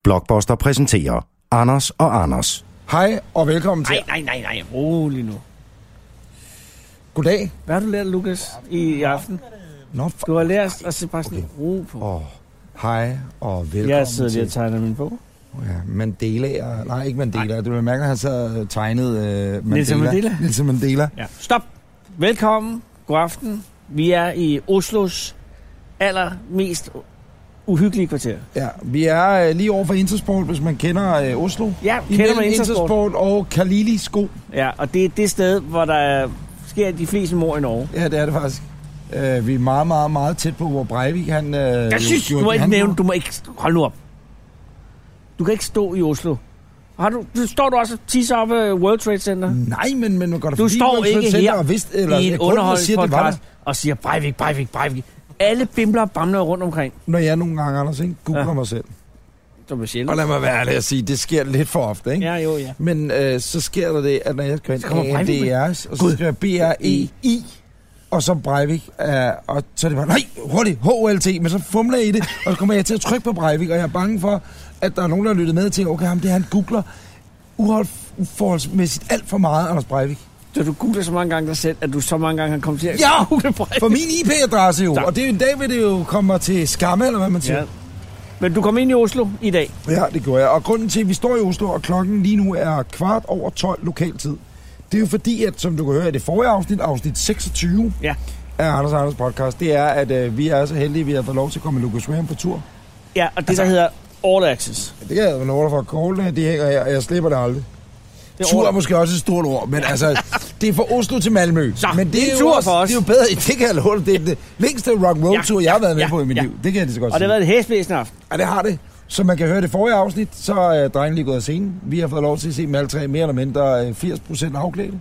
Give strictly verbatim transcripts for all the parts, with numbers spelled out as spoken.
Blockbuster præsenterer Anders og Anders. Hej og velkommen til... Nej, nej, nej, nej. Rolig nu. Goddag. Hvad har du lært, Lukas, i aften? Nå, for... Du har lært at se bare sådan okay. ro på. Oh, hej og velkommen Jeg sidder til... lige og tegner min bog. Ja, Mandela... Nej, ikke Mandela. Du vil mærke, at han så har tegnet uh, Mandela. Nelson Mandela. Nelson Mandela. Ja. Stop. Velkommen. God aften. Vi er i Oslos allermest uhyggelige kvarter. Ja, vi er uh, lige over for Intersport, hvis man kender uh, Oslo. Ja, kender man Intersport. Intersport og Kalili sko. Ja, og det er det sted, hvor der er, sker de fleste mord i Norge. Ja, det er det faktisk. Uh, vi er meget, meget, meget tæt på, hvor Breivik han... Uh, Jeg synes, du må ikke nævne, du må ikke... Hold nu op. Du kan ikke stå i Oslo. Har du, du står du også og tisser op af World Trade Center? Nej, men, men går der du forbi står World Trade ikke Center her og vidste, eller, i en underholdningspodcast og, og siger Breivik, Breivik, Breivik. Alle bimler og bamler rundt omkring. Når jeg nogle gange, Anders, ikke, googler ja. mig selv. Som er sjældent. Og lad mig være ærlig at sige, det sker lidt for ofte, ikke? Ja, jo, ja. Men øh, så sker der det, at når jeg skriver ind A N D R, og så skriver B R E I, og så Breivik, øh, og så er det bare, nej, hurtigt, H O L T, men så fumler jeg i det, og så kommer jeg til at trykke på Breivik, og jeg er bange for, at der er nogen, der har lyttet med til, okay, ham det han googler uforholdsmæssigt alt for meget, Anders Breivik. Så du googler så mange gange dig selv, at du så mange gange har kommet til at ja, google Breivik? For min I P-adresse jo, tak. Og det er en dag, vil det jo komme til skamme, eller hvad man siger. Ja. Men du kom ind i Oslo i dag? Ja, det gjorde jeg. Og grunden til, at vi står i Oslo, og klokken lige nu er kvart over tolv lokaltid, det er jo fordi, at som du kan høre i det forrige afsnit, afsnit seksogtyve ja. af Anders og Anders podcast, det er, at øh, vi er så heldige, at vi har fået lov til at komme med Lucas Graham på tur. Ja, og det altså, der hedder All Access. Det kan jeg jo noget for kålene, de hænger her, og jeg slipper det aldrig. Det tur er måske også et stort ord, men altså, det er fra Oslo til Malmø. Så, men det, det er en er tur også, for os. Det er jo bedre, det kan jeg love det er den længste rock'n'roll-tur, ja, jeg har været med ja, på i mit ja. liv. Det kan jeg det så godt og sige. Og det har været et hæsblæsende aften. Ja, det har det. Som man kan høre det forrige afsnit, så er drengen lige gået af scenen. Vi har fået lov til at se dem alle tre mere eller mindre firs procent afklædte.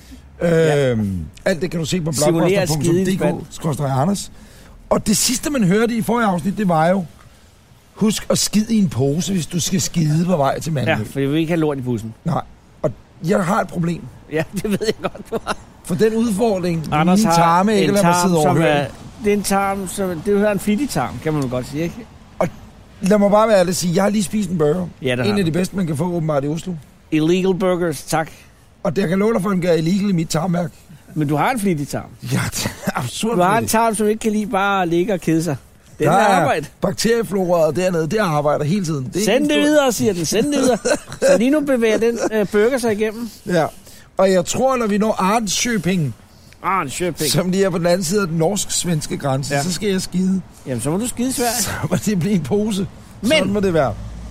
Ja. Øhm, alt det kan du se på blockbuster punktum d k skråstreg Anders. Og det sidste, man hørte i forrige afsnit, det var jo, husk at skide i en pose, hvis du skal skide på vej til Malmø. Ja, for jeg vil ikke have lort i bussen. Nej, og jeg har et problem. Ja, det ved jeg godt, du har. For den udfordring, Anders min tarme ikke lader mig sidde overhøre. Det er en tarm, som, det er jo en flittig tarm, kan man jo godt sige, ikke? Og lad mig bare være ærlig at sige, jeg har lige spist en burger. Ja, en af de bedste, man kan få åbenbart i Oslo. Illegal burgers, tak. Og det kan love dig for, at den gør illegal i mit tarmværk. Men du har en flittig tarm. Ja, det er absurd. Du har en tarm, som ikke kan lige bare ligge og kede sig. Den der er er arbejde. Bakteriefloraet dernede, det arbejder hele tiden. Det Send det videre, siger den. Send det videre. Så lige nu bevæger den øh, burger sig igennem. Ja, og jeg tror, når vi når Arnköping, Arnköping, som lige er på den anden side af den norsk-svenske grænse, ja. Så skal jeg skide. Jamen, så må du skide svært. Så må det blive en pose. Men sådan må det være.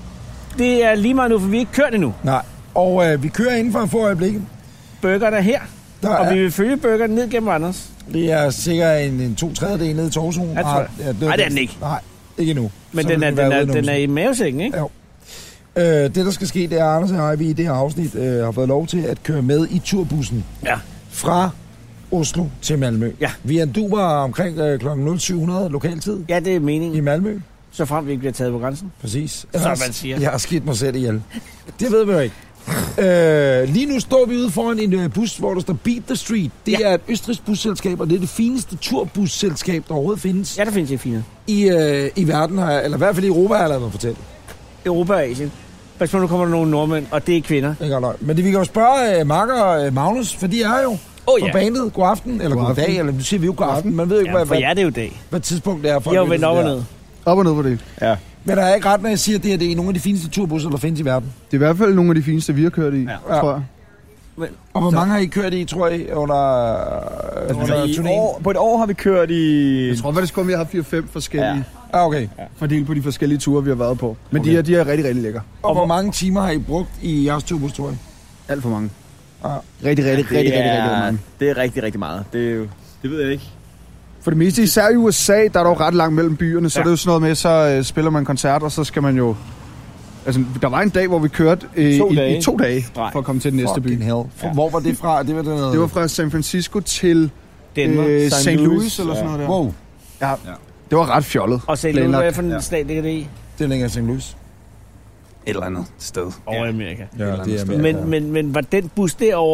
Det er lige meget nu, for vi er ikke kørt endnu. Nej, og øh, vi kører inden for en få øjeblikke. Burgeren er her, der og er... vi vil følge burgeren ned gennem Anders. Det er sikkert en, en to tredjedel nede i Torshov. Nej, ja, det er den ikke. Nej, ikke endnu. Men den er, den, er, den er i mavesækken, ikke? Jo. Øh, det, der skal ske, det er, Anders og jeg, vi i det her afsnit øh, har fået lov til at køre med i turbussen. Ja. Fra Oslo til Malmø. Ja. Vi er en duber omkring øh, klokken nul syv hundrede lokaltid. Ja, det er meningen. I Malmø. Så frem vi ikke bliver taget på grænsen. Præcis. Som man siger. Jeg har skidt mig selv ihjel. Det ved vi jo ikke. Øh, lige nu står vi ude foran en øh, bus, hvor der står Beat the Street. Det ja. er et østrigsk busselskab, og det er det fineste turbusselskab, der overhovedet findes. Ja, der findes ikke fine. I, øh, i verden, her, eller i hvert fald i Europa, har jeg lavet mig fortælle. Europa og Asien. Pas på, nu kommer der nogle nordmænd, og det er kvinder. Ikke nok. Men det, vi kan jo spørge øh, Mark og øh, Magnus, for de er jo oh, på ja. bandet. God aften, eller god, god dag, eller nu siger vi jo god aften. Man ved ikke, ja, hvad, for jer det er jo dag. Hvad tidspunkt det er. Jeg har jo vendt op og ned. Op og ned på det. Ja. Men der er ikke ret, når jeg siger, at det, her, det er nogle af de fineste turbusser, der findes i verden. Det er i hvert fald nogle af de fineste, vi har kørt i, ja. tror jeg. Men, og hvor så. mange har I kørt i, tror I, under, altså, under i år, på et år har vi kørt i... Jeg tror faktisk kun, vi har haft fire fem forskellige. Ja. Ah, okay. Ja. Fordelt på de forskellige ture, vi har været på. Men okay. de, er, de er rigtig, rigtig lækre. Og, og hvor mange timer har I brugt i jeres turbus, tror I? Alt for mange. Ah. Rigtig, rigtig, ja, rigtig, rigtig, er, rigtig, rigtig mange. Det er rigtig, rigtig meget. Det, er jo, det ved jeg ikke. For det meste, især i U S A, der er dog ret langt mellem byerne, så ja. det er jo sådan noget med, så uh, spiller man en koncert, og så skal man jo... Altså, der var en dag, hvor vi kørte uh, i, i to dage Nej. for at komme til den næste Fucking by. Hell. Ja. Hvor var det fra? Det var, den det var fra San Francisco til Denver, uh, Saint Louis, Louis eller sådan ja. noget der. Wow. Ja. ja, det var ret fjollet. Og Saint Louis, hvad for en ja. stat ligger det i? Det ligger i Saint Louis. Et eller andet sted. Over i Amerika. Ja, det er Amerika. Men, men, men var den bus derovre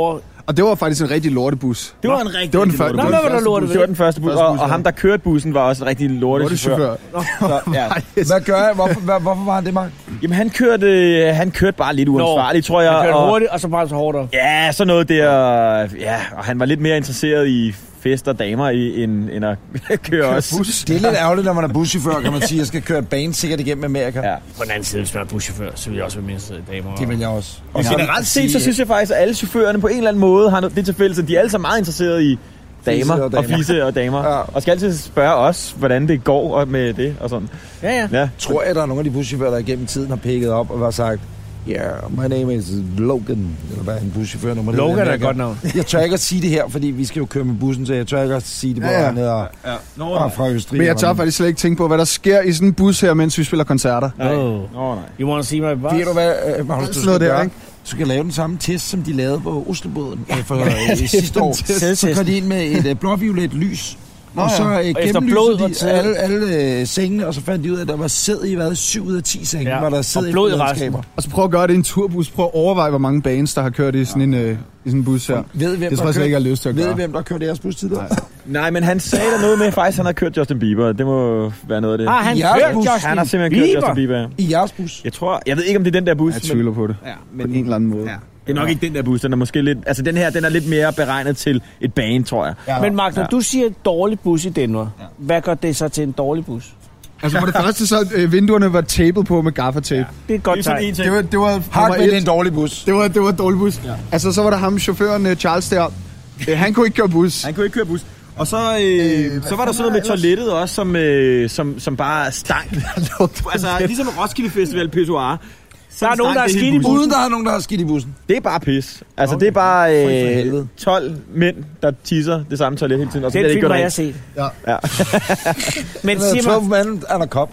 Og det var faktisk en rigtig lortebus. Det var en rigtig det var den rigtig lortebus. Nå, hvad var der lortebus? Det var den første bus, og, og ham, der kørte bussen, var også en rigtig lortechauffør. Så, ja. Hvad gør jeg? Hvorfor, hvad, hvorfor var han det, Mark? Jamen, han kørte, han kørte bare lidt uansvarligt, tror jeg. Han kørte og, hurtigt, og så bare så hårdere. Ja, sådan noget der. Ja, og han var lidt mere interesseret i fest og damer, i, end, end at køre også. Bus. Det er lidt ærgerligt, når man er buschauffør, kan man sige. Jeg skal køre et bane sikkert igennem Amerika. Ja. På den anden side, hvis man er buschauffør, så vil jeg også være mindst damer. Det vil jeg også. Og generelt set, så synes jeg faktisk, at alle chaufførerne på en eller anden måde har det til fælles, at de er alle sammen meget interesserede i damer og, og fisse og damer. Ja. Og skal altid spørge os, hvordan det går med det og sådan. Ja, ja. ja. Tror jeg, der er nogle af de buschauffører, der igennem tiden har picket op og har sagt, yeah, my name is Logan. Eller hvad er en buschauffør nummer? Logan er et godt navn. Jeg tør ikke at sige det her, fordi vi skal jo køre med bussen, så jeg tør ikke at sige det, hvor ja, ja. han er og, ja. Nå, og fra Østrig. Men jeg tør faktisk slet ikke tænke på, hvad der sker i sådan en bus her, mens vi spiller koncerter. Nej. Oh. Oh, nej. You want to see my bus? Ved du hvad, uh, Magnus, du skal gøre? Du skal lave den samme test, som de lavede på Oslobåden for uh, sidste år. Så går de ind med et uh, blåviolet lys. Nå, og så uh, gennemlyser de alle, alle uh, sengene, og så fandt de ud af, at der var sæd i hvad? syv ud af ti senge, ja. Var der sæd i redskaber. Og så prøv at gøre det i en turbus. Prøv at overveje, hvor mange bands, der har kørt i sådan en, uh, i sådan en bus her. Ved hvem, det tror jeg slet ikke, jeg har lyst til at gøre. Ved hvem, der kørte jeres bus tidligere? Nej. Nej, men han sagde der noget med, faktisk han har kørt Justin Bieber. Det må være noget af det. Ah, han kørt Justin Han har simpelthen kørt Justin Bieber. I jeres bus? Jeg tror, jeg ved ikke, om det er den der bus. Jeg tvivler på det. Ja, men på en eller anden måde. Ja. Det er nok ikke den der bus, den er måske lidt... Altså, den her, den er lidt mere beregnet til et bane, tror jeg. Ja. Men Mark, når ja. du siger et dårlig bus i Denver, ja. hvad gør det så til en dårlig bus? Altså, for det første, så øh, vinduerne var tapet på med gaffatape. Ja. Det er et godt tegn. Det var, det var, Hark med en dårlig bus. Det var, det var en dårlig bus. Ja. Altså, så var der ham, chaufføren Charles der. Han kunne ikke køre bus. Han kunne ikke køre bus. Og så, øh, øh, så var der sådan noget med toilettet også, som, øh, som, som bare stank. Altså, ligesom Roskilde Festival pissoir. Der er nogen, der er skidt i bussen. Uden der er nogen, der er skidt i bussen. Det er bare pis. Altså, okay. Det er bare øh, tolv mænd, der tisser det samme toilet hele tiden. Og så det er det film, har jeg set. Ja. ja. Men sig mig... tolv mænd er der kop.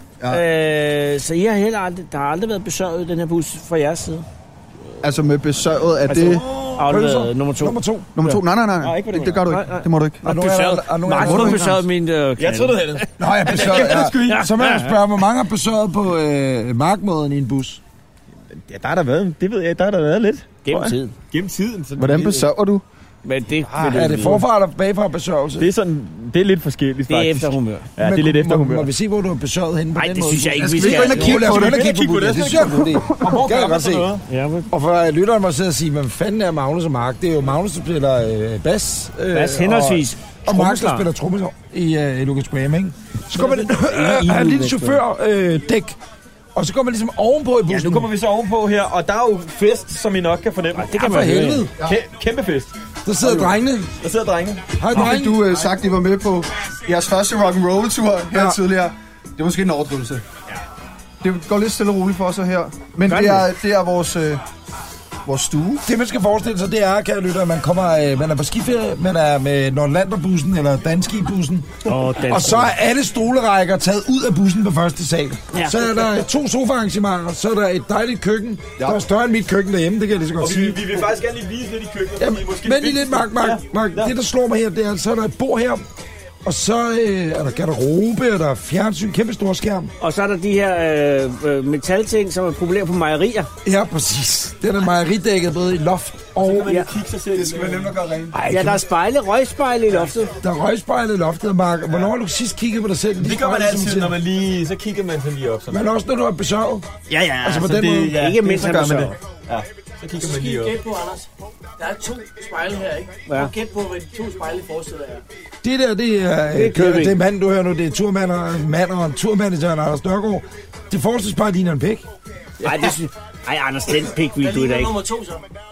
Ja. Øh, så I har heller aldrig, der har aldrig været besøget i den her bus fra jeres side? Altså med besøget af altså, det... Afleveret nummer to. Nummer to. Nummer to. Nej, nej, nej. nej ikke det, det gør du ikke. Nej, nej. Det må du ikke. Mark, du har besøget min... Jeg troede, det havde det. Nå, jeg besøget, ja. Så må jeg spørge, hvor mange har besøget på øh, markmåden i en bus? Ja, der har der været, det ved jeg, der har der været lidt. Gennem tiden. Gennem tiden. Så hvordan besøger du? Men det, ah, er det forfra eller bagfra besøgelse? Det er sådan, det er lidt forskelligt faktisk. Det er efter humør. Ja, det er lidt efter humør. Må vi se, hvor du har besøget henne på Ej, den måde? Nej, det synes jeg ikke, vi skal. Lad os gå ind og kigge på det. Det synes jeg er det. Kan jeg godt se. Og for lytteren må sidde og sige, hvem fanden er Magnus og Mark? Det er jo Magnus, der spiller øh, bas. Øh, bas henholdsvis. Og, og Mark, der spiller trommeslager i øh, Lucas Graham, ikke? Så kommer det have en lille chauffør-dæk. Og så kommer vi ligesom ovenpå i bussen. Ja, nu kommer vi så ovenpå her, og der er jo fest, som I nok kan fornemme. Ja, det kan man for helvede. Kæ- kæmpe fest. Der sidder okay. drengene. Der sidder drengene. Hej, drenge. Du uh, sagt, I var med på jeres første rock'n'roll-tur her ja. tidligere. Det er måske en overdrivelse. Ja. Det går lidt stille og roligt for os her. Men det er, det er vores... Uh, vores stue. Det, man skal forestille sig, det er, kære lytter, at man, kommer, man er på skiferie, man er med Nordlanderbussen eller Danskibussen, oh, og så er alle stolerækker taget ud af bussen på første sal. Ja. Så er der to sofaarrangementer, så er der et dejligt køkken, ja. Der er større end mit køkken derhjemme, det kan jeg lige så godt og sige. Vi, vi vil faktisk gerne lige vise lidt i køkkenet. Jamen, men lige lidt, Mark, Mark, Mark. Ja. Det, der slår mig her, det er, at så er der et bord her, og så øh, er der garderobe, og der er fjernsyn, kæmpe stor skærm. Og så er der de her øh, metalting, som er problemer på mejerier. Ja, præcis. Den er mejeridækket både i loft og... Ja. Det skal man nemt at gøre rent. Ja, der er spejle, røgspejle i loftet. Der er røgspejle i loftet, Mark. Hvornår har du sidst kigget på dig selv? Det gør man altid, når man lige... Så kigger man så lige op. Sådan. Men også når du er besøget. Ja, ja. Altså på altså, den det, måde. Ja, ikke mindst, så gør man det. Ja. Så kigger man lige op. Gæt på, Anders. Der er to spejle her, ikke? Ja. Og gæt på, hvad de to spejle forestiller er. Det der, det er... Det er, det er manden, du hører nu. Det er turmand og turmanageren Anders Nørgaard. Det forestiller bare ligner en pæk. Nej, det synes... Ej, Anders, den pæk vil du da ikke. Nummer to, så.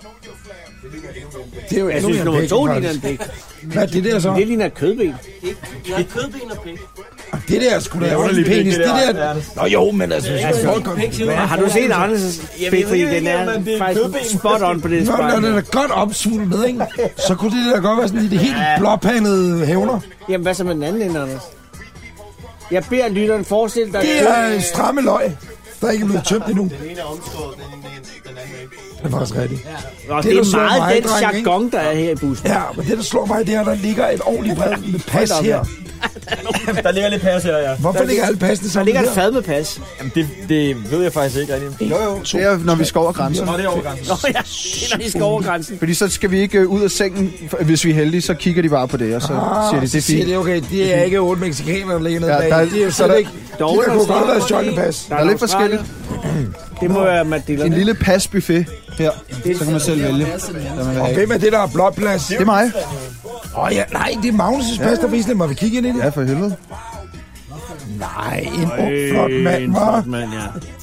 Det er jo jeg synes, nummer to ligner en pæk. Hvad er det der så? Det ligner et kødben. Det er et kødben og pæk. Det der skulle da være en penis. Det der... Nå jo, men altså... Har du set Anders' pæk, fordi den er faktisk spot on på det spejl? Når den er godt opsvuldet med, ikke? Så kunne det da godt være sådan i det helt blåpandede hævner. Jamen, hvad så med den anden ende, Anders? Jeg beder lytteren forestille dig... Det er stramme løg, der er ikke blevet tømt endnu. Den ene er omskåret, den anden er ikke. Det er faktisk rigtigt. Ja. Det, det er meget mig, den jargon, der er her i bussen. Ja, men det, der slår mig, det er, at der ligger et ordentligt brev med pas her. Der ligger lidt pas her, ja. Hvorfor der ligger alle passene Der sammen ligger et her? fad med pas. Jamen, det, det ved jeg faktisk ikke rigtig. Jo, jo. Det er, når vi skal over grænsen. Nå, det er over grænsen. Nå ja, det er når vi skal over grænsen. Fordi så skal vi ikke ud af sengen. Hvis vi er heldige, så kigger de bare på det, og så Ah, siger de, det er fint. det er okay. Det er ikke otte mexikanere, der ligger nede Ja, bag. der er- Det er jo så der- slet ikke... Der er De der kunne Australien. godt være stjålet pas. Der er lidt forskelligt. Det må være Madeira. En lille pasbuffet her. Så kan man selv vælge. Og hvem er det, der har blot plads? Det er mig. Åh ja, nej, det er Magnus' pas, der viser det. Må vi kigge ind i det? Ja, for helvede. Nej, en ung, flot mand, En hva'? flot mand, ja.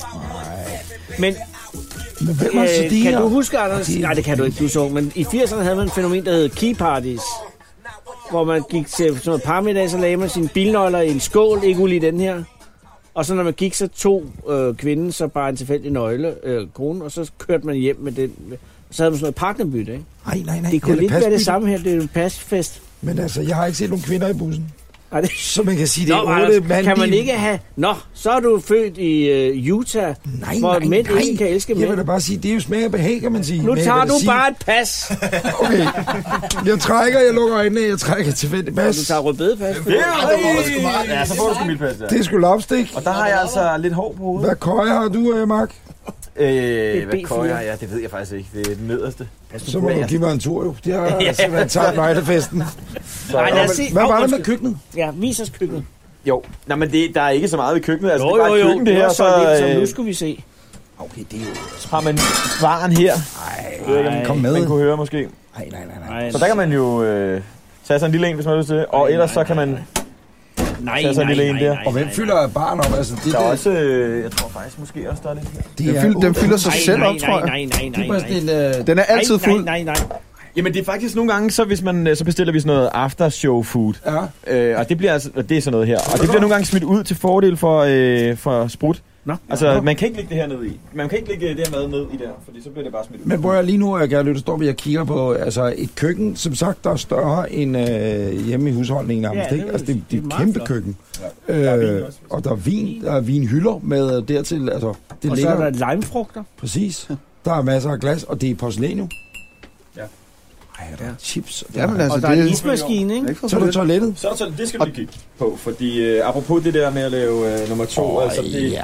Men Men hvem er så øh, de kan her? du huske, Anders? Nej, det kan du ikke, du så. Men i firserne havde man et fænomen, der hed key parties. Hvor man gik til sådan noget parmiddag, så lagde man sine bilnøgler i en skål, ikke ulig den her. Og så når man gik, så tog øh, kvinden så bare en tilfældig nøgle, øh, kone, og så kørte man hjem med den. Så havde man sådan noget partnerbytte, ikke? Nej, nej, nej. Det kunne er lidt være det pasbytte. samme her, det er jo en pasfest. Men altså, jeg har ikke set nogen kvinder i bussen. Ej, det... Så man kan sige, det Nå, er otte Anders, mand. kan man ikke have... Nå, så er du født i øh, Utah, Nej, hvor nej, mænd nej. ikke kan elske Jeg vil mænd. da bare sige, det er jo smag og behag, kan man sige. Nu Men jeg tager vil da du sige- bare et pas. Okay. Jeg trækker, jeg lukker øjnene, jeg trækker tilfældigt pas. Du tager rødbedepas. Det er ja, så får du sgu mit pas, ja. Det er sgu lopstik. Og der har jeg altså lidt hår på hovedet. Hvad køje har du, øh, Mark? Øh, er hvad B køjer fire. jeg? Ja, det ved jeg faktisk ikke. Det er den nederste. Så må du give mig en tur, jo. Det har simpelthen taget nøglefesten. Nej, lad os se. Hvad Åh, var der med undskyld. køkkenet? Ja, vis os køkkenet. Jo, nej, men det, der er ikke så meget ved køkkenet. Altså, Jo, det er jo, bare et jo. køkken, det her. var Så, lidt, som øh, nu skulle vi se. Okay, det er jo... så har man varen her. Nej, Kom med. Man kunne høre måske. Nej, nej, nej, nej. nej, Så der kan man jo øh, tage sig en lille en, hvis man har lyst til det. Og ellers så kan man... nej, tage sig en nej, lille en nej, der. nej, Og hvem nej. fylder barn op? Altså, det, Der er det, også... Øh, jeg tror faktisk måske også, der er lidt her. det Den, er fyld, den fylder sig Nej, selv nej, op, tror jeg. Nej, nej, nej, Det nej, er bare nej. sådan en... Øh, Den er altid Nej, fuld. nej, nej, nej. Jamen det er faktisk nogle gange, så hvis man øh, så bestiller vi sådan noget aftershow food. ja. Øh, og det bliver altså, og det er sådan noget her. Og det bliver nogle gange smidt ud til fordel for, øh, for sprut. Nå. Altså, man kan ikke lægge det her ned i. Man kan ikke lægge det her mad ned i der, fordi så bliver det bare smidt ud. Men hvor jeg lige nu, jeg kan lytte, står vi og kigger på altså et køkken, som sagt, der er større end øh, hjemme i husholdningen nærmest, Ja, ikke? det er- Altså, det, det det er er et meget kæmpe flot. køkken. Ja. Der er vin Øh, også. og der er vin, der er vinhylder med dertil, altså, det Og så ligger... er der limefrugter. Præcis. Der er masser af glas, og det er porcelæn jo. Ja. Ej, der er chips. Og, Jamen, der, altså, Og der er en det ismaskine, ikke? så er der toilettet. Så er der så, det skal du lige kigge på, fordi øh, apropos det der med at lave øh, nummer to, Åh, altså det, ja. det,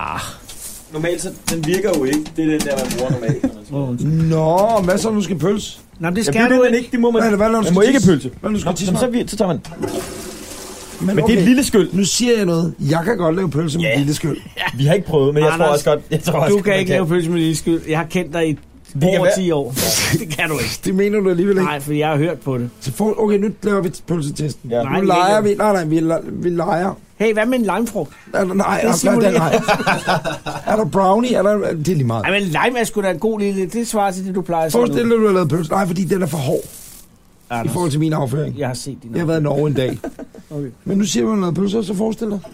normalt så, den virker jo ikke. Det er den der, man bruger normalt. når man skal- Nå, hvad så, nu skal pølse? Nå, men det Ja, skal det er du det, men ikke. ikke. Det må man, Hvad er det, hvad er det, når du man skal må ikke tisse? pølse. Hvad er det, du skal Nå, tisse jamen, så, med? vi- så tager man. Men, Men det er et lille skyld. Nu siger jeg noget. Jeg kan godt lave pølse med Ja. et lille skyld. Vi har ikke prøvet, men jeg tror Anders, også godt... Jeg tror også, Du godt, kan man ikke lave pølse med lille skyld. Jeg har kendt dig i kan over være- ti år. Det kan du ikke. Det mener du alligevel ikke. Nej, for jeg har hørt på det. Så for, okay, nu laver vi pølsetesten. Ja. Nej, Nu det leger kan vi. Nej, nej, vi, le- vi leger. Hey, hvad med en limefrugt? Er der, nej, Det er, simulerer. der, nej. er der brownie? Er der, det er lige meget. Ej, men lime er sgu da en god lille... Det svarer til det, du plejer at sige Forestil dig, at du har lavet pølse. Nej, fordi den er for hård i Anders, forhold til min afføring. jeg har set din Jeg har været i Norge en dag. Okay. Men nu siger man noget pølse, så forestil dig.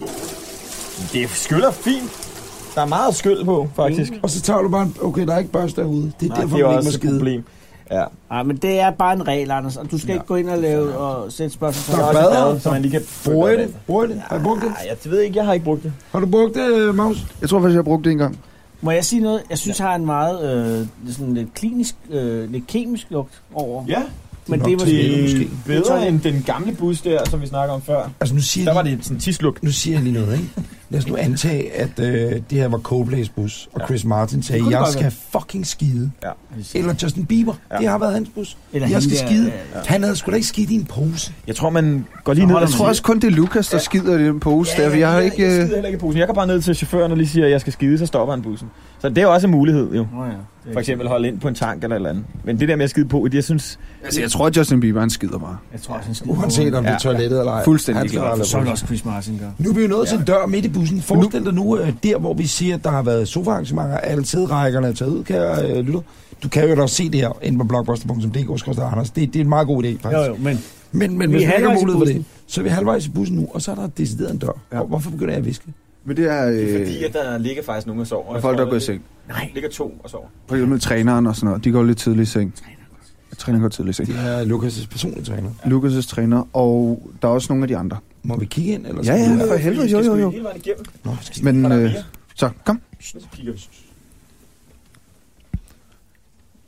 Det skyller fint. Der er meget skyld på, faktisk. Og så tager du bare en... Okay, der er ikke børste derude. Det er Nej, derfor, det er man ikke må også et skide. problem. Ja. Ej, men det er bare en regel, Anders. Og du skal ja. ikke gå ind og lave og sætte spørgsmål. Der er også et bader. bad, så man lige kan... Bruger I det? Bruger I det? Har I brugt det? Nej, jeg ved ikke, jeg har ikke brugt det. Har du brugt det, øh, Maus? Jeg tror faktisk, jeg har brugt det en gang. Må jeg sige noget? Jeg synes, jeg har en meget øh, sådan lidt klinisk, øh, lidt kemisk lugt over. Ja, men nok det var til måske... måske. bedre end den gamle bus der, som vi snakker om før. Altså, nu siger, Der var jeg, det sådan en tisluk. nu siger jeg lige noget, ikke? Lad os nu antage, at øh, det her var Coldplays bus, og Ja. Chris Martin sagde, Det kunne det jeg godt skal fucking skide. Ja. Eller Justin Bieber. Ja. Det har været hans bus. Eller Jeg hende skal der, skide. ja, ja. Han havde sgu da ikke skidt i en pose. Jeg tror, man går lige ned holder og Jeg tror også kun, det er Lukas, der skider i den pose der. Jeg har ikke... Jeg øh, skider heller ikke i posen. Jeg går bare ned til chaufføren og lige siger, at jeg skal skide, så stopper han bussen. Så det er jo også en mulighed, jo. Nå ja. For eksempel holde ind på en tank eller et eller andet. Men det der med at skide på, det jeg synes... Altså, jeg tror, at Justin Bieber, han skider bare. Jeg tror også, han skal... Uanset om det er Ja. toilettet eller ej. Fuldstændig Han skal klar. aldrig Så vil bruge også Chris Martin gøre. Nu er vi jo nået til en dør midt i bussen. Forestil dig nu, øh, der hvor vi siger, at der har været sofaarrangementer, alle sæderækkerne er taget ud, kære øh, lytter. Du kan jo da også se det her inde på blogbuster punktum d k skråstreg Anders. Det, det er en meget god idé, faktisk. Jo, jo, men... Men, men Vi hvis er vi ikke har halvvejs i mulighed for det, bussen. så er vi halvvejs i bussen nu, og så er der decideret en dør. Ja. Ja. Hvorfor begynder jeg at viske? Men det er... Det er Øh, fordi, at der ligger faktisk nogen og sover. og folk, der er gået i seng. Nej. ligger to og sover. For eksempel træneren og sådan noget. De går lidt tidligt i seng. Træner går tidligt i seng. Det er Lukas' personlige træner. Lukas' træner, og der er også nogle af de andre. Må vi kigge ind? Eller Ja, skal ja, vi- for helvede, jo, jo, jo. Hele vejen igennem. Nå, skal Men, Og der er øh, mere. så kom. Så kigger vi.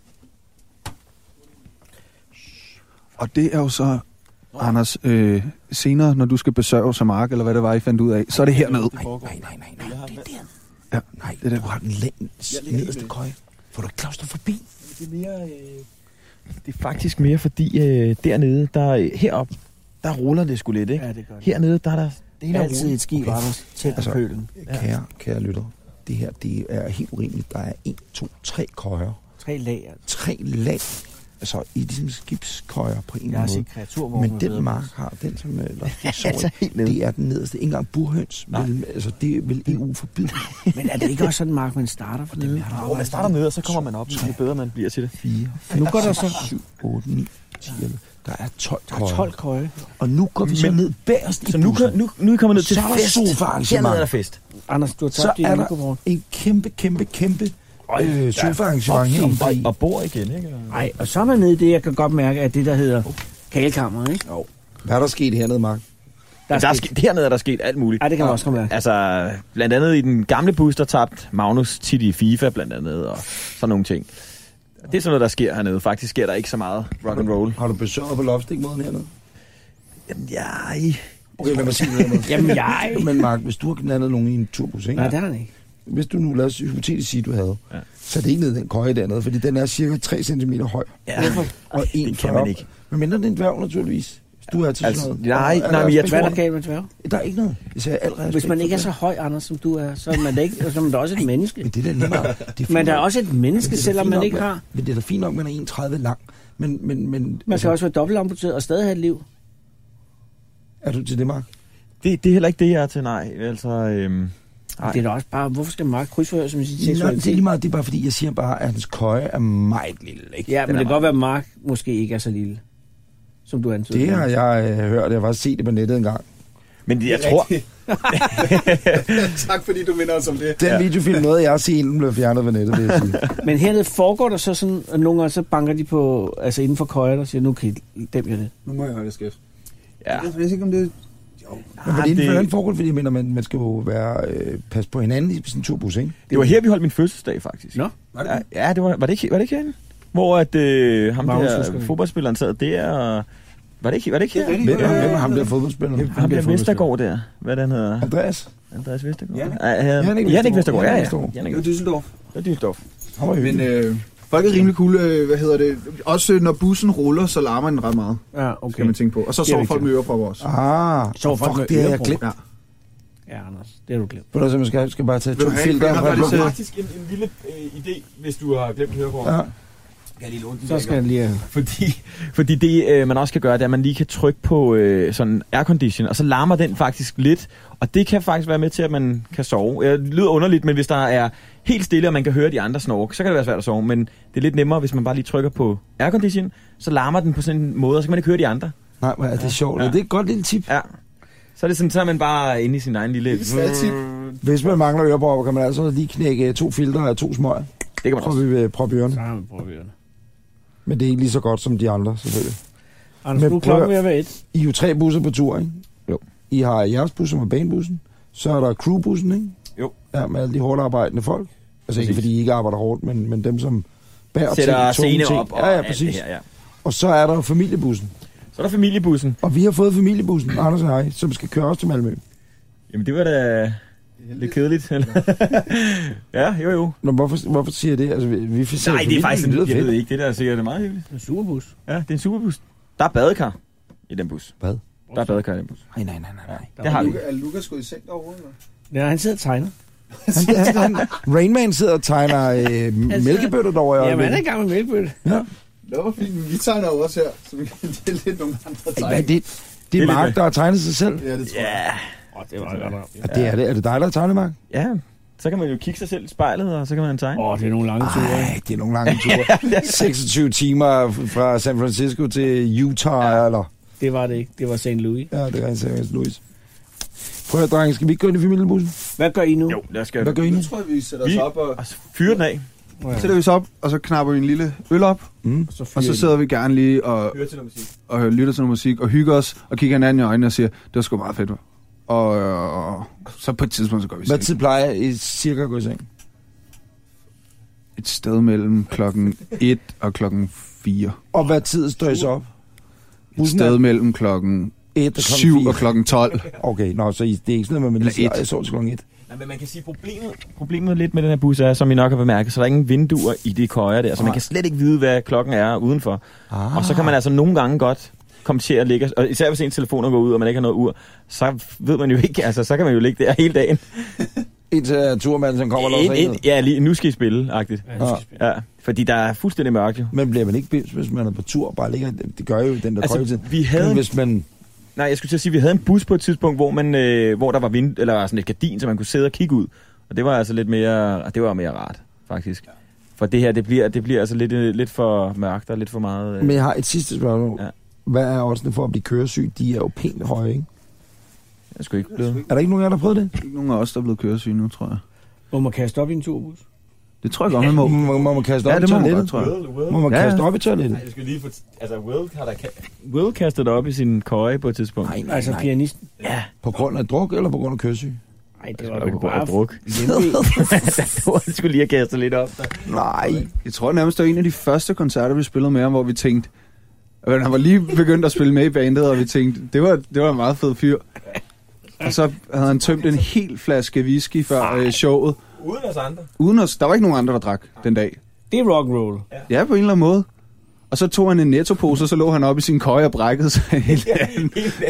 Og det er jo så Anders øh, senere, når du skal besøge sig Mark, eller hvad det var, I fandt ud af, så er det hernede. Nej, nej, nej, nej, nej, det er der. Ja, nej, det er der. Du har den nederste køje. Får du klaustrofobi? Det er mere... Øh, det er faktisk mere, fordi øh, dernede, der heroppe, der ruller det sgu lidt, ikke? Ja, det gør det. Hernede, der er der... Det er altid et skib, Anders, tæt på kølen. Kære, kære lytter, det her, det er helt urimeligt. Der er en, to, tre køjer. Tre lag, altså. Tre lag. Altså, i de skibskøjer på en Jeg har måde. set kreaturvogn. Men den Mark har, den som uh, Lars sover i, det er den nederste. Ikke engang burhøns. Vil, altså, det vil E U forbyde. Men er det ikke også sådan, Mark, man starter for nede? Jo, man starter nede, og så kommer man op, jo bedre man bliver til det. fire, nu går der så syv, otte, ni, ti, elleve. Der er tolv køjer. tolv køjer. Og nu går vi så ned bagerst i så nu, bussen. nu, nu er vi kommet ned til så fest. Hernede er der fest. Anders, du har Så tabt din er mikrofon. der en kæmpe, kæmpe, kæmpe øh, sofa-arrangement her. Og bor igen, ikke? Nej, og så er man nede i det, jeg kan godt mærke, at det der hedder kalekammeret, ikke? Jo. Hvad er der sket hernede, Mark? Der er, der er sket... sket, hernede er der sket alt muligt. Ej, det kan man også komme mærke. Altså, blandt andet i den gamle bus, der tabte Magnus tit i FIFA, blandt andet, og sådan nogle ting. Det er sådan noget, der sker hernede. Faktisk sker der ikke så meget rock and roll. Har du besøgt på Lofstik-måden hernede? Jamen, jeg... Okay, lad mig sige noget. Jamen, jeg... Men Mark, hvis du har knaldet nogen i en turbus, ikke? Nej, det er han ikke. Hvis du nu lader os hypotetisk sige, du havde, ja. så er det ikke ned den køje dernede, fordi den er cirka tre centimeter høj. Ja, og en det kan man ikke. Men mindre det er en dværg, naturligvis. Hvis du er til altså, sådan noget. Nej, nej, nej, men jeg tror... Hvad er der galt med dværg? Der er ikke noget. Jeg alt Hvis man ikke er så høj, Anders, som du er, så er man da, ikke, så er man da også et menneske. Men det er da lige meget. Det er men der er også et menneske, selvom man ikke har... Men det er da fint nok, at man er en komma tredive lang. Men, men, men, man skal altså, også være dobbeltamputeret og stadig have et liv. Er du til det, Mark? Det, det er heller ikke det, jeg er til, nej. Altså, øhm, nej. Det er da også bare, hvorfor skal Mark krydsforhøre som sin seksualitet? Nej, det er lige meget, det er bare fordi, jeg siger bare, at hans køje er meget lille, ikke? Ja, men Den det kan meget... godt være, at Mark måske ikke er så lille, som du antyder. Det har jeg øh, hørt, jeg har faktisk set det på nettet engang. Men jeg tror... Tak fordi du minder os om det. Den ja. videofilm, noget jeg har set, den blev fjernet på nettet, vil jeg sige. Men hernede foregår der så sådan, at nogle gange så banker de på, altså inden for køjer, og siger, nu kan I dem jeg det. Nu må jeg høre det, skæft. Ja. Jeg ved ikke, om det... Jo. Men ah, inden for den foregår, fordi jeg mener, man, man skal jo være, øh, passe på hinanden i sin turbus, ikke? Det var her, vi holdt min fødselsdag, faktisk. Nå? Var det? Ja, det var, var det ikke, var det ikke herinde? Hvor at, øh, ham Magnus, der fodboldspilleren sad der... Var det ikke, var det ikke her? Hvem er ham der fodboldspilleren? Ham der Vestergaard der. Hvad den hedder? Andreas? Andreas Vestergaard? Jannik? Jannik, Jannik Vestergaard, ja, ja. Det var Düsseldorf. Det var Düsseldorf. Men øh, folk er rimelig cool, øh, hvad hedder det? Også når bussen ruller, så larmer den ret meget. Ja, okay. Skal man tænke på. Og så sover folk med ørepropper også. Ah, sover folk med det har jeg glemt. Ja. Ja, Anders, det har du glemt. Ved du, så man skal, skal bare tage to filter. Jeg har faktisk en, en lille øh, idé, hvis du har glemt hørepropper. Ja. Så skal jeg lige... Fordi, fordi det, øh, man også kan gøre, det er, at man lige kan trykke på øh, sådan aircondition, og så larmer den faktisk lidt. Og det kan faktisk være med til, at man kan sove. Det lyder underligt, men hvis der er helt stille, og man kan høre de andre snorke, så kan det være svært at sove. Men det er lidt nemmere, hvis man bare lige trykker på aircondition, så larmer den på sådan en måde, og så kan man ikke høre de andre. Nej, men er det sjovt. Ja. Det er et godt lille tip. Ja. Så er det sådan, så er man bare inde i sin egen lille... Hvis man mangler ørepropper, kan man altså lige knække to filtre af to smøger. Det kan man også. Så vi proppe ørerne. Så har man proppe ørerne. Men det er ikke lige så godt som de andre, selvfølgelig. Anders, nu er klokken ved at være et. I er jo tre busser på tur, ikke? Jo. I har jeres bus, som er banebussen. Så er der crewbussen, ikke? Jo. Ja, med alle de hårdt arbejdende folk. Altså præcis. Ikke fordi I ikke arbejder hårdt, men, men dem, som bærer sætter ting, scene ting. op. Og ja, ja, præcis. Her, ja. Og så er der familiebussen. Så er der familiebussen. Og vi har fået familiebussen, Anders og jeg, som skal køre os til Malmø. Jamen, det var da... lidt kedeligt, eller? Ja, jo jo. Nå, hvorfor, hvorfor siger jeg det? Altså, vi, vi Nej, det er faktisk en, jeg ved ikke, det der sikkert er meget hyggeligt. En superbus. Ja, det er en superbus. Der er badekar i den bus. Hvad? Der er badekar i den bus. Nej, nej, nej, nej. nej. Det har vi. Er Lukas gået i seng derovre, eller? Ja, han sidder og tegner. Han, han, han, Rainman sidder og tegner øh, mælkebøtter derovre. Ja, men han er i gang med mælkebøtter. Ja. Det var fint, men vi tegner jo også her, så vi kan dele lidt nogle andre tegner. Ej, det, det er Mark, der har tegnet sig selv. Ja, det tror jeg. Åh, det var godt. Ja. Det er det. Er det dig, der har tegnet, Mark? Ja, så kan man jo kigge sig selv i spejlet, og så kan man tegne. Åh, det er nogle lange ture. Nej, det er nogle lange ture. seksogtyve timer fra San Francisco til Utah, ja. Eller? Det var det ikke. Det var Saint Louis. Ja, det er Saint Louis. Prøv at drenge, skal vi ikke gå ind i familiebussen? Hvad gør I nu? Jo, lad os gøre Hvad gør I nu? Nu tror jeg, vi sætter vi os op og... Altså, fyrer den af. Ja. Sætter vi os op, og så knapper vi en lille øl op. Mm. Så og så sidder vi gerne lige og, hører til noget musik. og lytter til noget musik, og hygger os, og kigger hinanden i øjnene og siger, det var sgu meget fedt. Og, og så på et tidspunkt, så går vi i seng. Hvad tid plejer I cirka at gå i seng? Et sted mellem klokken et og klokken fire. Og hvad tid står I så op? Et sted mellem klokken et og syv og klokken tolv. Okay, nå, så det er ikke sådan noget, man lige siger, jeg så til klokken et. Nej, men man kan sige, problemet, problemet lidt med den her bus er, som I nok har bemærket, så der er ingen vinduer i de køjer der, så man kan slet ikke vide, hvad klokken er udenfor. Ah. Og så kan man altså nogle gange godt komme til at ligge, og især hvis en telefon går ud, og man ikke har noget ur, så ved man jo ikke, altså så kan man jo ligge der hele dagen. Indtil turmanden, som kommer og låser Ja, lige, nu skal I spille-agtigt. Ja, ja, fordi der er fuldstændig mørkt jo. Men bliver man ikke bims, hvis man er på tur og bare ligger, det gør jo den der altså, køjetid. Vi havde... Men hvis man... Nej, jeg skulle til at sige, at vi havde en bus på et tidspunkt, hvor, man, øh, hvor der var vind, eller sådan et gardin, så man kunne sidde og kigge ud. Og det var altså lidt mere, det var mere rart, faktisk. For det her, det bliver, det bliver altså lidt, lidt for mørkt og lidt for meget... Øh... Men jeg har et sidste spørgsmål. Ja. Hvad er også for at blive køresyg? De er jo pænt høje, ikke? Jeg skulle ikke blive... Er der ikke nogen af jer, der har prøvet det? Der er ikke nogen af os, der er blevet køresyge nu, tror jeg. Må man kaste op i en turbus? Det tror jeg godt, man må. Må, må man kaste ja, op det i må toilettet? Man, tror jeg. Will, Will. Må man ja, kaste ja. op i toilettet? Nej, jeg skal lige få... Altså, Will har der... Will kastet op i sin køje på et tidspunkt. Nej, nej, altså nej. pianisten? Ja. På grund af druk eller på grund af køresyg? Nej, det var jo jo bare bare druk. Det skulle lige have kastet lidt op. Nej. Jeg tror nærmest, det var en af de første koncerter, vi spillede med ham, hvor vi tænkte... Han var lige begyndt at spille med i bandet, og vi tænkte, det var, det var en meget fed fyr. Og så havde han tømt en hel flaske whisky før øh, showet. Uden os andre? Uden os. Der var ikke nogen andre, der drak den dag. Det er rock and roll. Ja, på en eller anden måde. Og så tog han en Netto-pose, og så lå han op i sin køje og brækkede sig hele dagen.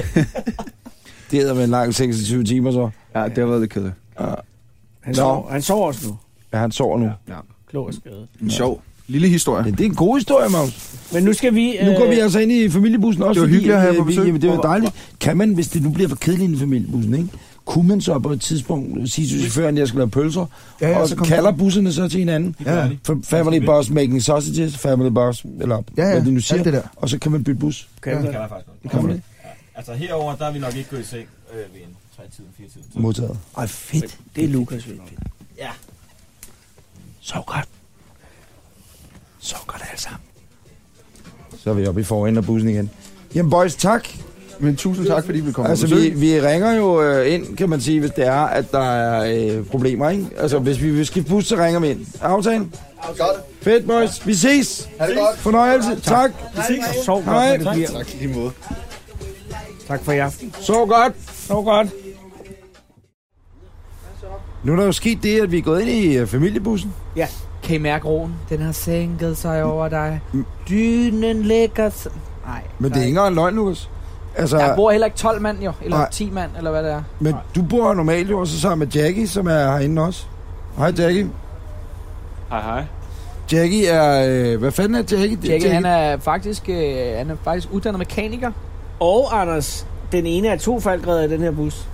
Det hedder med en lang seksogtyve timer så. Ja, det har været lidt kedeligt. Ja. Han, sover, han sover også nu. Ja, han sover nu. Ja. Klog og skade. En sjov lille historie. Ja, det er en god historie, Magnus. Men nu skal vi... Nu går øh... vi altså ind i familiebussen også. Det var hyggeligt at have fordi, på besøg. vi, det var dejligt. Kan man, hvis det nu bliver for kedeligt i familiebussen, ikke? Kunne man så på et tidspunkt sige til chaufføren, at jeg skal lave pølser, ja, ja, og så kalder der. Busserne så til hinanden? Ja. Family bus making sausages, family bus, eller ja, ja. hvad det nu siger. Det der. Og så kan man bytte bus. Kan ja. det? Det kan man faktisk godt. Det kan man det. Ja. Altså herover der er vi nok ikke gået i seng øh, ved en tre-tiden, fire-tiden. Modtaget. Ej, fedt. Det er Lukas. Ja. Så godt. Så godt alle sammen. Så er vi oppe i forenden af bussen igen. Jamen boys, tak. Men tusind tak, fordi vi kom Altså, på vi, vi ringer jo øh, ind, kan man sige, hvis det er, at der er øh, problemer, ikke? Altså, hvis vi vil skifte bus, så ringer vi ind. Aftalen? Godt. Fedt, boys. Vi ses. Ha' det godt. Fornøjelse. Tak. tak. Vi ses. Sov godt, Hej. når det bliver. Tak lige måde. Tak for i aften. Så godt. Så godt. Nu er der jo sket det, at vi er gået ind i uh, familiebussen. Ja. Kan I mærke roen? Den har sænket sig over dig. Dynen ligger... S- Nej. Men det er ikke engang løgn, Lukas. Altså, der bor heller ikke tolv mand jo, eller nej. ti mand, eller hvad det er. Men nej. Du bor normalt jo også sammen med Jackie, som er herinde også. Hej, Jackie. Hej, hej. Jackie er... Øh, hvad fanden er Jackie? Jackie, Jackie, han er faktisk, øh, han er faktisk uddannet mekaniker. Og Anders, den ene af to faldgræder i den her bus.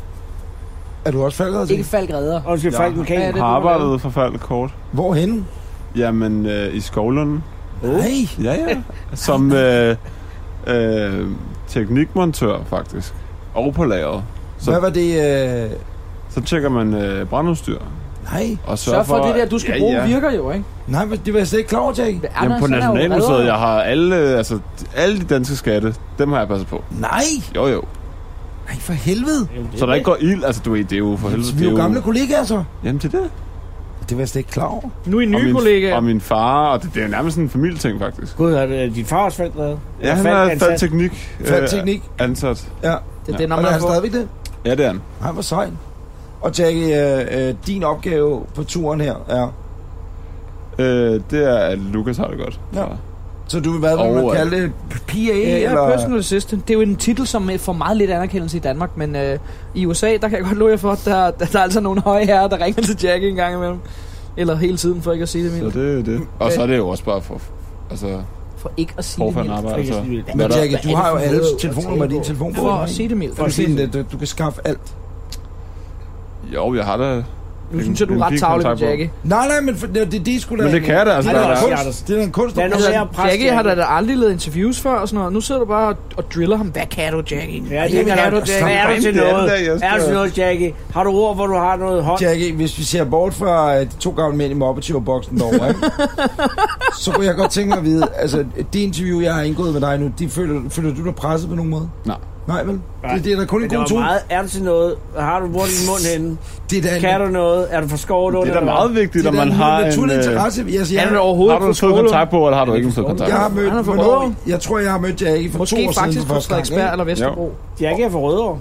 Er du også faldgræder? Ikke faldgræder. Og du skal falde mekaniker. Jeg har arbejdet for faldet kort. Hvorhenne? Jamen, øh, i Skovlunden. Nej. Ja, ja. Som øh, øh, teknikmontør, faktisk. Og på lageret. Så, hvad var det? Øh... Så tjekker man øh, brandudstyr. Nej. Og sørg for, at det der, du skal ja, bruge, ja. virker jo, ikke? Nej, men det var jeg slet ikke klar over, Jackie. Jamen, på Nationalmuseet, jeg har alle, altså, alle de danske skatte, dem har jeg passet på. Nej. Jo, jo. Nej, for helvede. Så der ikke går ild, altså, du ved, det er jo for helvede. Vi er jo gamle kollegaer, så. Jamen, det er det. Det var jeg slet ikke klar over. Nu er I nye og kollegaer. Og min far, og det, det er nærmest sådan en familieting, faktisk. Gud, er det din far også faldgræder? Ja, han er faldteknik. Faldteknik? Øh, ansat. Ja. Det, ja. det er, når og man er han stadigvæk det? Ja, det er han. Nej, hvor sejt. Og Jackie, øh, øh, din opgave på turen her er? Øh, det er, at Lukas har det godt. Ja. Så du vil hvad, hvad man kalde det? P A? Ja, eller? Personal Assistant. Det er jo en titel, som får meget lidt anerkendelse i Danmark, men øh, i U S A, der kan jeg godt love jer for, at der, der, der er altså nogle høje herrer, der ringer til Jackie en gang imellem. Eller hele tiden, for ikke at sige det mildt. Så det er det. Og så er det jo også bare for... Altså, for ikke at sige det mildt. Arbejde, altså. Men Jackie, du har jo alle telefonnummer i din telefon. For at sige det mildt. For at sige det, du, du kan skaffe alt. Jo, jeg har da... Nu synes jeg, du er ret tavlig med Jackie. Nej, nej, men det er det, det skulle da... Men det kan det, altså. Det er der en kunst. Det er en kunst. Jackie har da aldrig lavet interviews før og sådan noget. Nu sidder du bare og driller ham. Hvad kan du, Jackie? Ja, det kan du, Jackie. Hvad er du til noget? Er du til noget, Jackie? Har du ord, hvor du har noget hånd? Jackie, hvis vi ser bort fra de to gamle mænd i mobbetyverboksen derovre, ikke? Så kunne jeg godt tænke mig at vide, altså, det interview, jeg har indgået med dig nu, de føler, føler du dig presset på nogen måde? Nej. Nej, vel? Det, det er da kun en god tur. Det var meget, er du til noget? Har du brugt din mund henne? Det er kan du noget? Er du for skåret under? Det er da meget vigtigt, at man har en... naturlig interesse. Altså, er du overhovedet har du fået kontakt på, eller har du ikke fået kontakt på? Jeg har mødt... Hvornår, jeg tror, jeg har mødt Jackie for Måske to år siden. Måske faktisk på Frederiksberg eller Vesterbro. Jackie er for Rødovre.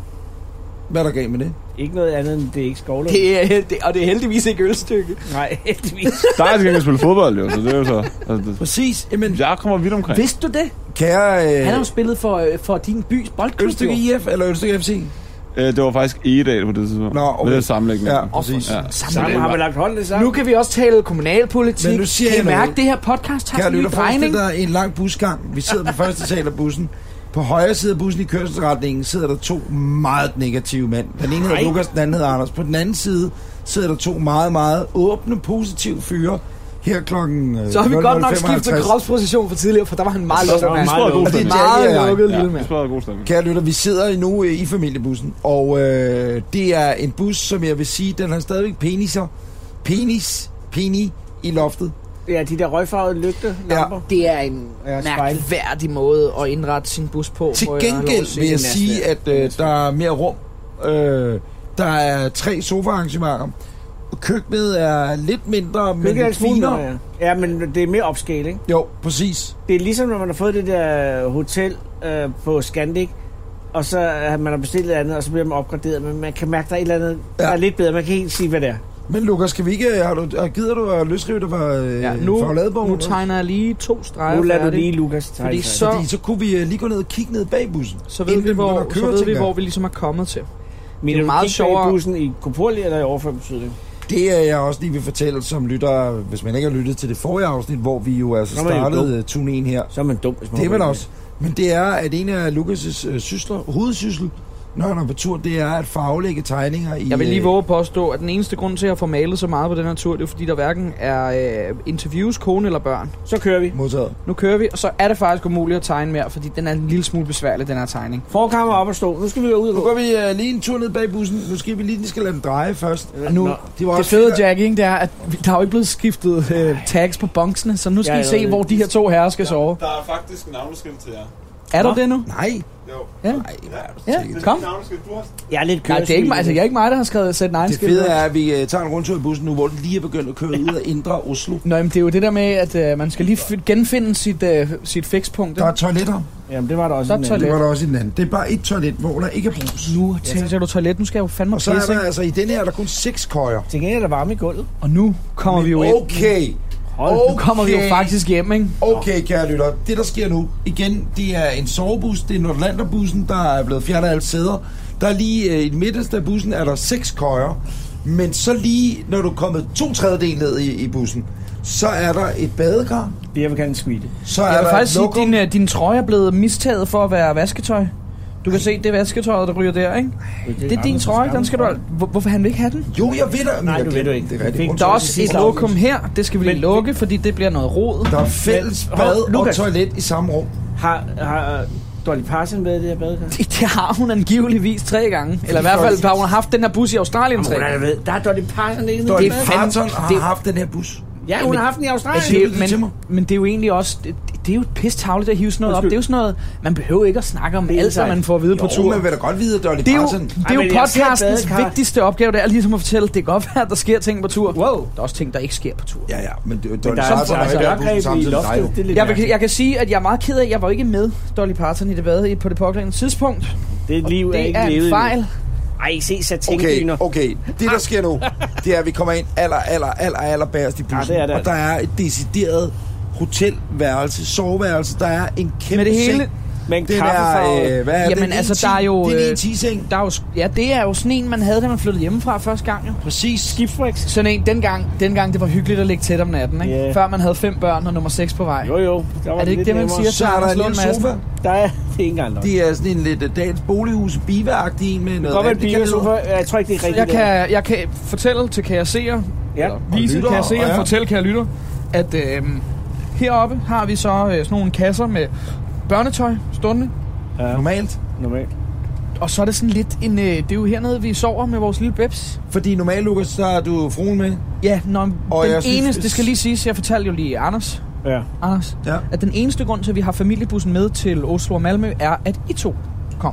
Hvad er der galt med det? Ikke noget andet end det er ikke Skovlund. Det er, det, og det er heldigvis ikke ølstykke. Nej, heldigvis. Der er ikke engang spille fodbold, jo, så det er jo så... Altså, det, Præcis. Jamen, jeg kommer vidt omkring. Vidste du det? Kære... Øh, Han har jo spillet for, for din bys boldklub. Ølstykke I F eller Ølstykke F C? Øh, det var faktisk Egedal på det tidspunkt. Nå, okay. Det er sammenlægning. Ja, præcis. Ja. Sammen har man lagt hold det sammen. Nu kan vi også tale kommunalpolitik. Men nu siger kan I jeg mærke, det her podcast tager en ny drejning? Der er en lang busgang. Vi sidder på første sal af bussen. På højre side af bussen i kørselsretningen sidder der to meget negative mænd. Den ene hedder Lukas, den anden hedder Anders. På den anden side sidder der to meget, meget åbne, positive fyre. Her klokken Så har vi godt nok skiftet kropsposition for tidligere, for der var han meget lukket. Det er god stemning. Meget lukket lille mand. Det er god stemning. Kære lytter, vi sidder nu i familiebussen, og øh, det er en bus, som jeg vil sige, den har stadigvæk peniser. Penis, peni i loftet. Ja, de der røgfarvede lygtelamper. Ja. Det er en mærkværdig måde at indrette sin bus på. Til gengæld vil jeg sige, at øh, der er mere rum. Øh, der er tre sofaarrangementer. Køkkenet er lidt mindre, men lidt finere. Ja. ja, men det er mere upscale, ikke? Jo, præcis. Det er ligesom, når man har fået det der hotel øh, på Scandic, og så har man bestilt et andet, og så bliver man opgraderet. Men man kan mærke, der er et eller andet, ja. der er lidt bedre. Man kan ikke sige, hvad det er. Men Lukas, skal vi ikke... Har du, gider du at løsrive dig fra, ja, nu, fra nu tegner jeg lige to streger. Nu lader du lige Lukas tegne. Fordi så, fordi så kunne vi lige gå ned og kigge ned bag bussen. Så ved vi, hvor, køre, så ved vi hvor vi ligesom er kommet til. Men det er meget sjovere. Bussen i Kopurli eller i overført betydning? Det er jeg også lige vil fortælle som lytter, hvis man ikke har lyttet til det forrige afsnit, hvor vi jo altså startede turnéen her. Så er man dum. Det er man også. Men det er, at en af Lukas' øh, sysler, hovedsyssel, når han er på tur, det er at farvelægge tegninger i... Jeg vil lige våge at påstå, at den eneste grund til at få malet så meget på den her tur, det er fordi, der hverken er øh, interviews, kone eller børn. Så kører vi. Modtaget. Nu kører vi, og så er det faktisk umuligt at tegne mere, fordi den er en lille smule besværlig, den her tegning. Forkammer op og stå. Nu skal vi ud og gå. Nu går vi uh, lige en tur ned bag bussen. Nu skal vi lige, de skal lade den dreje først. Og nu, det, det fede, Jackie, det er, at der er jo ikke blevet skiftet øh, tags på bunksene, så nu skal ja, I se, det. hvor de her to herrer skal ja, sove. Der er faktisk navneskilt til jer. Er der det nu? Nej. Jo. Ja. Nej, ja. kom. Jeg er lidt Nej, det er ikke mig, altså jeg er ikke mig, der har skrevet sæt nine skilt. Det fede er, at vi uh, tager en rundtur i bussen nu, hvor den lige er begyndt at køre ud af indre Oslo. Nå, men det er jo det der med, at uh, man skal lige f- genfinde sit, uh, sit fikspunkt. Der er toiletter. Jamen, det var der også der i den anden. Det var der også i den anden. Det er bare et toilet, hvor der ikke er brus. Nu tænker du toilet, nu skal jeg jo fandme pisse. Og så er der altså, i denne her, der er kun seks køjer. Til gengæld er der varme i gulvet. Og nu kommer men vi jo ind. Okay. Hold, okay. Nu kommer vi jo faktisk hjem, ikke? Okay, kære lytter. Det, der sker nu, igen, det er en sovebus. Det er Nordlanderbussen, der er blevet fjernet af alle sæder. Der er lige øh, i det midterste af bussen, er der seks køjer. Men så lige, når du er kommet to tredjedel ned i, i bussen, så er der et badekar. Det jeg vil kalde en suite. Så er jeg vil der faktisk sige, at din, uh, din trøje er blevet mistaget for at være vasketøj. Du kan se, det er vasketøjet, der ryger der, ikke? Det, det er din trøje, den skal du... Hvor, hvorfor han vil ikke have den? Jo, jeg ved det. Nej, du ved du ikke. Det er rigtigt. Der er også et lokum her, det skal vi lige lukke, fordi det bliver noget rod. Der er fælles bad og toilet i samme rum. Har, har Dolly Parton med det her badekar? Det, det har hun angiveligvis tre gange. Eller i hvert fald har hun haft den her bus i Australien tre gange. Der er Dolly Parton ikke. Dolly Parton har haft den her bus. Ja, hun men, har haft den i Australien. Det, men, men det er jo egentlig også... Det, det er jo et pisse tavligt at hive sådan noget op. Det er jo sådan noget... Man behøver ikke at snakke om alt, hvad man får at vide jo, på tur. Jo, man vil da godt vide, at Dolly det er jo, Parton... Det er jo podcastens vigtigste opgave, det er ligesom at fortælle, det kan godt være, at der sker ting på tur. Wow. Der er også ting, der ikke sker på tur. Ja, ja, men det, Dolly Parton har ikke bussen samtidig. Jeg, jeg kan sige, at jeg er meget ked af, jeg var ikke med Dolly Parton i det hvad på det pågældende tidspunkt. Det liv er ikke levet. Det er en fejl. Ej, se satindyner. Okay, okay. Det, der sker nu, det er, at vi kommer ind aller, aller, aller, aller bagerst i bussen. Ja, det er det. Og der er et decideret hotelværelse, soveværelse. Der er en kæmpe med det hele. seng. Med en kaffefarve. Øh, hvad er Jamen det? altså, der er jo... Det er en ti-seng. Der er jo, ja, det er jo sådan en, man havde, da man flyttede hjemmefra første gang. Jo. Præcis. Skibsflex. Sådan en, dengang, dengang det var hyggeligt at ligge tæt om natten, ikke? Yeah. Før man havde fem børn og nummer seks på vej. Jo, jo. Der var er det ikke det, man siger? Så er der en lille sofa. Der er det ikke engang nok. Det er sådan en lidt dagens bolighus, biva-agtig en med noget. Det kan være en sofa. Jeg tror ikke, det er rigtigt. Jeg kan, jeg kan fortælle til kære seere, ja. vise kære seere, ja. fortælle kære lytter, at øh, heroppe har vi så øh, sådan nogle kasser med børnetøj stående. Ja. Normalt. Normalt. Og så er det sådan lidt en... Øh, det er jo hernede, vi sover med vores lille bebs. Fordi normalt, Lukas, så er du fruen med. Ja, når og den synes, eneste... Det skal lige siges, jeg fortalte jo lige Anders. Ja. Anders. Ja. At den eneste grund til, at vi har familiebussen med til Oslo og Malmø, er, at I to kom.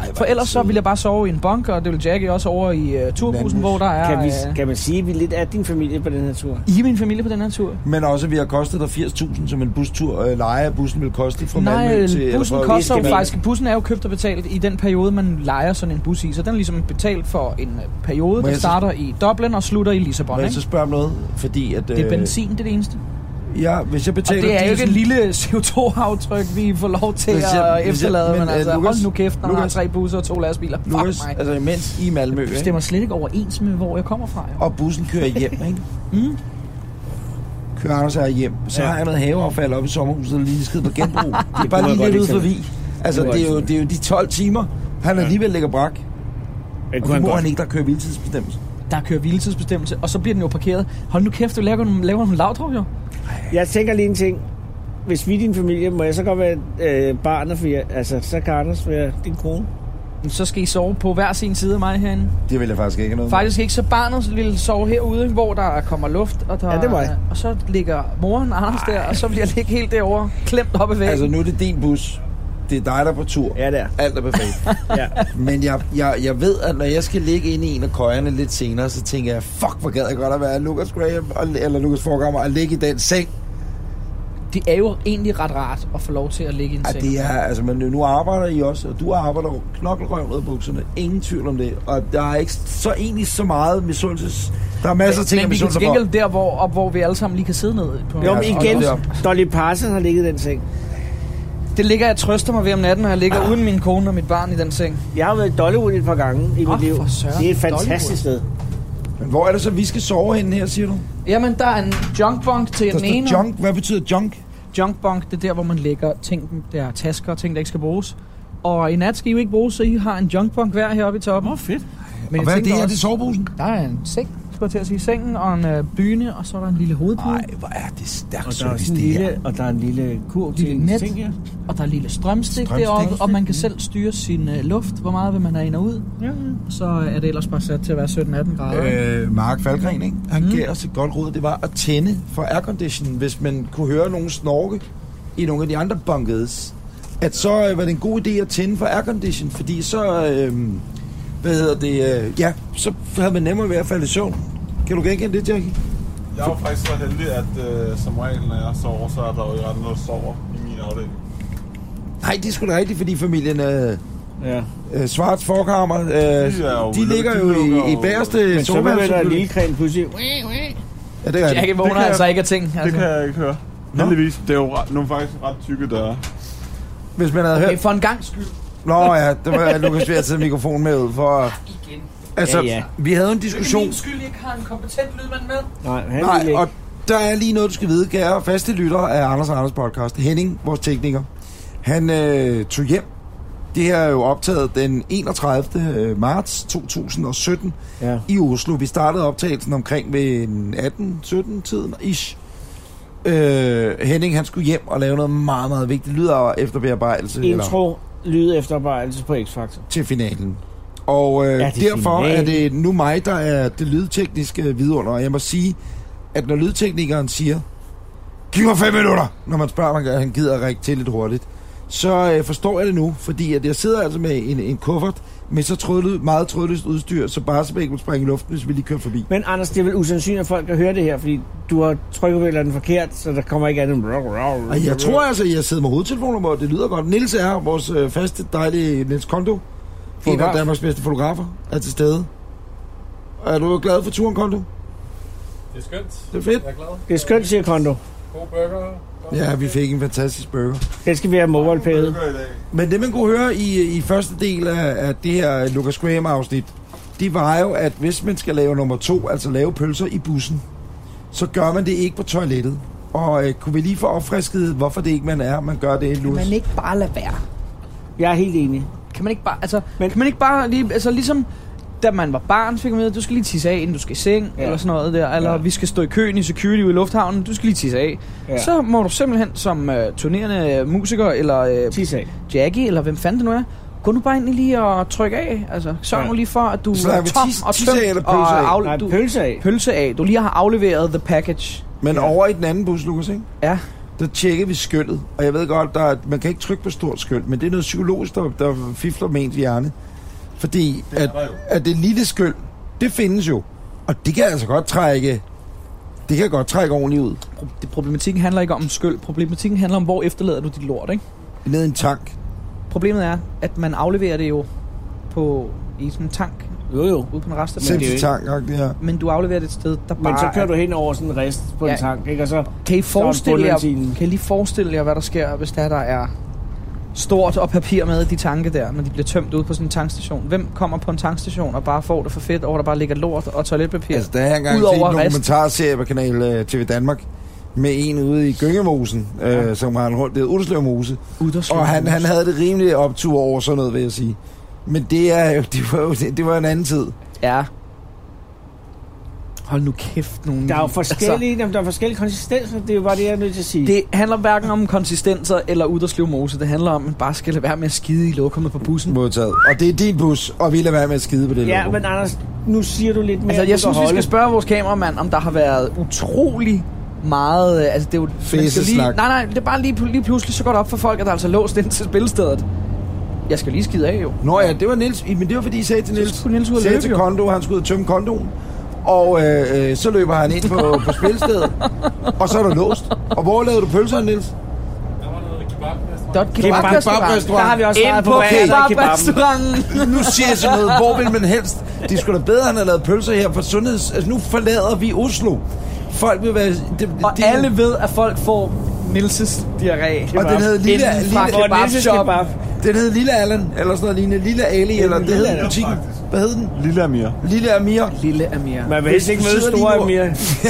For ellers så vil jeg bare sove i en bunker, og det vil Jackie også over i uh, turbussen, hvor der er... Kan, vi, uh, kan man sige, at vi lidt er din familie på den her tur? I er min familie på den her tur? Men også, at vi har kostet dig firs tusind, som en bustur. Øh, leje af bussen vil koste fra Nej, Malmø til... bussen fra, koster jo faktisk... Bussen er jo købt og betalt i den periode, man lejer sådan en bus i. Så den er ligesom betalt for en periode, der starter i Dublin og slutter i Lissabon. Må jeg så spørge om noget? Fordi at... Det er benzin, det er det eneste. Ja, hvis jeg betaler... Og det er jo ikke et lille C O to aftryk, vi får lov til jeg, at efterlade, jeg, men, men altså, Lukas, hold nu kæft, når man har tre busser og to lastbiler. Lukas, altså imens i Malmø, det stemmer slet ikke overens med, hvor jeg kommer fra. Jo. Og bussen kører hjem, ikke? mm. Kører Anders her hjem. Så ja. har jeg noget haveaffald oppe i sommerhuset, og lige skridt på genbrug. Det er bare lige lidt ude forbi. Altså, det er, jo, det er jo de tolv timer, han alligevel ligger brak. Og det må han ikke, der kører hviletidsbestemmelse. Der kører hviletidsbestemmelse, og så bliver den jo parkeret. Hold nu kæft, du laver nogle, laver nogle lavtrop, jo. Jeg tænker lige en ting. Hvis vi er din familie, må jeg så godt være øh, barnet for jer? Altså, så kan Anders være din kone. Så skal I sove på hver sin side af mig herinde. Det vil jeg faktisk ikke noget. Faktisk ikke, så barnet vil sove herude, hvor der kommer luft. Og, der, ja, det var jeg. Og så ligger moren Anders der, og så vil jeg ligge helt derovre, klemt op ad væggen. Altså, nu er det din bus. Det er dig, der er på tur. Ja, det er. Alt er perfekt. Ja. Men jeg, jeg, jeg ved, at når jeg skal ligge inde i en af køjerne lidt senere, så tænker jeg, fuck, hvor gad jeg godt at være Lucas Graham, eller Lucas Forgammer, og ligge i den seng. Det er jo egentlig ret rart at få lov til at ligge i en ja, seng. Det er, altså, men nu arbejder I også, og du arbejder jo knoklerøv ned i bukserne. Ingen tvivl om det. Og der er ikke så egentlig så meget misundelses. Der er masser af ting, men vi kan til gengæld der, hvor, op, hvor vi alle sammen lige kan sidde ned på. Jo, men igen, Dolly Parton har ligget i den seng. Det ligger, jeg trøster mig ved om natten, når jeg ligger ah. uden min kone og mit barn i den seng. Jeg har været i Dollywood et par gange i oh, mit liv. Det er et fantastisk Dollywood. sted. Men hvor er det så, vi skal sove henne her, siger du? Jamen, der er en junk bunk til der den ene. Junk? Hvad betyder junk? Junk bunk, det er der, hvor man lægger ting, der er tasker og ting, der ikke skal bruges. Og i nat skal I jo ikke bruges, så I har en junk bunk hver heroppe i toppen. Åh, oh, fedt. Men og hvad er det her? Det er soveposen? Der er en seng, skulle jeg til at sige, sengen og en øh, dyne, og så er der en lille hovedpude. Nej, hvor er det stærkt. Og der er en lille, og der er en lille kurv til en seng her. Og der er en lille strømstik, strømstik deroppe, og man kan selv styre sin øh, luft, hvor meget vil man have ind og ud. Ja. Så er det ellers bare sat til at være sytten atten grader. Øh, Mark Falkgren, ikke? Han mm. gav os et godt råd, det var at tænde for aircondition, hvis man kunne høre nogen snorke i nogle af de andre bunkers. At så øh, var det en god idé at tænde for aircondition, fordi så... Øh, hvad hedder det? Øh, ja, så havde man nemmere ved at falde i søvn. Kan du genkende det, Jackie? Jeg er jo faktisk så heldig, at øh, som regel, når jeg sover, så er der jo andre, der sover i min afdeling. Nej, det er sgu da rigtigt, fordi familien øh, ja. øh, Svarts Forkammer, øh, de, jo, de ligger jo i, i bagerste sofa. Men så vil der en lille kren pludselig. Ja, det er Jackie vågner altså ikke af ting. Altså. Det kan jeg ikke høre. Heldigvis, det er jo ret, nogle faktisk ret tykke døre. Hvis man havde okay, hørt... for en gang skyld. Nå ja, det var Lukas ved at tage mikrofonen med ud for... Igen. Altså, ja, ja. vi havde en diskussion... Det er min skyld, jeg ikke har en kompetent lydmand med. Nej, han Nej, ikke. Og der er lige noget, du skal vide, kære faste lytter af Anders og Anders podcast. Henning, vores tekniker, han øh, tog hjem. Det her er jo optaget den enogtredivte marts to tusind og sytten ja. i Oslo. Vi startede optagelsen omkring ved atten sytten tiden ish. Øh, Henning, han skulle hjem og lave noget meget, meget vigtigt lyd efterbearbejdelse. Intro, lyd efterbearbejdelse på X-Factor. Til finalen. Og øh, ja, derfor finalen. Er det nu mig, der er det lydtekniske vidunder. Og jeg må sige, at når lydteknikeren siger, giv mig fem minutter, når man spørger, om han gider række til lidt hurtigt, så øh, forstår jeg det nu, fordi at jeg sidder altså med en, en kuffert med så trådløs, meget trådløst udstyr, så Barsebæk må springe i luften, hvis vi lige kører forbi. Men Anders, det er vel usandsynligt, at folk kan høre det her, fordi du har trykket vel den forkert, så der kommer ikke andet. Og jeg tror altså, at jeg sidder med hovedtelefoner, hvor det lyder godt. Niels er vores øh, faste, dejlige Niels Kondo. En af Danmarks bedste fotografer er til stede. Er du glad for turen, Kondo? Det er skønt. Det er fedt. Jeg er glad. Det er skønt, siger Kondo. God burger. Ja, vi fik en fantastisk burger. Den skal vi have mobile-pædet. Men det, man kunne høre i, i første del af, af det her Lucas Graham-afsnit, det var jo, at hvis man skal lave nummer to, altså lave pølser i bussen, så gør man det ikke på toilettet. Og øh, kunne vi lige få opfrisket, hvorfor det ikke man er, man gør det, Lucas? Kan man ikke bare lade være? Jeg er helt enig. Kan man ikke bare, altså, men, kan man ikke bare lige, altså ligesom, da man var barn, fik man med, at du skal lige tisse af, inden du skal i seng, ja. Eller sådan noget der, eller ja. Vi skal stå i køen i security ude i lufthavnen, du skal lige tisse af. Ja. Så må du simpelthen som uh, turnerende musiker, eller uh, tisse af. Jackie, eller hvem fanden det nu er, gå nu bare ind lige og tryk af, altså sørg ja. Nu lige for, at du er tom tis, og tømt og af. Nej, pølse af. Pølse af, du lige har afleveret the package. Men ja. Over i den anden bus, Lucas, ikke? Ja. der tjekkede vi skøldet. Og jeg ved godt, der er, man kan ikke trykke på stort skyld, men det er noget psykologisk, der, der fifler med ens hjerne. Fordi at, at det lille skyld, det findes jo. Og det kan altså godt trække, det kan godt trække ordentligt ud. Det, problematikken handler ikke om skyld. Problematikken handler om, hvor efterlader du dit lort, ikke? Ned i en tank. Problemet er, at man afleverer det jo på, i sådan en tank. Jo, jo. Ude på en rest. Septic-tank, det her. Men du afleverer det et sted, der bare... Men så kører du hen over sådan en rest på ja. en tank, ikke? Og så... Kan I forestille jer, kan I lige forestille jer, hvad der sker, hvis der, der er stort og papir med i de tanke der, når de bliver tømt ud på sådan en tankstation? Hvem kommer på en tankstation og bare får det for fedt, over der bare ligger lort og toiletpapir? Altså, der har jeg engang set en dokumentarserie på kanal T V Danmark med en ude i Gyngemosen, ja. øh, som har en rundt, det er Udderslev Mose. Og han, han havde det rimelig optur over sådan noget, vil jeg sige. Men det er jo, det var jo, det var en anden tid. Ja. Hold nu kæft, nogen. Der er jo forskellige, altså, der er forskellige konsistenser, det er jo bare det, jeg er nødt til at sige. Det handler hverken om konsistenser eller Udderslev Mose. Det handler om, at man bare skal lade være med at skide i lokummet på bussen. Modtaget. Og det er din bus, og vi lader være med at skide på det ja, lokum. Men Anders, nu siger du lidt mere. Altså, jeg synes, vi skal spørge vores kameramand, om der har været utrolig meget... Altså, det er jo... Fæsesnak. Nej, nej, det er bare lige, lige pludselig så går det op for folk, at der er altså låst ind til spilstedet. Jeg skal lige skide af, jo. Nå ja, det var Niels. Men det var fordi, I sagde til Niels. Niels ud sagde til Kondo, han skulle ud og tømme kondoen. Og øh, øh, så løber han ind på, på spilstedet. Og så er der låst. Og hvor lavede du pølser, Niels? Der var noget kebab-restaurant. Der er et kebab-restaurant. Der har vi også svaret på, hvad er kebab-restauranten. Nu siger jeg sådan noget. Hvor vil man helst? Det skulle da bedre, han har lavet pølser her for sundheds... Altså, nu forlader vi Oslo. Folk vil være... Det, og det, alle ved, at folk får Nielses diarré. Og den hed Lille, Lille Kebab. Den hed Lille Allen, eller sådan noget lignende. Lille Ali, eller det hed butikken. Hvad hed den? Lille Amir. Lille Amir. Lille Amir. Man vil helst ikke møde store Amir.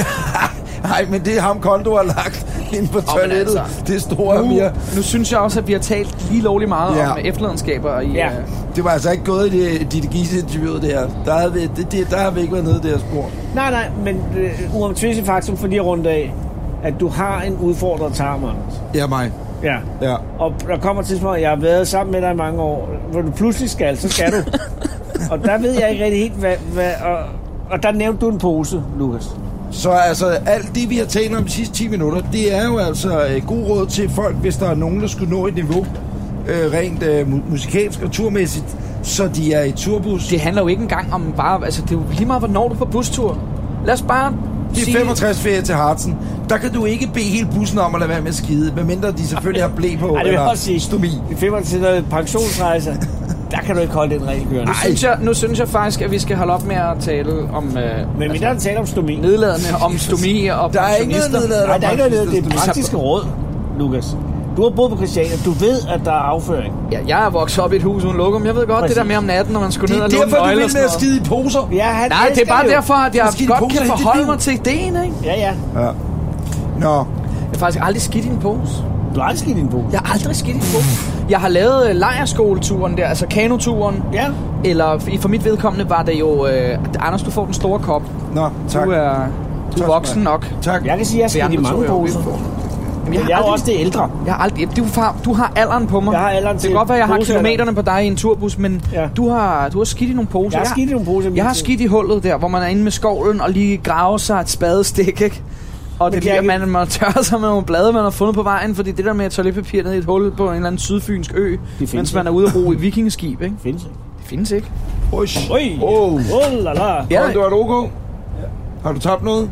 Nej, men det er ham, Kondo har lagt ind på toilettet. Altså, det er store nu, Amir. Nu synes jeg også, at vi har talt lige lovligt meget ja. om efterladenskaber. I, ja. uh... Det var altså ikke gået i det Ditte Giese-interviewet, det her. Der har vi, det, det, der har vi ikke været nede i det her spor. Nej, nej, men uh, uomtvisteligt faktum for lige rundt af, at du har en udfordret tarm, Anders. Ja, mig. Ja. ja. Og der kommer et tidspunkt, jeg har været sammen med dig i mange år, hvor du pludselig skal, så skal du. Og der ved jeg ikke rigtig helt, hvad... hvad og, og der nævnte du en pose, Lukas. Så altså, alt det, vi har talt om de sidste ti minutter, det er jo altså øh, god råd til folk, hvis der er nogen, der skulle nå et niveau, øh, rent øh, musikalsk og turmæssigt, så de er i turbus. Det handler jo ikke engang om bare... Altså, det er jo lige meget, hvornår du er på bustur. Lad os bare... Det er femogtres ferie til Hartsen. Der kan du ikke bede hele bussen om at lade være med at skide, medmindre de selvfølgelig har blæ på. Ej, det vil eller også sige, stomi. I femogtres pensionsrejse, der kan du ikke holde den regel kørende. Nu synes, jeg, nu synes jeg faktisk, at vi skal holde op med at tale om... Øh, Men altså, vi der taler om stomi. Nedladende om stomi og der er ikke noget nedladende. Nej, der er ikke noget nedladende. Det er praktiske råd, Lukas. Du har boet på Christiania. Du ved, at der er afføring. Ja, jeg er vokset op i et hus uden lokum. Jeg ved godt Præcis. det der med om natten, når man skulle ned og lukke nøgler. Det er derfor, du vil med at skide i poser. Ja, han Nej, det er bare det derfor, at jeg godt kan forholde mig til ideen, ikke? Ja, ja. ja. Nå. Jeg har faktisk aldrig skidt i en pose. Du har aldrig skidt i en pose? Jeg har aldrig skidt i en pose. Jeg har lavet uh, lejrskoleturen der, altså kanoturen. Ja. Eller for mit vedkommende var det jo... Uh, Anders, du får den store kop. Nå, tak. Du er, du er voksen nok. Tak. Jeg kan sige, at jeg har skidt i mange poser. Jamen, jeg, jeg er aldrig, også det ældre. Jeg har aldrig, du, far, du har alderen på mig. Jeg har alderen til. Det kan godt være, jeg har kilometerne på dig i en turbus, men ja. du, har, du har skidt i nogle poser. Jeg har skidt i nogle poser. Jeg har skidt i hullet der, hvor man er inde med skovlen og lige graver sig et spadestik, ikke? Og det bliver, man må tørre sig med nogle blade, man har fundet på vejen, fordi det der med toiletpapir ned i et hul på en eller anden sydfynsk ø, mens man er ude at ro i vikingeskib, ikke? Det findes ikke. Det findes ikke. Oj. Oj. Oh. Oh, la la. Ja. Du har et OK? Ja. Har du tabt noget?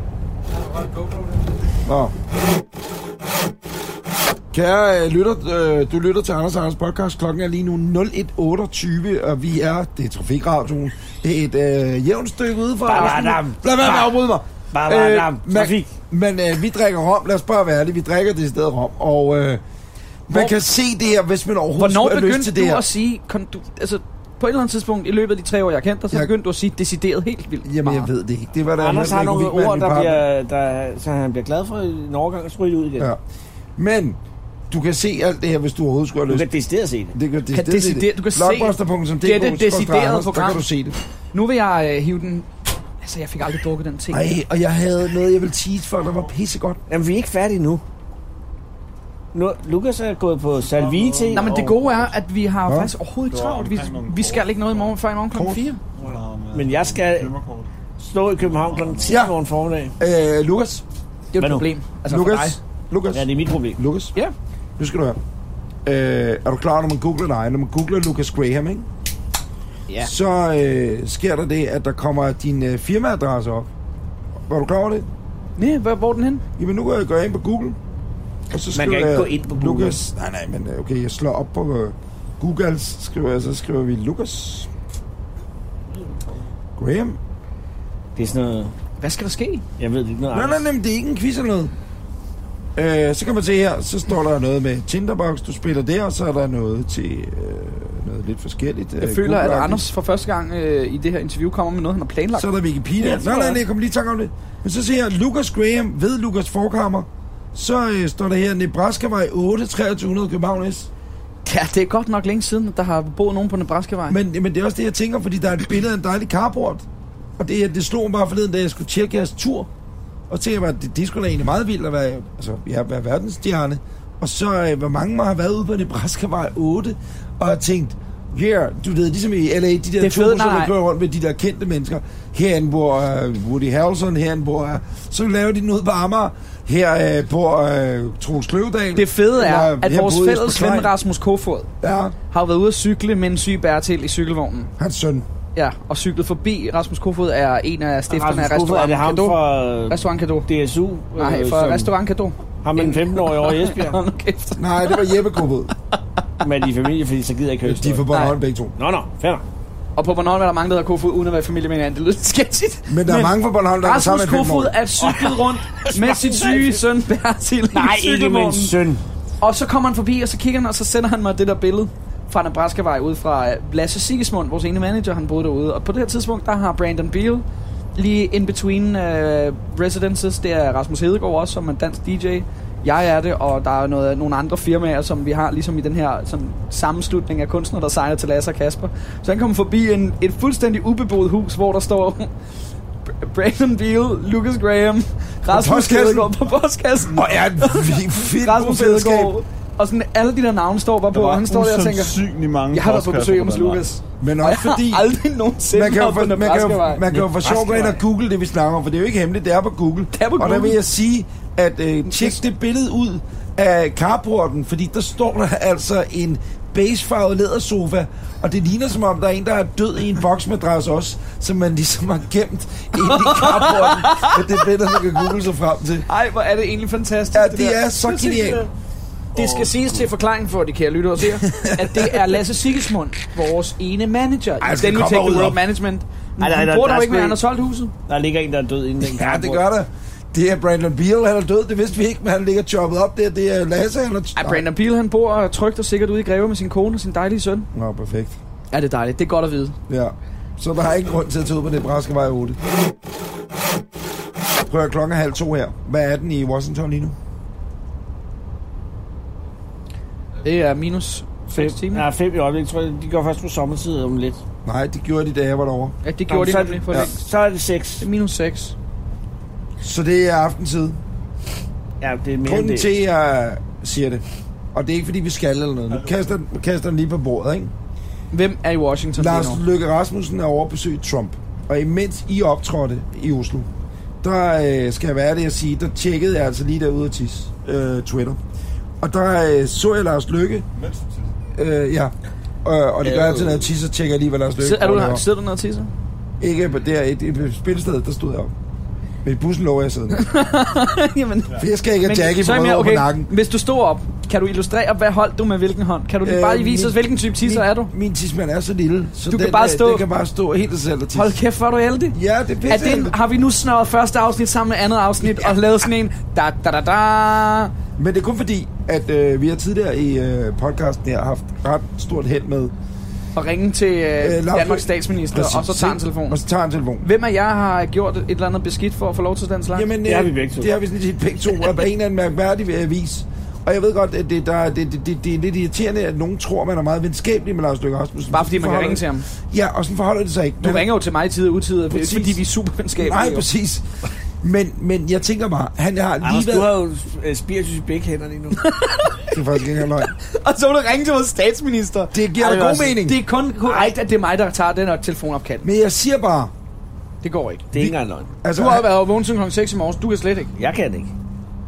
Nå. Kære øh, lytter, øh, du lytter til Anders Anders podcast. Klokken er lige nu nul et otteogtyve, og vi er, det er Trafikradioen, et øh, jævnt stykke ude fra... Babadam. Lad være med at afbryde mig. Babadam. Trafik. Men, men øh, vi drikker rom, lad os bare være ærlige, vi drikker det i stedet rom, og øh, man kan se det her, hvis man overhovedet Hvornår har lyst til det her. Hvornår begyndte du at sige, kon, du, altså på et eller andet tidspunkt i løbet af de tre år, jeg kendte dig, så jeg, begyndte du at sige decideret helt vildt Jamen, jeg ved det ikke. Det var der Anders har nogle ord, der bliver, der, så han bliver glad for en overgang og stryge ud igen. Ja. Men du kan se alt det her, hvis du overhovedet skulle have lyst. Du kan decideret se det. Det kan decideret, kan decideret du kan se det. er det deciderede program. Der kan du se det. Nu vil jeg øh, hive den... Altså, jeg fik aldrig drukket den ting. Ej, og jeg havde noget, jeg ville tease for, der var pissegodt. Jamen, vi er ikke færdige nu. nu Lukas er gået på Salvite. Nej, men det gode er, at vi har ja. faktisk overhovedet ikke travlt. Vi, vi skal ikke noget i morgen, før i morgen klokken fire. Men jeg skal stå i København klokken ti ja. morgen formiddag. Øh, Lukas? Det er jo et problem. Altså, Lukas? Lukas. Ja, det er mit problem. Lukas. Ja. Nu skal du høre. Øh, er du klar, når man googler dig? Når man googler Lucas Graham, ikke? Ja. Så øh, sker der det, at der kommer din øh, firmaadresse op. Var du klar over det? Nej, hvor, hvor er den hen? Jamen, nu går jeg, går jeg ind på Google. Og så man kan ikke gå ind på Google. Lucas. Nej, nej, men okay, jeg slår op på uh, Google, skriver jeg, så skriver vi Lucas Graham. Det er sådan noget... Hvad skal der ske? Jeg ved det ikke noget. Nej, nej, nej, men det er ikke en quiz eller noget. Øh, så kan man se her, så står der noget med Tinderbox, du spiller der, og så er der noget til øh, noget lidt forskelligt. Jeg øh, føler, at Anders for første gang øh, i det her interview kommer med noget, han har planlagt. Så er der Wikipedia. Ja, nej, nej, nej, jeg kommer lige tanke om det. Men så ser jeg Lucas Graham ved Lucas Forchhammer. Så øh, står der her, Nebraska-vej otte, treogtyve hundrede København S. Ja, det er godt nok længe siden, der har boet nogen på Nebraska-vej. Men, men det er også det, jeg tænker, fordi der er et billede af en dejlig carport. Og det, det slog mig bare forleden, da jeg skulle tjekke jeres tur. Og tænkte jeg, det, det skulle da egentlig meget vildt at være, altså, ja, være verdensstjerne. Og så, øh, hvor mange må have været ude på Nebraska-vej otte, og har tænkt, yeah, du ved, ligesom i L A, de der to, som der kører rundt med de der kendte mennesker. Herinde bor uh, Woody Harrelson, herinde bor... Uh, så laver de den ud på Amager. Her uh, bor uh, Troels Kløvedal. Det fede er, eller, at vores fælles ven Rasmus Kofod ja. har været ude at cykle med en syg Bertil i cykelvognen. Hans søn. Ja, og cyklet forbi. Rasmus Kofod er en af stifterne af Restaurant Cadeau. Restaurant Cadeau. D S U. Nej, fra øh, Restaurant Cadeau. Har man en femten-årig over i Esbjerg? Nej, det var Jeppe Kofod. Men de er familie, fordi så gider jeg ikke høre. De er for Bornholm begge to. Nå, nå, fair. Og på Bornholm er der mange, der hedder Kofod, uden at være familie med hinanden. Det lyder sketchigt. Men der er mange fra Bornholm, der er sammen med Rasmus Kofod er cyklet rundt med sit syge søn Bertil. Nej, ikke med en søn. Og så kommer han forbi, og så kigger han, og så sender han mig det der billede fra Nebraska-vej ud fra Lasse Sigismund, vores ene manager, han boede derude. Og på det her tidspunkt, der har Brandon Beal lige in between uh, residences. Det er Rasmus Hedegaard også, som er dansk D J. Jeg er det, og der er noget, nogle andre firmaer, som vi har ligesom i den her sådan, sammenslutning af kunstnere, der signer til Lasse og Kasper. Så han kommer forbi en, et fuldstændig ubeboet hus, hvor der står Brandon Beal, Lucas Graham, Rasmus Hedegaard på postkassen. Og er et fedt Rasmus Hedegaard. Og sådan alle de der navne står bare på, og han står der og tænker, mange jeg har været på besøg hos Lucas. Men også fordi aldrig nogensinde man kan jo for, man kan jo, man kan jo for sjov gå ind og google det, vi snakker om, for det er jo ikke hemmeligt, det er på Google. Det er på Google. Og der vil jeg sige, at øh, tjek det billede ud af carporten, fordi der står der altså en beigefarvet lædersofa, og det ligner som om, der er en, der er død i en boksmadras også, som man ligesom har gemt ind i carporten. Og det billede, man kan google sig frem til. Ej, hvor er det egentlig fantastisk. Ja, det, det er så genialt. Det skal siges til forklaring for de kære lyttere og ser, at det er Lasse Sigismund, vores ene manager i Stanley Tech World Management. Men han bor der ikke med, han har solgt huset. Der ligger en, der er død inden den. Ja, det gør der. Det er Brandon Beal, han er død, det vidste vi ikke, men han ligger choppet op der. Det er Lasse, han er... Ja, Brandon Beal, han bor trygt og sikkert ude i Greve med sin kone og sin dejlige søn. Nå, perfekt. Ja, det er dejligt. Det er godt at vide. Ja, så der er ikke grund til at tage ud på Nebraska-vej otte. Prøv at klokken halv to her. Hvad er den i Washington lige nu? Det er minus fem timer. Ja, fem i øjeblikket. Tror jeg, de går først på sommertid om lidt. Nej, det gjorde de, da jeg var derovre. Ja, det gjorde Nå, de nemlig for ja. længe. Så er det seks. Det er minus seks. Så det er aftentid. Ja, det er mere Grunden det. til, at jeg siger det, og det er ikke fordi, vi skal eller noget. Nu kaster, kaster den lige på bordet, ikke? Hvem er i Washington Lars lige nu? Løkke Rasmussen er over at besøge Trump. Og imens I optrådte i Oslo, der øh, skal jeg være det at sige, der tjekkede jeg altså lige derude af tisse, øh, Twitter. Og der øh, så jeg Lars Løkke. Øh, ja. Øh, og det gør altid, når jeg tisser, tjekker jeg lige, hvad Lars Løkke er du, sidder du nede og tisser? Ikke på der et, et spillested, der stod jeg op. Men i bussen lover jeg sidder. Jamen, for jeg skal ikke have Jackie på, mere, okay. på nakken. Hvis du står op, kan du illustrere, hvad holdt du med hvilken hånd? Kan du øh, bare lige vise os, hvilken type tisser min, er du? Min tidsmand er så lille, så du den, kan bare stå. den kan bare stå helt selv og tisse. Hold kæft, hvor er du heldig. Ja, det er pisse. Er det, har vi nu snøret første afsnit sammen med andet afsnit ja. og lavet sådan en da da da da. Men det er kun fordi, at øh, vi har tidligere i øh, podcasten her haft ret stort held med og ringe til øh, øh, Danmarks statsminister, præcis, og så tager en telefon. Og så tager en telefon. Hvem af jer har gjort et eller andet beskidt for at få lov til den slags? Jamen, det har vi begge to. Det har vi sådan set begge to, og på en eller anden mærkværdig vis. Og jeg ved godt, at det, der, det, det, det, det er lidt irriterende, at nogen tror, man er meget venskabelig med Lars Løkke Rasmussen. Bare fordi man kan ringe til ham. Ja, og sådan forholder det sig ikke. Du men, ringer jo til mig i tid og utid, fordi vi er super venskabelige. Nej, præcis. Men, men jeg tænker bare, han har lige Anders, været... du har jo uh, spiritus i begge hænder lige nu. Det er faktisk ikke løgn. Og så vil du ringe til vores statsminister. Det giver dig god også mening. Det er kun korrekt, at det er mig, der tager den her telefonopkald. Men jeg siger bare... Det går ikke. Det er ikke engang løgn. Altså, du har han... været vågen til klokken seks i morges. Du kan slet ikke. Jeg kan ikke.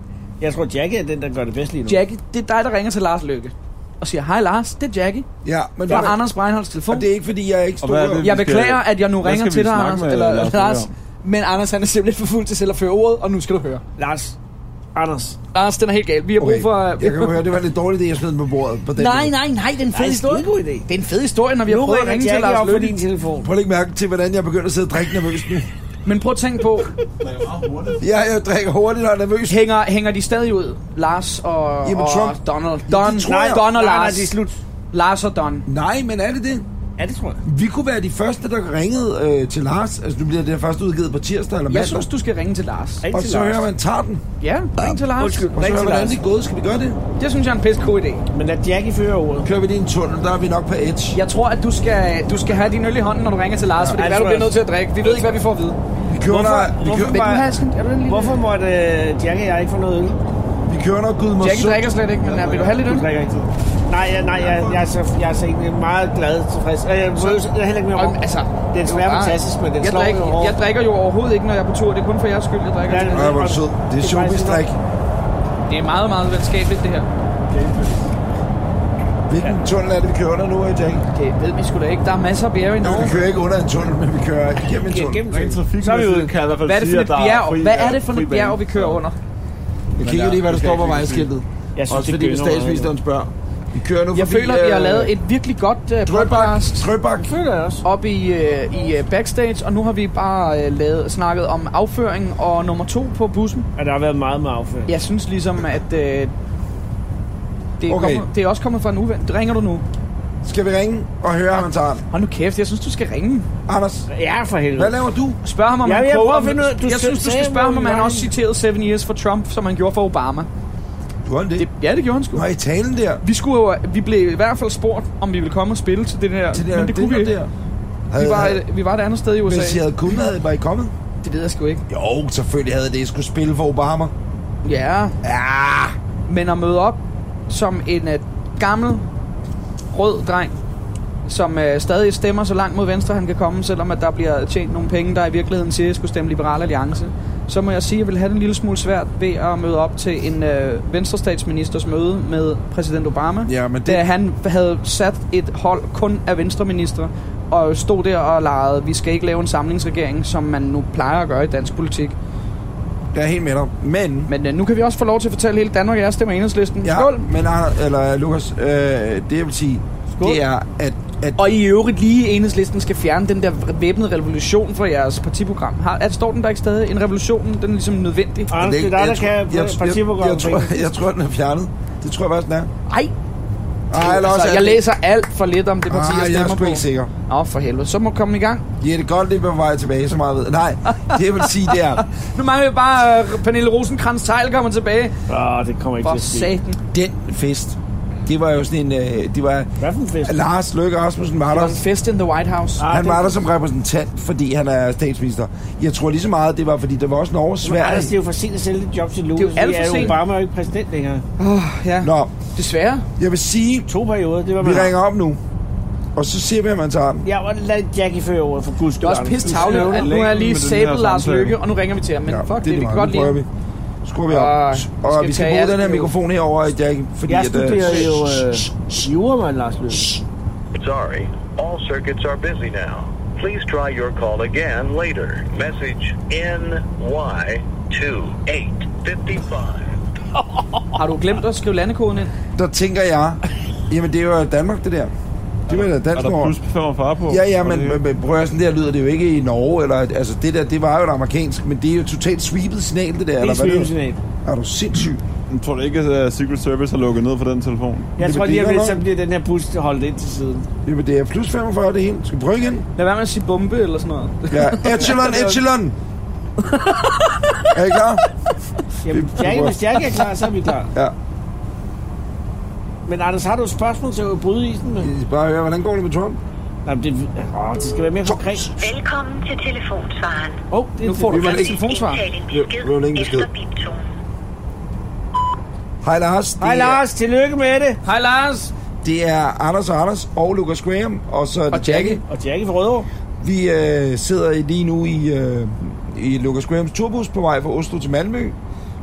Jeg tror, Jackie er den, der gør det bedst lige nu. Jackie, det er dig, der ringer til Lars Løkke. Og siger, hej Lars, det er Jackie. Ja, men det er det, Anders Breinholds telefon. Og det er ikke, fordi jeg ikke stod... det, jeg beklager, at jeg nu ringer til dig, Anders. Eller Lars, Lars. Men Anders, han er simpelthen for fuld til selv at føre ordet, og nu skal du høre. Lars. Anders. Lars, den er helt galt. Vi har brug for... Okay. Jeg kan høre, det var en lidt dårlig idé, jeg smed den på bordet. På den nej, nej, nej, det er en fed historie. Det er en god idé. Det er en fed historie, når vi har prøvet at ringe til Lars Løkke. Din telefon. Prøv at lægge mærke til, hvordan jeg begynder at sidde og drikke nervøst nu. Men prøv at tænke på... ja, jeg drikker hurtigt og er nervøs. Hænger, hænger de stadig ud? Lars og, Jamen, og Trump. Donald. Don, nej, Don og nej, Lars. nej, det er slut. Lars og Don. Nej, men er det det? Ja, det tror jeg. Vi kunne være de første, der ringede øh, til Lars. Altså, nu bliver det først udgivet på tirsdag eller mandag. Jeg synes, du skal ringe til Lars. Ring og til så Lars. hører man, tager den. Ja, ring til Lars. Undskyld, Og så ring hører til hvordan Lars. det er gået. Skal vi gøre det? Det synes jeg er en pisse god idé. Men at Jackie fører ordet. Kører vi det i en tunnel, der er vi nok på edge. Jeg tror, at du skal, du skal have din øl i hånden, når du ringer til Lars, for det kan være, du bliver nødt til at drikke. Vi ved ikke, hvad vi får at vide. Vi kører Hvorfor? under... Vi Hvorfor? kører, Vil du have sådan? Er du en lille? Hvorfor måtte uh, Jackie og jeg ikke få noget øl? vi kører under Gud må Jackie drikker slet ikke, men uh, vil du have lidt øl? Du drikker ikke. Nej, jeg, nej, jeg, jeg, er så, jeg er så egentlig meget glad tilfreds. Jeg, jeg, jeg, jeg er heller ikke mere rum. Altså, Den skal være fantastisk, men den jeg slår drikker, jo over. jeg drikker jo overhovedet ikke, når jeg er på tur. Det er kun for jeres skyld, jeg drikker. Ja, det. Ja, hvor er du sød. Det er showbiz-drik. Det er meget, meget venskabeligt, det her. Hvilken tunnel er det, vi kører under nu, Jack? Det ved vi sgu da ikke. Der er masser af bjerge i Nå, Norge. vi kører ikke under en tunnel, men vi kører igennem en tunnel. Gennem Rent trafikken, så er vi ude. kan jeg i hvert fald Hvad er det sige, for at et der er bjerg? fri- Hvad er det for fri et bane. bjerg, vi kører under? Jeg kigger lige, hvad der står på vejskiltet. Jeg synes, Også det fordi gør statsministeren spørger. Vi kører nu Jeg forbi... føler, at vi har lavet et virkelig godt uh, Drøbak. podcast Drøbak. Det føler jeg også. op i, uh, i uh, backstage, og nu har vi bare uh, lavet, snakket om afføring og nummer to på bussen. Ja, der har været meget med afføring. Jeg synes ligesom, at uh, det, er Okay. kommet, det er også kommet fra en uven. Ringer du nu? Skal vi ringe og høre, om han tager den? Hold nu kæft, jeg synes, du skal ringe. Anders, Ja, for helvede. hvad laver du? Spørg ham, om Ja, han jeg quote- prøver at om- finde ud af- du Jeg synes, du sagde, skal spørge ham, hvor om vi han var også henne. citerede Seven Years for Trump, som han gjorde for Obama. Du har det. Det, ja, det gjorde han sgu. Nå, i talen der. Vi, skulle jo, vi blev i hvert fald spurgt, om vi ville komme og spille til det der, Til det, men det kunne vi ikke. der. Vi Havde, var, havde, et, vi var et andet sted i U S A. hvis I havde kunnet, havde, var I kommet? Det ved jeg sgu ikke. Jo, selvfølgelig havde det. I skulle spille for Obama. Ja, Ja. men at møde op som en uh, gammel, rød dreng, som uh, stadig stemmer så langt mod venstre, han kan komme, selvom at der bliver tjent nogle penge, der i virkeligheden siger, at jeg skulle stemme Liberal Alliance, så må jeg sige, at jeg vil have det en lille smule svært ved at møde op til en uh, venstrestatsministers møde med præsident Obama. Ja, men det... Da han havde sat et hold kun af venstreministre, og stod der og legede, vi skal ikke lave en samlingsregering, som man nu plejer at gøre i dansk politik. Jeg er helt med dig. Men... Men uh, nu kan vi også få lov til at fortælle hele Danmark, at jeg stemmer Enhedslisten. Ja, Skål! men Arne- eller Lukas, øh, det jeg vil sige, Skål. det er, at... at Og i øvrigt lige Enhedslisten skal fjerne den der væbnede revolution fra jeres partiprogram. Har, er, står den der ikke stadig? En revolution, den er ligesom nødvendig. Anders, det er dig, der kan jeg, jeg, partiprogram. jeg, tror, jeg tror, den er fjernet. Det tror jeg faktisk, den er. Ej, Ej, eller også altså, er jeg det- læser alt for lidt om det parti, Ej, jeg jeg er stemmer sgu på. ikke sikker. Nå, for helvede. Så må vi komme i gang. Jette Gottlieb er på vej tilbage, så meget ved. Nej, det jeg vil sige, det er, Nu mangler vi bare uh, Pernille Rosenkrantz-Teil kommer tilbage. Åh, det kommer ikke For til at ske. satan. den fest, det var jo sådan en... Øh, det var Hvad for en fest? Lars Løkke Rasmussen var Det der. var en fest in the White House. Ah, Han det- var der som repræsentant, fordi han er statsminister. Jeg tror lige så meget, det var, fordi der var også Norge og Men Anders, det er Sverige. jo for sent at sælge dit job til Lucas. Det er jo alt for fordi sent. Obama er jo ikke præsident længere. Oh, ja, Nå, desværre. jeg vil sige, To perioder, det var vi man. ringer op nu. Og så ser vi, om man tager den. Ja, og lad Jackie føre ordet for guds Det er også pisse tavligt, at nu har jeg lige med den her sablet Lars samtale. Løkke, og nu ringer vi til ham. Men Ja, fuck det, er vi lige kan meget. godt Nu prøver lide. vi. Skruer vi op. Og Og, skal vi skal tage bruge alt den her jo. mikrofon herovre i Jackie, fordi Jeg at... øh, studerer jo øh, juremand, Lars Løkke. Sorry, all circuits are busy now. Please try your call again later. Message N Y two eight five five. Har du glemt at skrive landekoden ind? Der tænker jeg, jamen det er jo Danmark, det der. Det var da Er dansk der ord. plus femogfyrre på? Ja, ja, Og men, det- men, men prøv at sådan der lyder det jo ikke i Norge, eller altså det der, det var jo et amerikansk, men det er jo totalt sweepet signal, det der, Det er eller hvad det svimmesignal. er? Er du sindssyg? Jeg tror du ikke, at Secret Service har lukket ned for den telefon? Jeg Det tror er lige, det, at der så nok. bliver den her bus holdt ind til siden. Jamen det er plus femogfyrre det hele. Skal vi prøve igen? Lad være med at sige bombe eller sådan noget. Ja, Echelon, Echelon! Er I klar? Jamen, Jackie, hvis Jackie er klar, så er vi klar. Ja. Men Anders, har du et spørgsmål til at bryde isen med? I skal bare høre, hvordan går det med Trump? Nej, men det, åh, det skal være mere konkret. Velkommen til telefonsvaren. Åh, oh, det er Nu får du Vi var et ikke- telefonsvar. Indtal en Jo, besked det var længe efter besked. biptonen. Hej Lars. Det Hej er- Lars, tillykke med det. Hej Lars! Det er Anders og Anders og Lucas Graham, og så er det Og Jackie. Og Jackie fra Rødovre. Vi øh, sidder lige nu i, øh, i Lucas Grahams turbus på vej fra Oslo til Malmø.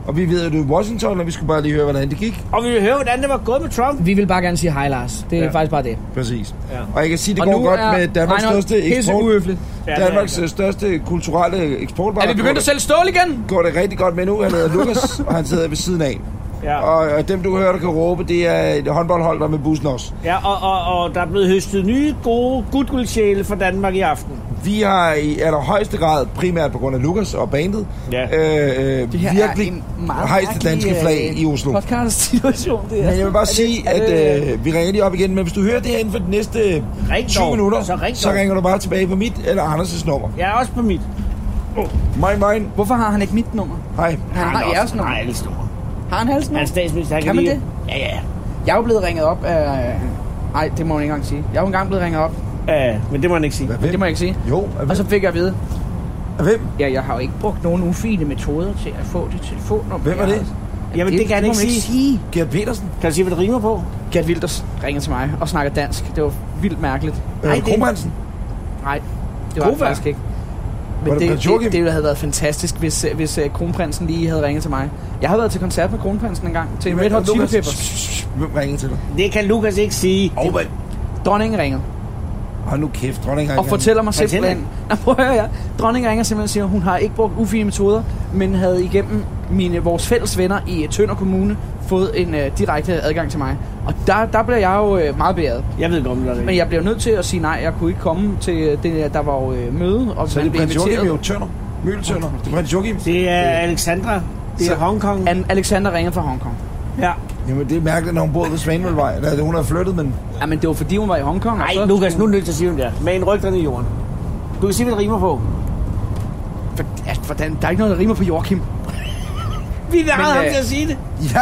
Og vi ved, at du er i Washington, og vi skulle bare lige høre, hvordan det gik. Og vi vil høre, hvordan det var gået med Trump. Vi vil bare gerne sige hej, Lars. Det er ja. faktisk bare det. Præcis. Ja. Og jeg kan sige, det og går godt med Danmarks største eksport. Danmarks største kulturelle eksportvare. Er vi begyndt at sælge stål igen? Går det rigtig godt med nu. Han hedder Lukas, og han sidder ved siden af. Ja. Og, og dem, du kan høre, der kan råbe, det er et håndboldhold, der med bussen også. Ja, og, og, og der er blevet høstet nye, gode gudguldsjæle for Danmark i aften. Vi har i allerhøjeste grad, primært på grund af Lukas og bandet, ja. øh, øh, virkelig hejste danske flag i Oslo. Podcast-situation, det er. Men jeg vil bare sige, at det, øh, vi ringer lige op igen, men hvis du hører det her inden for de næste tyve minutter, så, ring så ringer du bare tilbage på mit eller Anders' nummer. Jeg er også på mit. Oh. Mine, mine. Hvorfor har han ikke mit nummer? Hej. Han har jeres nummer. Nej, alles nummer. Har han hans nummer? Han er statsminister. Han kan man lide. det? Ja, ja. Jeg er jo blevet ringet op af... Nej, det må jeg ikke engang sige. Jeg er jo engang blevet ringet op. Ja, men det må han ikke sige. Men det må jeg ikke sige. Jo. Og så fik jeg at vide. Hvem? Ja, jeg har jo ikke brugt nogen ufine metoder til at få det telefonnummer. Hvem er det? Jamen, det, det kan han ikke sige. sige. Gert Petersen? Kan du sige, hvad det rimer på? Gert Wilders ringede til mig og snakker dansk. Det var vildt mærkeligt. Øh, Nej, Kronprinsen? Nej, det var det faktisk ikke. Men det, det, det, det havde været fantastisk, hvis, hvis uh, Kronprinsen lige havde ringet til mig. Jeg har været til koncert med Kronprinsen en gang. Til Red Hot Chili Peppers. Hvem ringede til dig? Det kan Lukas ikke sige. Oh, det... Dronningen ringede. Hold nu kæft, dronningen ringer. Og fortæller mig simpelthen... Nå, prøv at høre, ja. Dronningen ringer simpelthen og siger, hun har ikke brugt ufine metoder, men havde igennem mine, vores fælles venner i Tønder Kommune fået en uh, direkte adgang til mig. Og der, der bliver jeg jo uh, meget beæret. Jeg ved godt, om det er. Men jeg bliver nødt til at sige nej. Jeg kunne ikke komme til det, der var jo uh, møde. Og så det er prins Joachim jo Tønder. Møgeltønder. Det er prins Joachim. Det er Alexandra. Det er Hongkong. An- Alexander ringer fra Hongkong. Ja. Jamen, det er mærkeligt, når hun boede ved Svanemøllevej. Eller hun har flyttet, men... Ja, men det var fordi, hun var i Hongkong. Nej, Lukas, nu er du nødt til at sige, hun der. Med en rygterne i jorden. Du kan sige, hvad det rimer på. For, ja, for der, der er ikke noget, der rimer på Joachim. Vi er ham til at sige det. Ja!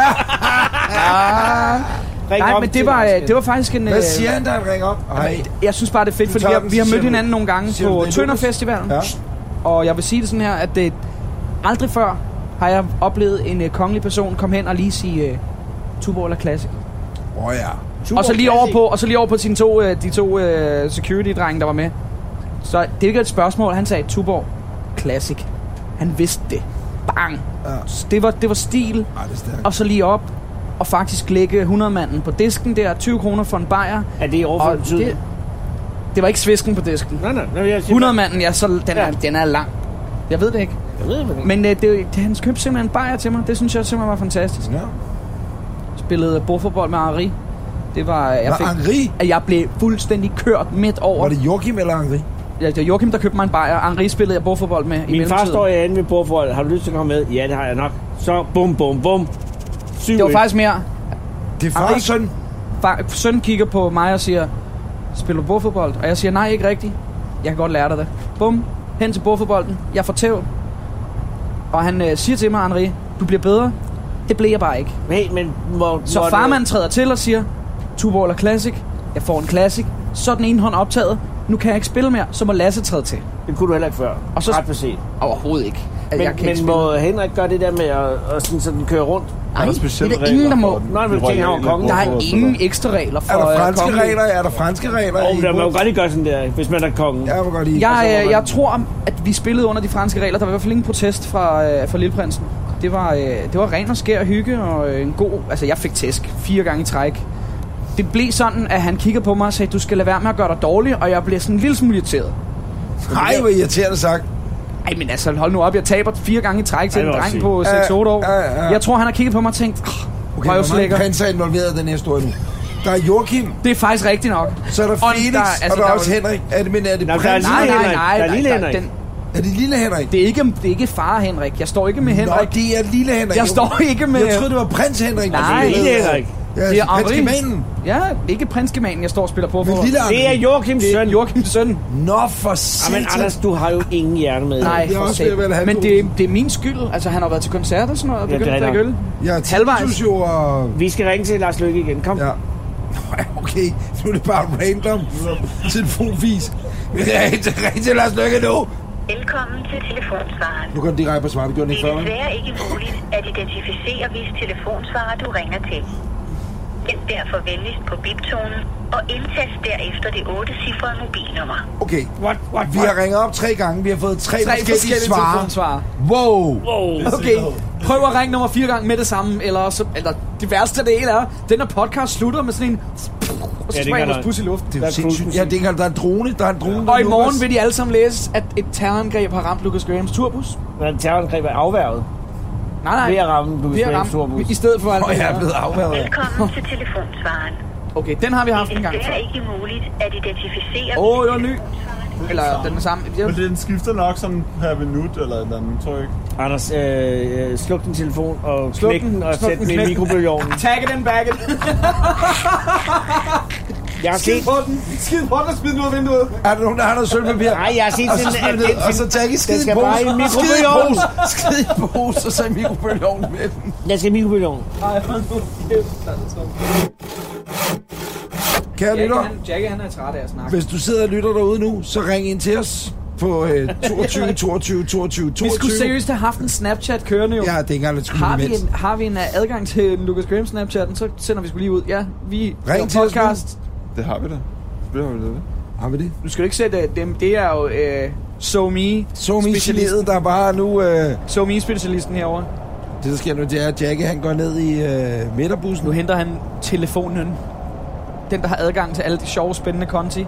ja. Nej, men det var, det var faktisk en... Hvad siger han, da han ringer op? Ej. Jeg synes bare, det er fedt, fordi vi har, vi har mødt hinanden nogle gange på Tønder Festivalen. Ja. Og jeg vil sige det sådan her, at det aldrig før har jeg oplevet en uh, kongelig person komme hen og lige sige uh, Tuborg eller Classic. Åh oh, ja. Tuborg og så lige over på og så lige over på sine to uh, de to uh, security-drenge, der var med. Så det er ikke et spørgsmål. Han sagde Tuborg Classic. Han vidste det. Bang. Ja. Det var det var stil. Ja, det er og så lige op og faktisk lægge hundrede-manden på disken der, tyve kroner for en bajer. Er det overført tid? Det, det var ikke svisken på disken. Nej, nej. nej hundrede-manden, ja, så den, ja. Er, den er lang. Jeg ved det ikke. Jeg ved det ikke. Men det, det, han købte simpelthen en bajer til mig. Det synes jeg simpelthen var fantastisk. Ja. Spillede bordfodbold med Henri. Det var... Jeg fik, Henri? At jeg blev fuldstændig kørt midt over. Var det Joachim eller Henri? Ja, det var Joachim, der købte mig en bajer. Henri spillede jeg bordfodbold med. Min far står i anden ved bordfodbold. Har du lyst til at komme med? Ja, det har jeg nok. Så bum, bum, bum. syv det var faktisk mere... Det er far søn. Far, søn kigger på mig og siger, spiller du bordfodbold? Og jeg siger, nej, ikke rigtigt. Jeg kan godt lære dig det. Bum, hen til bordfodbolden. Jeg får tæv. Og han øh, siger til mig, Henri, du bliver bedre. Det blev jeg bare ikke. Nej, men hvor, så hvor farmanden det... træder til og siger, Tuborg eller Classic. Jeg får en Classic. Så er den ene hånd optaget. Nu kan jeg ikke spille mere, så må Lasse træde til. Det kunne du heller ikke før. Og så ret for set. Overhovedet ikke. Men, jeg kan men ikke må Henrik gøre det der med at, at sådan, så den kører rundt? Nej, er der det er der ingen, der må. Nej, men tænker, han var kongen. Der er ingen ekstra regler for Er der franske kongen. regler? Er der franske regler? Oh, der må jo godt lige gøre sådan der, hvis man er kongen. Jeg må godt lige. Jeg, jeg, jeg tror, at vi spillede under de franske regler. Der var i hvert fald ingen protest fra, fra Lilleprinsen. Det var, det var ren og skær hygge og en god... Altså, jeg fik tæsk fire gange i træk. Det blev sådan, at han kigger på mig og sagde, du skal lade være med at gøre dig dårlig, og jeg blev sådan en lille smule irriteret. Nej, hvor irriterende sagt. Ej, men altså, hold nu op. Jeg taber fire gange i træk til en dreng på seks otte år. Uh, uh, uh. Jeg tror, han har kigget på mig og tænkt, oh, okay, hvor mange prinser er involveret i den her historie nu? Der er Joachim. Det er faktisk rigtigt nok. Så er der Felix, og der, altså, og der er også Henrik. Er det, men er det nej, prins? Nej, nej, nej. nej, der er lille Henrik. Den, er det lille Henrik? Det er ikke, det er ikke far Henrik. Jeg står ikke med Henrik. Nå, det er lille Henrik. Jeg står ikke med... Jeg troede, det var prins Henrik. Nej, lille Henrik. Ja, det er prinsgemanen. Ja, ikke prinsgemanen, jeg står og spiller på for. Det er Joachims søn. Joachims søn. Nå, for satan. Men Anders, du har jo ingen hjerne med. Nej, for satan. Men det, det er min skyld. Altså, han har været til koncerter og sådan noget, og begyndt at drikke øl. Ja, halvvejs. Jo, og... Vi skal ringe til Lars Løkke igen. Kom. Ja. Okay, nu er det bare random. Telefonvis. Ring til Lars Løkke nu. Velkommen til telefonsvaren. Nu kan du direkte på svare, det gjorde den ikke før. Det er desværre ikke muligt at identificere, hvis telefonsvarer du ringer til. Hent derfor venligst på biptonen og indtast derefter det otte-cifrede mobilnummer. Okay, what, what, vi har ringet op tre gange, vi har fået tre, tre forskellige, forskellige svar. svar. Wow. wow. Okay, prøv at ringe nummer fire gange med det samme, eller, så, eller det værste af det hele er, den her podcast slutter med sådan en... Og så ja, springer vores bus i luften. Det er sindssygt. Ja, det er, der er en drone, der er en drone. Og i morgen vil de alle sammen læse, at et terrorangreb har ramt Lucas Grahams turbus. Men et terrorangreb er afværget. Nej, nej. Ved at ramme Lucas Grahams turbus. I stedet for... Åh, jeg er blevet afværget. Velkommen til telefonsvaren. Okay, den har vi haft en gang før. Det er ikke muligt at identificere... Åh, oh, det var ny. Eller den er samme. Men den skifter nok sådan per minut eller et eller andet, tror jeg ikke. Anders, øh, sluk din telefon og knæk den og sæt den i mikrobølgeovnen. Tag den bagget. Jeg har set på den. Skid på den og smid den ud af vinduet. Er der nogen, der har noget sølvpapir? Nej, jeg har set sådan en... Og så tag i skid i pose. Skid i pose, og så i mikrobølgeovnen med den. Jeg skal i mikrobølgeovnen. Nej, hold nu kæft. Kære lytter, Jackie, han er træt af at snakke. Hvis du sidder og lytter derude nu, så ring ind til os på øh, toogtyve toogtyve toogtyve toogtyve. Vi skulle seriøst have haft en Snapchat kørende jo. Ja, det er ikke engang lidt har vi, en, har vi en uh, adgang til Lucas Graham Snapchatten, så sender vi sgu lige ud. Ja, vi ring til podcast. Os det har vi da. Det har vi det. Har vi det? Du skal ikke sætte dem. Det er jo uh, SoMe. SoMe specialisten, der bare nu... Uh... SoMe specialisten herovre. Det, der sker nu, det er, at Jackie, han går ned i uh, midterbussen. Nu henter han telefonen. Den, der har adgang til alle de sjove, spændende konti.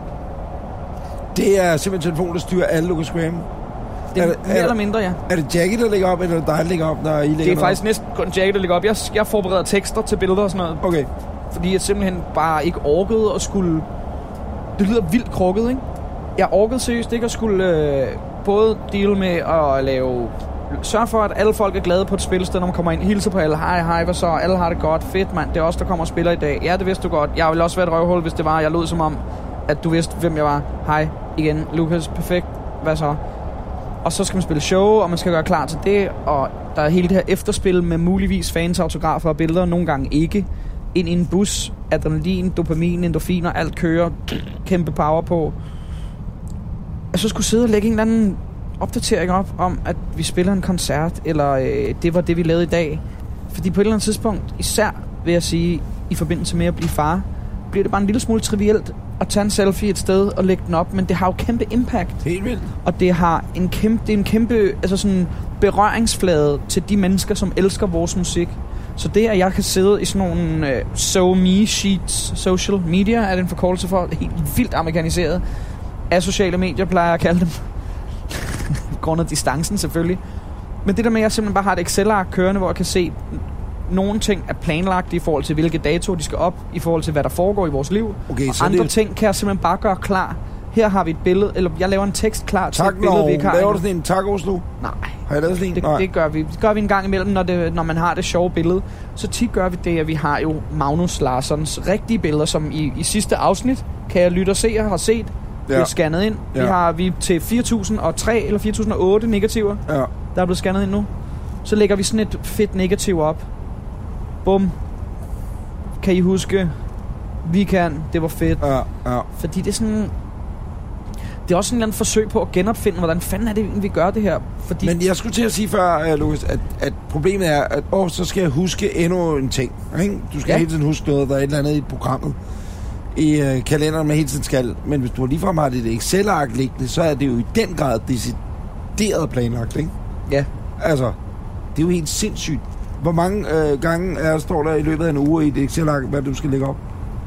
Det er simpelthen telefonen, der styrer alle Lucas Graham. Det er, er, mere er, eller mindre, ja. Er det Jackie, der ligger op, eller er det dig, der ligger op, når I ligger Det er faktisk op? Næsten kun Jackie, der ligger op. Jeg, jeg forbereder tekster til billeder og sådan noget. Okay. Fordi jeg simpelthen bare ikke orkede at skulle... Det lyder vildt krukket, ikke? Jeg orkede seriøst ikke at skulle øh, både deal med at lave... Sørg for, at alle folk er glade på et spilsted, når man kommer ind. Hilser på alle. Hej, hej, hvad så? Alle har det godt. Fedt, mand. Det er os, der kommer og spiller i dag. Ja, det vidste du godt. Jeg ville også være et røvhul, hvis det var. Jeg lød som om, at du vidste, hvem jeg var. Hej, igen. Lucas, perfekt. Hvad så? Og så skal man spille show, og man skal gøre klar til det. Og der er hele det her efterspil med muligvis fans, autografer og billeder. Nogle gange ikke. Ind i en bus. Adrenalin, dopamin, endorfiner. Alt kører. Kæmpe power på. Jeg så skulle sidde og lægge en eller anden opdatering op om, at vi spiller en koncert, eller øh, det var det, vi lavede i dag. Fordi på et eller andet tidspunkt, især vil jeg sige, i forbindelse med at blive far, bliver det bare en lille smule trivielt at tage en selfie et sted og lægge den op, men det har jo kæmpe impact. Helt vildt. Og det har en kæmpe, det er en kæmpe altså sådan berøringsflade til de mennesker, som elsker vores musik. Så det, at jeg kan sidde i sådan nogle øh, SoMe sheets, social media, er det en forkortelse for, helt vildt amerikaniseret, af sociale medier, plejer jeg at kalde dem. Grundet distancen selvfølgelig. Men det der med, at jeg simpelthen bare har et Excel-ark kørende, hvor jeg kan se, nogle ting er planlagt i forhold til, hvilke datoer de skal op, i forhold til, hvad der foregår i vores liv. Okay, og så andre det... ting kan jeg simpelthen bare gøre klar. Her har vi et billede, eller jeg laver en tekst klar til tak, et billede, vi ikke har. Laver du sådan en tak, Oslo? Nej. Har jeg lavet sådan en? Det, Nej. det gør vi. Det gør vi en gang imellem, når, det, når man har det sjove billede. Så tit gør vi det, at vi har jo Magnus Larssons rigtige billeder, som i, i sidste afsnit, kan jeg lytte og se, og har set, ja. Bliver scannet ind. Ja. Vi har vi til fire tusind og tre eller fire tusind og otte negativer, ja. Der er blevet scannet ind nu. Så lægger vi sådan et fedt negativ op. Bum. Kan I huske? Vi kan. Det var fedt. Ja, ja. Fordi det er sådan... Det er også en eller anden forsøg på at genopfinde, hvordan fanden er det, vi gør det her. Fordi... Men jeg skulle til at sige før, uh, Lucas, at, at problemet er, at åh, så skal jeg huske endnu en ting. Ikke? Du skal ja. hele tiden huske noget, der er et eller andet i programmet. I uh, kalenderen, man hele tiden skal. Men hvis du ligefrem har det Excel-ark liggende, så er det jo i den grad decideret planlagt, ikke? Ja. Altså, det er jo helt sindssygt. Hvor mange uh, gange er, står der i løbet af en uge i det Excel-ark, hvad du skal lægge op?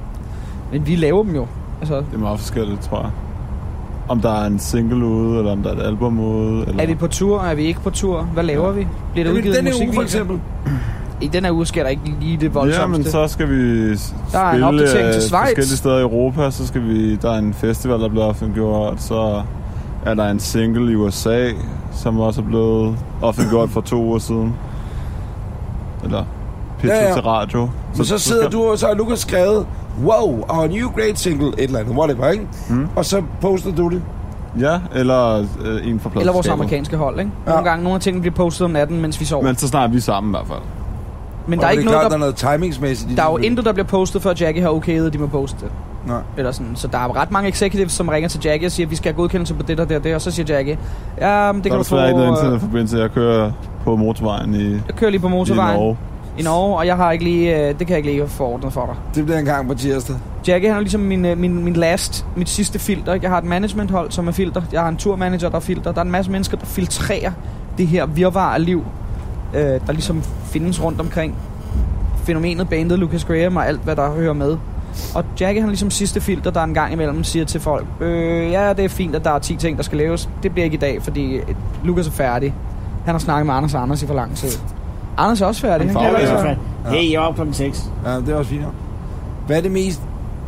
Men vi laver dem jo. Altså... Det er meget forskelligt, tror jeg. Om der er en single ude, eller om der er et album ude. Eller... Er vi på tur? Er vi ikke på tur? Hvad laver ja. vi? Bliver der udgivet musik? Den uge for eksempel? I den her uge sker der ikke lige det voldsomste. Ja, men så skal vi der er en opdatering til Schweiz. Forskellige steder i Europa. Så skal vi... Der er en festival, der bliver offentliggjort. Så er der en single i U S A, som også er blevet offentliggjort for to uger siden. Eller pitchet ja, ja. til radio. Så, så sidder skal... du, og så har Lucas skrevet, wow, our new great single, et eller andet, whatever, ikke? Mm. Og så poster du det. Ja, eller øh, en fra eller vores amerikanske hold, ikke? Nogle ja. gange, nogle af tingene bliver postet om natten, mens vi sover. Men så snart vi sammen i hvert fald. Men der er ikke det er noget, klart, der... der er noget timingsmæssigt. Der er jo intet, der bliver postet, før Jackie har okayet, at de må poste det. Nej. Eller sådan. Så der er ret mange executives, som ringer til Jackie og siger, at vi skal have godkendelse på det og det og det. Og så siger Jackie, ja, men det kan du få... Der er ikke noget internetforbindelse. Jeg kører på motorvejen i... Jeg kører lige på motorvejen. i Norge, og jeg har ikke lige, øh, det kan jeg ikke lige få ordnet for dig. Det bliver en gang på tirsdag. Jackie, han er ligesom min, min, min last, mit sidste filter. Jeg har et managementhold, som er filter. Jeg har en turmanager, der er filter. Der er en masse mennesker, der filtrerer det her virvar af liv, øh, der ligesom findes rundt omkring fænomenet, bandet, Lucas Graham og alt, hvad der hører med. Og Jackie, han er ligesom sidste filter, der en gang imellem siger til folk, øh, ja, det er fint, at der er ti ting, der skal laves. Det bliver ikke i dag, fordi Lucas er færdig. Han har snakket med Anders og Anders i for lang tid. Anders er også færdig. Han han er færdig. Hey, jeg er oppe klokken seks. Ja, det er også fint. Hvad er det mest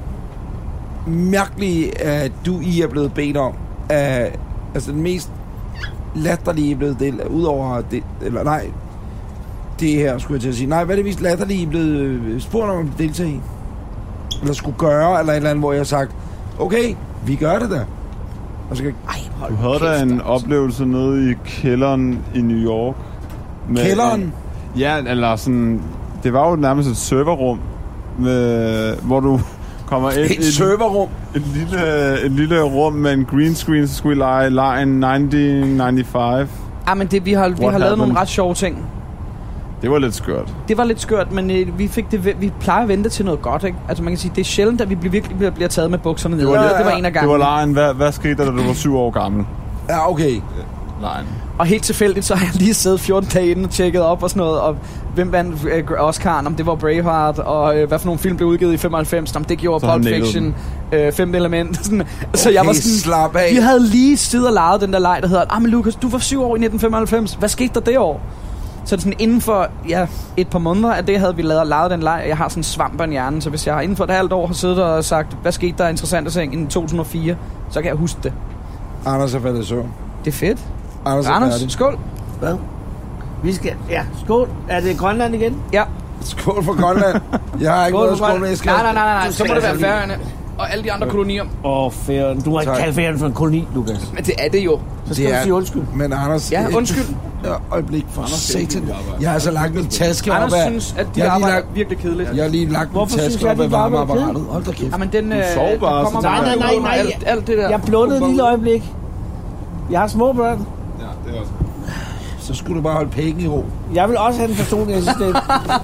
mærkelige, at du I er blevet bedt om? Af, altså den mest latterlige, I er blevet delt, udover det, eller nej, det her skulle jeg til at sige. Nej, hvad er det mest latterlige, I er blevet spurgt om at deltage i? Eller skulle gøre, eller et eller andet, hvor jeg har sagt, okay, vi gør det da. Og så kan... Ej, du havde da en oplevelse nede i kælderen i New York. Med kælderen? En, ja, eller sådan... Det var jo nærmest et serverrum, med, hvor du kommer ind... Et serverrum? Et lille, et lille rum med en green screen, så skulle vi lege Line nitten nioghalvfems. Ja, men det, vi har, vi har lavet nogle ret sjove ting. Det var lidt skørt. Det var lidt skørt, men øh, vi fik det, vi plejer at vente til noget godt, ikke? Altså man kan sige, det er sjældent, at vi bliver, virkelig bliver, bliver taget med bukserne ned. Det var, det var en af gangen. Det var lejen. Hvad, hvad skete der, da du var syv år gammel? Ja, okay. Lejen. Og helt tilfældigt, så har jeg lige siddet fjorten dage inden og tjekket op og sådan noget, og hvem vandt øh, Oscar'en, om det var Braveheart, og øh, hvad for nogle film blev udgivet i femoghalvfems, om det gjorde Pulp Fiction, øh, Femte Element. Sådan. Okay, så jeg var sådan, slap af. Vi havde lige siddet og leget den der leg, der hedder, ah, men Lucas, du var syv år i nitten femoghalvfems, hvad skete der det år? Så det sådan inden for ja, et par måneder af det havde vi lavet, lavet den leg. Jeg har sådan en svamp på en hjerne, så hvis jeg inden for et halvt år har siddet og sagt, hvad skete der interessant at ting i to tusind og fire, så kan jeg huske det. Anders er faldet i søvn. Det er fedt. Anders, Anders skål. Hvad? Vi skal... Ja, skål. Er det Grønland igen? Ja. Skål for Grønland. Jeg har ikke noget skål med, jeg skal... Nej, nej, nej, nej. Så må det være Færøerne og alle de andre kolonier. Åh, oh, Færøerne. Du har ikke kaldt Færøerne for en koloni, Lukas. Men det er det jo. Så skal du sige undskyld. Men Anders... Ja, undskyld. Ja, øjeblik for satan. Jeg har altså lagt min taske op af... Anders synes, at de arbejder er virkelig kedeligt. Jeg har lige lagt min taske op af varmeapparatet. Hold da kæft. Jamen den... Du sover bare. Nej, nej, nej, nej. Alt, alt det der. Jeg blundede et lille øjeblik. Jeg har små børn. Ja, det er også... Så skulle du bare holde penge i ro. Jeg vil også have en personlig assistent.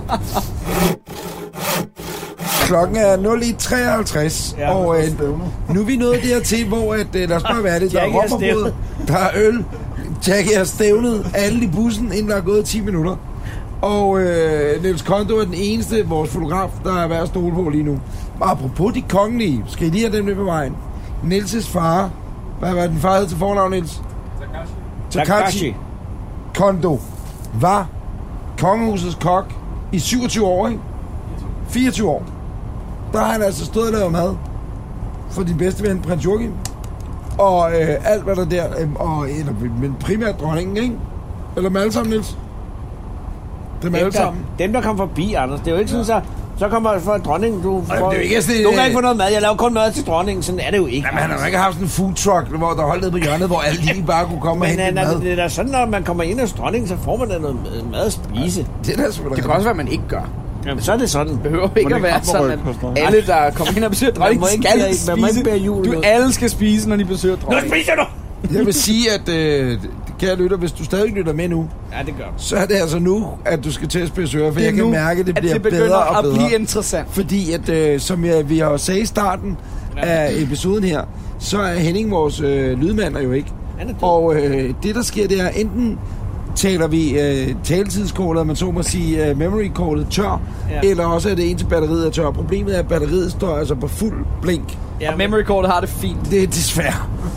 Klokken er nul et treoghalvtreds, ja, og øh, nu er vi nået dertil, hvor at, øh, lad os bare være det, der er råberbrød, der er øl, Jackie er stævnet, alle i bussen, inden der er gået ti minutter. Og øh, Niels Kondo er den eneste, vores fotograf, der er værd at stole på lige nu. Og apropos de kongelige, skal I lige have dem lidt på vejen. Niels' far, hvad var den far hed til fornavn, Niels? Takashi. Takashi Kondo var kongehusets kok i syvogtyve år, ikke? fireogtyve år. Der har han altså stået og lavet mad for din bedste ven, prins Joachim. Og øh, alt hvad der der, øh, og, eller, men primært dronningen, ikke? Eller dem alle sammen, Niels? Dem alle sammen. Dem, der kom forbi, Anders. Det er jo ikke ja. sådan, så... Så kommer for dronningen, du får... Det er ikke sådan, du kan ikke få noget mad. Jeg laver kun mad til dronningen. Sådan er det jo ikke. Jamen, han har jo ikke haft sådan en food truck, hvor der holdt ned på hjørnet, hvor alle lige bare kunne komme og hente mad. Det er da sådan, når man kommer ind hos dronningen, så får man da noget mad at spise. Ja, det er da selvfølgelig. Det kan også være, man ikke gør. Jamen, så er det sådan. Det behøver ikke at være sådan, at alle, der kommer ind og besøger dronningen, skal spise. Man må ikke bære jul. Du alle skal spise, når de besøger dronningen. Nu spiser du! Jeg vil sige, at øh, kære lytter, hvis du stadig lytter med nu, ja, det gør. Så er det altså nu, at du skal til at spise ører, for jeg kan nu, mærke, at det bliver det bedre og bedre. At blive interessant. Fordi at, øh, som jeg, vi har sagt i starten af episoden her, så er Henning vores øh, lydmand jo ikke. Og øh, det der sker, det er enten taler vi øh, taletidskortet, man så må sige øh, memory-kortet tør, ja. Eller også er det en til batteriet er tør. Problemet er, at batteriet står altså på fuld blink. Ja, og memory-kortet har det fint. Det er desværre.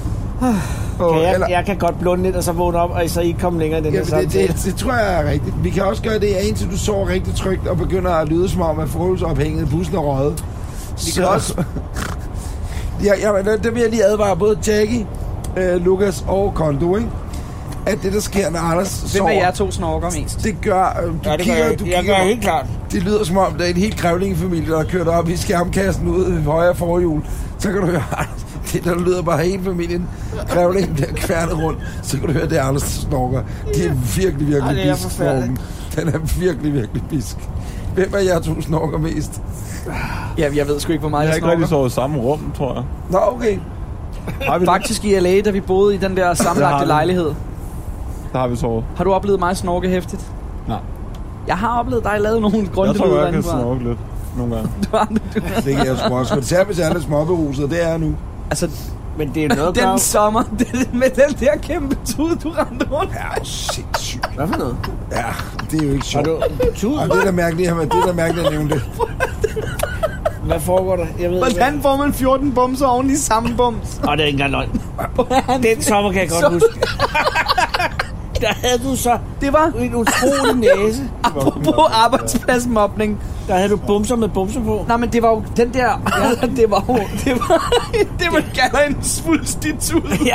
Kan jeg, jeg kan godt blunde lidt, og så vågne op, og så I komme længere i den ja, her samtale. Det, det, det tror jeg er rigtigt. Vi kan også gøre det, indtil du sover rigtig trygt, og begynder at lyde som om, at forholdelsesophænget i bussen er røget. Vi kan også... ja, ja, det vil jeg lige advare både Jackie, øh, Lucas og Kondo, ikke? At det, der sker, når Anders sover... Hvem er jer to snorker mest? Det gør... Du ja, det kigger, gør, du jeg kigger, gør helt klart. Det lyder som om, der er en helt grævlingefamilie, der har kørt op i skærmkassen ud i højre forhjul. Så kan du høre... Det der lyder bare hele familien grævlingen der kværnet rundt. Så kan du høre, det er Anders, der snorker. Det er virkelig, virkelig ja, bisk. Den er virkelig, virkelig bisk. Hvem af jer to snorker mest? Ja, jeg ved sgu ikke, hvor meget jeg, jeg snorker. Jeg har ikke rigtig sovet i samme rum, tror jeg. Nå, okay. Faktisk i L A, da vi boede i den der sammenlagte lejlighed. Der har vi sovet. Har du oplevet mig snorke hæftigt? Nej. Jeg har oplevet dig lave nogle grunde. Jeg tror, jeg kan snorke lidt nogle gange. Det kan jeg sgu også. Det er, hvis jeg er lidt småberuset, det er nu. Altså, men det er noget den sommer, det, med den der kæmpe tude, du rendte rundt. Ja, sindssygt. Hvad for noget? Ja, det er jo ikke sjovt. Har du tude? Det er da mærkeligt, det er da mærkeligt at nævne det. Hvad foregår der? Jeg ved, hvordan får man fjorten bumser oven i samme bums? Og det er ikke engang løgn. Den sommer kan jeg godt så... huske. Der havde du så det var en utrolig næse. Apropos arbejdspladsmobning. Der havde du bumser med bumser på. Nej, men det var jo den der... Ja, det var jo... Det var det, man kalder en svulstig tude. Ja.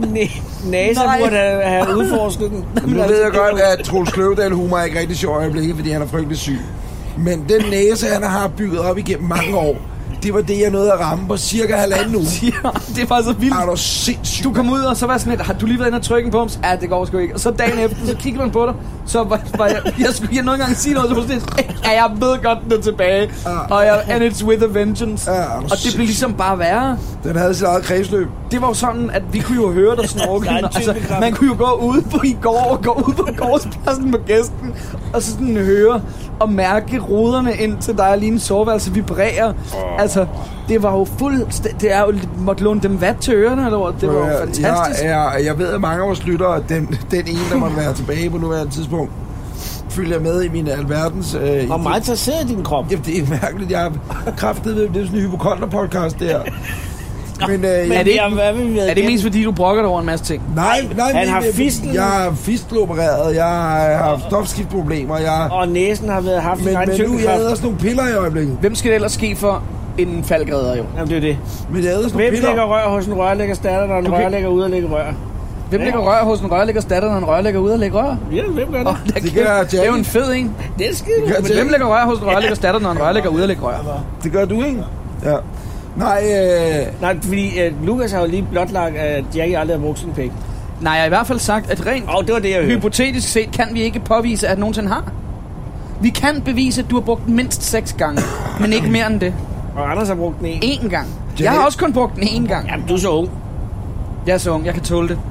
Næse burde have udforsket den. Nu ved jeg godt, at Troels Kløvedal humor er ikke rigtig sjov i øjeblikket, fordi han er frygtelig syg. Men den næse, han har bygget op igennem mange år, det var det, jeg nåede at ramme på cirka halvanden uge. Ja, det var så vildt. Er du sindssygt? Du kom ud, og så var sådan lidt, har du lige været inde og trykke en bums? Ja, det går sgu ikke. Og så dagen efter, så kiggede man på dig, så var, var jeg, jeg skulle jeg nogle gange sige noget, så var sådan lidt, ja, jeg ved godt, den er tilbage. Ja. Og jeg, and it's with a vengeance. Ja, og det blev ligesom bare værre. Den havde sit eget kredsløb. Det var jo sådan, at vi kunne jo høre dig snorke. Altså, man kunne jo gå ud på i går og gå ud på gårdspladsen med gæsten, og så sådan høre og mærke ruderne ind til dig og lige en soveværelse vibrere. Oh. Altså, det var jo fuld... Det er jo... Måtte låne dem vat til ørerne, eller det var jo jeg, fantastisk. Jeg, jeg, jeg ved, at mange af vores lyttere, den, den ene, der måtte være tilbage på nuværende tidspunkt, følger med i min alverdens... Øh, Hvor meget tager sæd i din krop? Jamen, det er mærkeligt. Jeg har kraftet ved, det er sådan en hypokonter-podcast, der. Men, øh, Men jeg, er, det, er, er det mest fordi, du brokker dig over en masse ting? Nej, nej. Han men, har fistel. Jeg har fistelopereret, jeg har haft stofskiftproblemer, jeg... Og næsen har været haft men, en egen men nu jeg æder sådan nogle piller i øjeblikket. Hvem skal det ellers ske for en faldgræder jo? Jamen, det er det. Men jeg æder sådan Hvem piller. lægger rør hos en rørlæggers datter, når en okay. rørlægger ude og lægger rør? Hvem ja. lægger rør hos en rørlæggers datter, når en rørlægger ude og lægger rør? Ja, hvem gør det? Oh, det, det, gør det er jo en fed en. Det er skide. Men hvem lægger rør hos en rørlæggers datter, når en rørlægger ude og lægger rør? Det gør du, ikke? Ja. Nej, øh... Nej, fordi øh, Lukas har jo lige blotlagt, at Jackie aldrig har brugt sin pæk. Nej, jeg har i hvert fald sagt, at rent oh, det var det, jeg hypotetisk set kan vi ikke påvise, at nogensinde har. Vi kan bevise, at du har brugt den mindst seks gange, men ikke mere end det. Og Anders har brugt den en. En gang. Jack. Jeg har også kun brugt den en gang. Jamen, du er så ung. Jeg er så ung, jeg kan tåle det.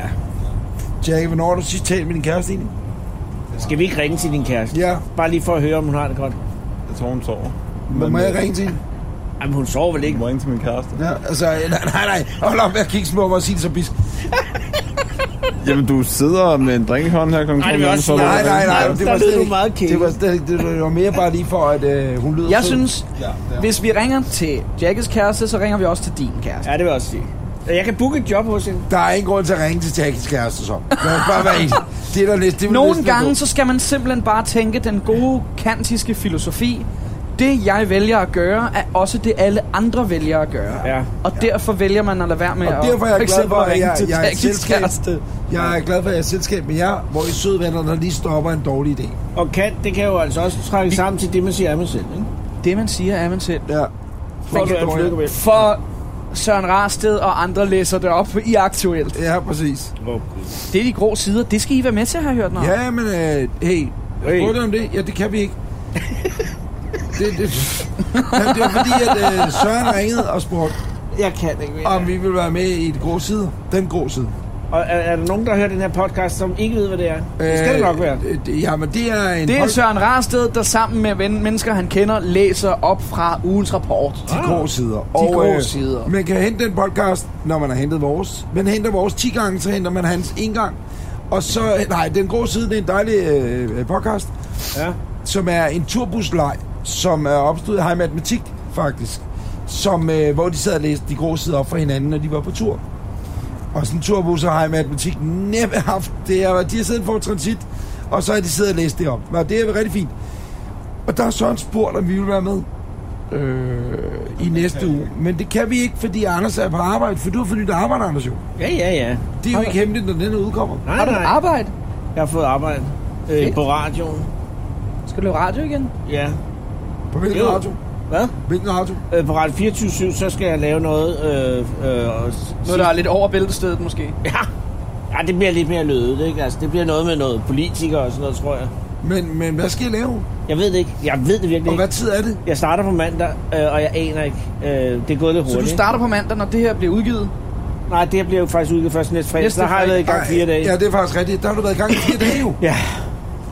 Ja. Jackie, hvornår har du sidst talt med din kæreste egentlig? Skal vi ikke ringe til din kæreste? Ja. Bare lige for at høre, om hun har det godt. Jeg tror, hun sover. Men må jeg ringe til hende? Jamen, hun sover vel ikke? Du må ringe til min kæreste. Ja, altså, nej, nej, nej. Hold op med at kigge små og sige det så bisk. Jamen, du sidder med en drinkehånd her klokken Nej, det var også... Nej, nej, nej. Det var, det var meget det var, det, det var mere bare lige for, at øh, hun lyder Jeg sød. synes, ja, hvis vi ringer til Jackes kæreste, så ringer vi også til din kæreste. Ja, det vil jeg også sige. Jeg kan booke et job hos hende. Der er ingen grund til at ringe til Jackies kæreste, så. Lad os bare være enige. Det er der lidt, det Nogle gange, så skal man simpelthen bare tænke den gode kantiske filosofi. Det, jeg vælger at gøre, er også det, alle andre vælger at gøre. Ja. Og derfor vælger man at lade være med og at... derfor er jeg glad for, at jeg, jeg, jeg, er selskab, kæreste. jeg er glad for, at jeg er selskab med jer, hvor I søde venner, der lige stopper en dårlig idé. Og kan, det kan jo altså også trække Vi... sammen til det, man siger af man selv, ikke? Det, man siger af man selv. Ja. For, for, for Søren Rarsted og andre læser det op i Aktuelt. Ja, præcis. Oh, det er de grå sider. Det skal I være med til at have hørt noget. Ja, men øh, hey, jeg spurgte om det. Ja, det kan vi ikke. det, det, ja, det var fordi, at øh, Søren ringede og spurgte, jeg kan ikke mere. om vi vil være med i det grå side. Den grå side. Og er, er der nogen, der har hørt den her podcast, som ikke ved, hvad det er? Det skal øh, det nok være. Det, jamen, det er en... Det er Søren Rarsted, der sammen med ven, mennesker, han kender, læser op fra ugens rapport. De grå sider. De og, grå sider. Øh, man kan hente den podcast, når man har hentet vores. Man henter vores ti gange, så henter man hans en gang. Og så... Nej, den grå side, det er en dejlig øh, podcast, ja. Som er en turbusleg, som er opstået af High Matematik, faktisk. Som, øh, hvor de sad og læste de grå sider op for hinanden, når de var på tur. Og sådan en turbus har jeg matematik næppe haft. Det er, de har siddet for transit, og så har de siddet og læst det op. Og det er rigtig fint. Og der er sådan spurgt, om vi vil være med øh, i næste uge. Men det kan vi ikke, fordi Anders er på arbejde. For du har fået nyt arbejde, Anders, jo. Ja, ja, ja. Det er jo ikke hemmeligt, når den udkommer. Nej, har du nej. arbejde? Jeg har fået arbejde øh, på radioen. Skal du lave radio igen? Ja. På hvilken jo. radio? Hvad? Hvilken radio? Øh, på Radio fireogtyve syv, så skal jeg lave noget... Øh, øh, noget, der er lidt over bæltestedet, måske? Ja. Ja, det bliver lidt mere lødet, ikke? Altså, det bliver noget med noget politikere og sådan noget, tror jeg. Men, men hvad skal jeg lave? Jeg ved det ikke. Jeg ved det virkelig ikke. Og hvad tid er det? Jeg starter på mandag, øh, og jeg aner ikke. Øh, det er gået lidt hurtigt. Så du starter på mandag, når det her bliver udgivet? Nej, det her bliver jo faktisk udgivet først næste fredag. Så har jeg været i gang fire dage. Ja, det er faktisk rigtigt. Der har du været i gang i fire dage jo. Ja.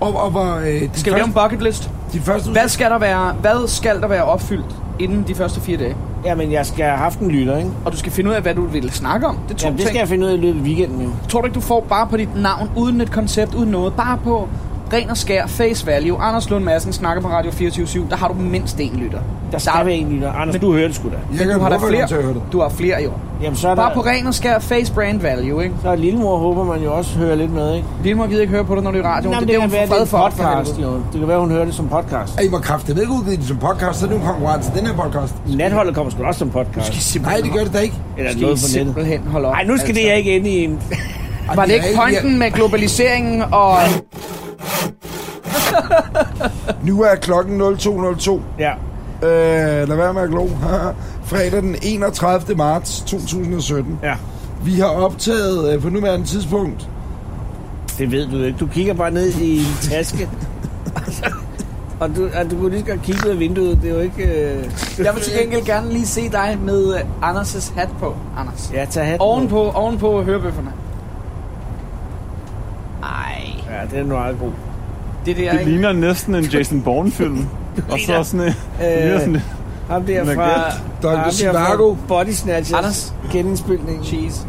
Og, og hvor, øh, de skal vi lave en bucket list? De første hvad skal der være, hvad skal der være opfyldt inden de første fire dage? Jamen, jeg skal have haft en lytter, ikke? Og du skal finde ud af, hvad du vil snakke om. Det er to Jamen, det skal ting. jeg finde ud af i løbet af weekenden, jo. Tror du ikke, du får bare på dit navn, uden et koncept, uden noget, bare på ren og skær, face value, Anders Lund Madsen snakker på Radio fireogtyve syv, der har du mindst en lytter. Der skal være en lytter. Anders, men, du hører det sgu da. Men du har der flere. Du har flere i år. Jamen, så er bare der... på ren og skær, face brand value, ikke? Så er Lillemor, håber man jo også hører lidt med, ikke? Lillemor gider ikke høre på det, når du er i radioen. Jamen, det, det, det, det kan være, det er en podcast, for jo. Det kan være, hun hører det som podcast. Ej, hvor kraftigt ved ikke udgivet det som podcast, så er det en konkurrence. Den her podcast. Natholdet kommer sgu også som podcast. Nej, det gør det da ikke. Eller noget på nettet. Simpelthen holde op. Nej, nu skal altså. Det her ikke ind i en... Var det ikke pointen med globaliseringen og... Nu er klokken nul to nul to. Ja. Øh, lad være med at glo. Fredag den enogtredivte marts to tusind og sytten. Ja. Vi har optaget øh, på nuværende tidspunkt. Det ved du ikke. Du kigger bare ned i en taske. og du, og du kunne lige skal kigge ud af vinduet. Det er jo ikke... Øh... Jeg vil til gengæld gerne lige se dig med uh, Anders' hat på, Anders. Ja, tag hatten ovenpå, ovenpå hørebøfferne. Ej. Ja, det er nu meget god. Det, der, det ligner næsten en Jason Bourne-film. Og så sådan en... Øh, sådan ham der fra... doktor Zhivago. Body Snatchers. Anders. Genindspilning. Cheese.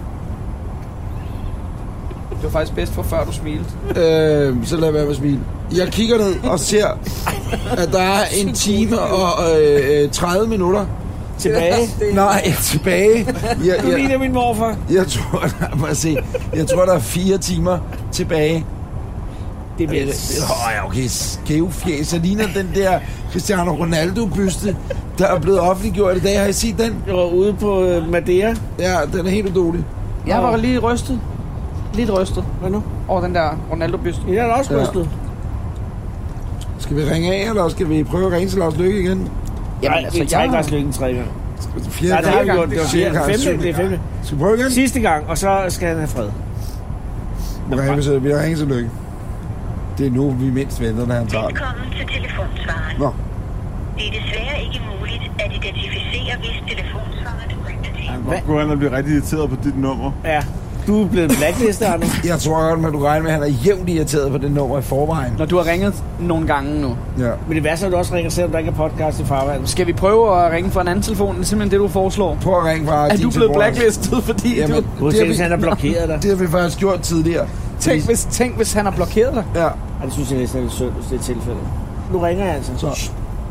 Det var faktisk bedst for før du smilte. Øh, så lad være med at smile. Jeg kigger ned og ser, at der er en time og øh, tredive minutter. Tilbage? Nej, tilbage. Jeg, du ligner min morfar. Jeg tror, der, må jeg se, jeg tror, der er fire timer tilbage. Det bliver... Åh, ja, okay, skævfjæs. Jeg ligner den der Cristiano Ronaldo-byste, der er blevet offentliggjort i dag. Har I set den? Jeg var ude på Madeira. Ja, den er helt udolig. Jeg var lige rystet. Lidt rystet. Hvad nu? Over den der Ronaldo-byste. Ja, jeg er også rystet. Ja. Skal vi ringe af, eller skal vi prøve at ringe til Lars Lykke igen? Jamen, altså, vi trækker Lars Lykke tre gange. Fjerde Nej, det har vi gjort. Det var fjerde femte. femte. Det er femte. Skal vi prøve igen? Sidste gang, og så skal han have fred. Okay, vi har ringet til Lykke. Det er nu, vi mindst venter, når han tager. Velkommen til telefonsvaren. Nå. Det er desværre ikke muligt at identificere, hvis telefonsvaren er rigtigt. Han kan gå hen og blive rigtig irriteret på dit nummer. Ja. Du er blevet blacklistet, Anders. Jeg tror godt, at du regner med, at han er jævnt irriteret på det nummer i forvejen. Når du har ringet nogle gange nu. Ja. Men det værste er, at du også ringer, selvom der ikke er podcast i farvandet. Skal vi prøve at ringe fra en anden telefon? Det er simpelthen det, du foreslår. Prøv at ringe fra Er du blevet blacklistet, fordi Jamen, du... Det, hvis han har blokeret dig. Det har vi faktisk gjort tidligere. Tænk hvis, tænk, hvis han har blokeret dig. Ja. Ja, det synes jeg næsten er lidt synd, hvis det er tilfældet. Nu ringer jeg altså. Så.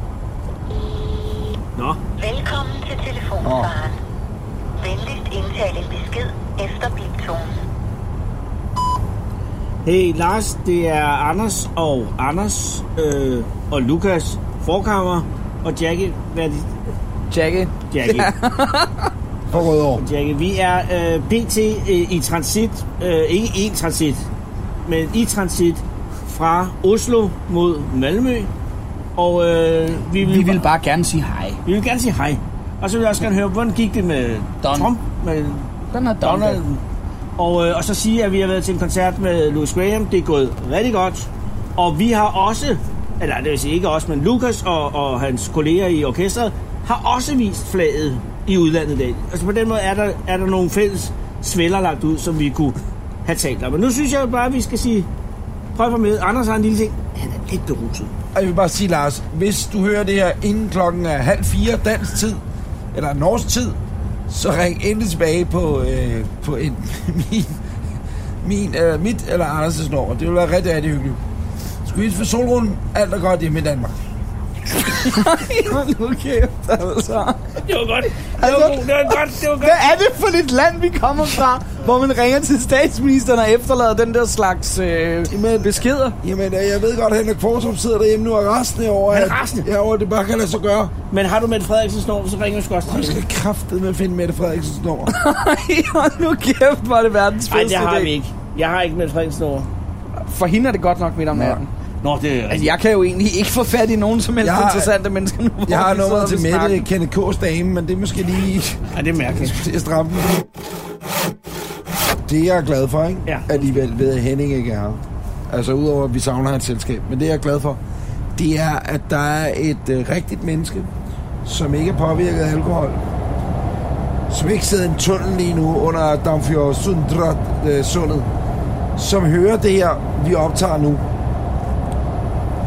Nå. Velkommen til telefonsvaren. Venligst indtale en besked efter biptonen. Hey Lars, det er Anders og Anders øh, og Lukas Forkammer og Jackie. Hvad er det? Jackie. Jackie. For Rødovre. Jackie. Vi er øh, pt. Øh, i transit, øh, ikke i transit, men i transit fra Oslo mod Malmø. Og øh, vi, vil vi vil bare gerne sige hej. Vi vil gerne sige hej. Og så vil jeg også gerne høre, hvordan gik det med Don. Trump? Med Den er Donald. Og, øh, og så sige, at vi har været til en koncert med Louis Graham. Det er gået rigtig godt. Og vi har også, eller det vil sige ikke også, men Lucas og, og hans kolleger i orkestret har også vist flaget i udlandet i dag. Altså på den måde er der, er der nogle fælles svælder lagt ud, som vi kunne have talt om. Men nu synes jeg bare, at vi skal sige, prøv at med. Anders har en lille ting. Han er lidt beruset. Og jeg vil bare sige, Lars, hvis du hører det her inden klokken er halv fire dansk tid, eller norsk tid, så ring endelig tilbage på, øh, på en, min, min, øh, mit eller Anders' nummer. Det vil være rigtig, rigtig hyggeligt. Skal vi for solrunden? Alt er godt hjemme i Danmark. Nu kæft, altså. Det var godt. Det var, Altså, god. Det var godt. Det var godt. Hvad er det for et land, vi kommer fra, hvor man ringer til statsministeren og efterlader den der slags øh, Jamen, beskeder? Jamen, jeg ved godt, at Henrik Kvartrup sidder derhjemme nu og rasende over, Han er at, rasende? ja, over, at det bare kan lade sig gøre. Men har du Mette Frederiksens nummer, så ringer vi sgu også Jeg til skal kraftedeme med at finde Mette Frederiksens nummer. Ej, nu kæft, var det verdens Nej, fedeste det har idé. vi ikke. Jeg har ikke Mette Frederiksens nummer. For hende er det godt nok midt om natten. Nå, det er... Altså, jeg kan jo egentlig ikke få fat i nogen som helst Jeg har- interessante mennesker nu. hvor Jeg har vi sidder nummeret til og Mette snakker. Kenneth K's dame, men det er måske lige... Ja, det er mærkeligt. Det er stramt. Det jeg er glad for, ikke? Ja. Alligevel ved at Henning ikke er her. Altså udover at vi savner hans selskab. Men det jeg er glad for, det er, at der er et øh, rigtigt menneske, som ikke er påvirket af alkohol. Som ikke sidder i en tunnel lige nu under Damfjord Sundrat øh, sundet. Som hører det her, vi optager nu.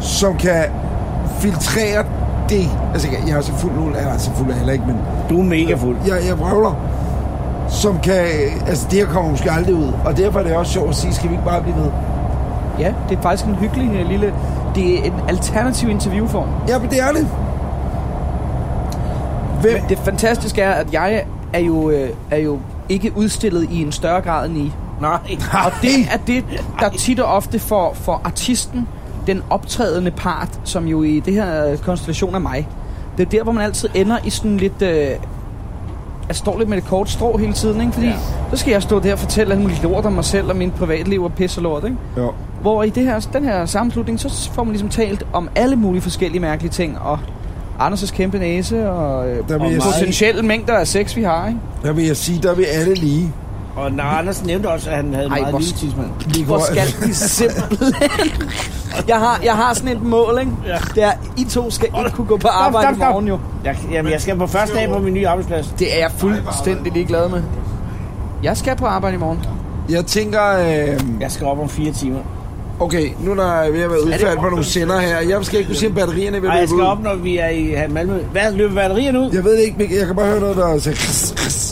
som kan filtrere det. Altså, jeg, jeg er så fuld nu, jeg er så fuld af heller ikke, men... Du er mega fuld. Jeg, jeg prøver, som kan... Altså, det her kommer måske aldrig ud, og derfor er det også sjovt at sige, skal vi ikke bare blive ved? Ja, det er faktisk en hyggelig lille... Det er en alternativ interviewform. Ja, men det er det. Hvem? Men det fantastiske er, at jeg er jo, øh, er jo ikke udstillet i en større grad end I. Nej. Og det er det, der tit og ofte for, for artisten, den optrædende part, som jo i det her konstellation er mig. Det er der, hvor man altid ender i sådan lidt... Øh, jeg står lidt med det kort strå hele tiden, ikke? Fordi ja. Så skal jeg stå der og fortælle alt muligt lort om mig selv og min privatliv og pisse og lort, ikke? Jo. Hvor i det her, den her sammenslutning, så får man ligesom talt om alle mulige forskellige mærkelige ting, og Anders' kæmpe næse, og, øh, og potentielle mængder af sex, vi har, ikke? Der vil jeg sige, der er vi alle lige. Og når Anders nævnte også, at han havde Ej, meget lille tidsmand. Hvor skal vi simpelthen... Jeg har, jeg har sådan et mål, ikke? Ja. Det er, I to skal ikke kunne gå på arbejde stop, stop, stop. i morgen, jo. Jeg, jamen, jeg skal på første dag på min nye arbejdsplads. Det er jeg fuldstændig ligeglad med. Jeg skal på arbejde i morgen. Jeg tænker... Øh... Jeg skal op om fire timer. Okay, nu er der ved at være udfald på nogle sender her. Jeg skal ikke kunne se, om batterierne vil løbe ud. Jeg skal ud. op, når vi er i Malmø. Hvad, løber batterierne ud? Jeg ved det ikke, men jeg kan bare høre noget, der siger... Kris, kris.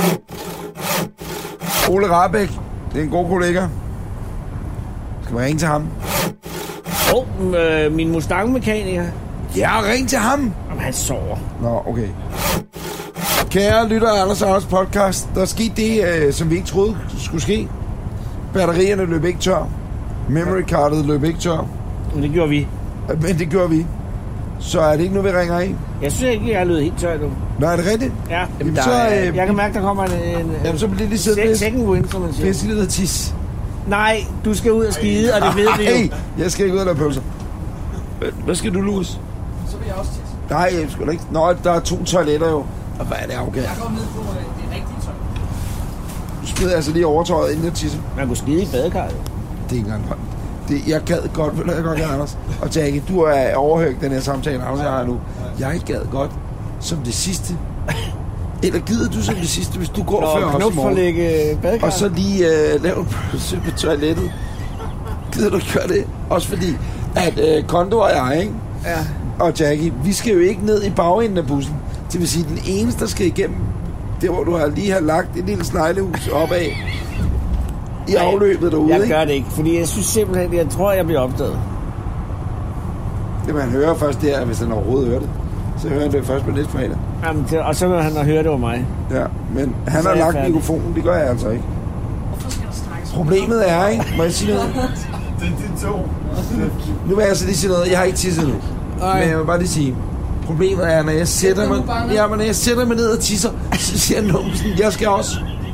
Ole Rahbek, det er en god kollega. Skal vi ringe til ham? Åh, oh, øh, min Mustang-mekaniker. Ja, ring til ham. Jamen, han sover. Nå, okay. Kære lytter af Anders og Anders podcast, der skete det, øh, som vi ikke troede skulle ske. Batterierne løb ikke tør. Memory cardet løb ikke tør. Men det gjorde vi. Men det gjorde vi. Så er det ikke nu, vi ringer ind? Jeg synes ikke, jeg er løbet helt tør nu. Nå, er det rigtigt? Ja. Jamen, der, så, øh, jeg kan mærke, der kommer en... en jamen, så bliver det lige sådan lidt... Second win, som man siger. Pisse lidt af tis. Nej, du skal ud og skide, og det ved vi jo. Nej, jeg skal ikke ud og lave pølser. Hvad skal du, Louis? Så vil jeg også tisse. Nej, jeg skal ikke. Nå, der er to toiletter jo. Og hvad er det afgået? Jeg går ned på det rigtige toilet. Du smider altså lige overtøjet inden jeg tisser. Man kunne skide i badekarret. Det er ikke engang hånd. Det, jeg gad godt, vil jeg godt gad, Anders. Og Jackie, du er overhørt den her samtale, Anders, jeg har nu. Jeg gad godt som det sidste. Eller gider du som det sidste, hvis du går Nå, før os i morgen? Og så lige uh, lave en pølse på toilettet. Gider du gøre det? Også fordi, at uh, Kondo og jeg, ikke? Ja. Og Jackie, vi skal jo ikke ned i bagenden af bussen. Det vil sige, den eneste, der skal igennem, det hvor du har lige har lagt et lille sneglehus opad i Nej, afløbet derude, jeg ikke? gør det ikke, fordi jeg synes simpelthen, jeg tror, jeg bliver opdaget. Det man hører først der, hvis han overhovedet hører det. Så hører han det først på næste fredag. Jamen, det, og så vil han høre det over mig. Ja, men han har lagt færdig. Mikrofonen, det gør jeg altså ikke. Problemet er, ikke? Må jeg sige noget? Det er de to. Nu vil jeg altså lige sige noget. Jeg har ikke tisset nu. Men jeg vil bare lige sige. Problemet er, når jeg sætter mig, ja, men når jeg sætter mig ned og tisser, så siger numsen, jeg skal også.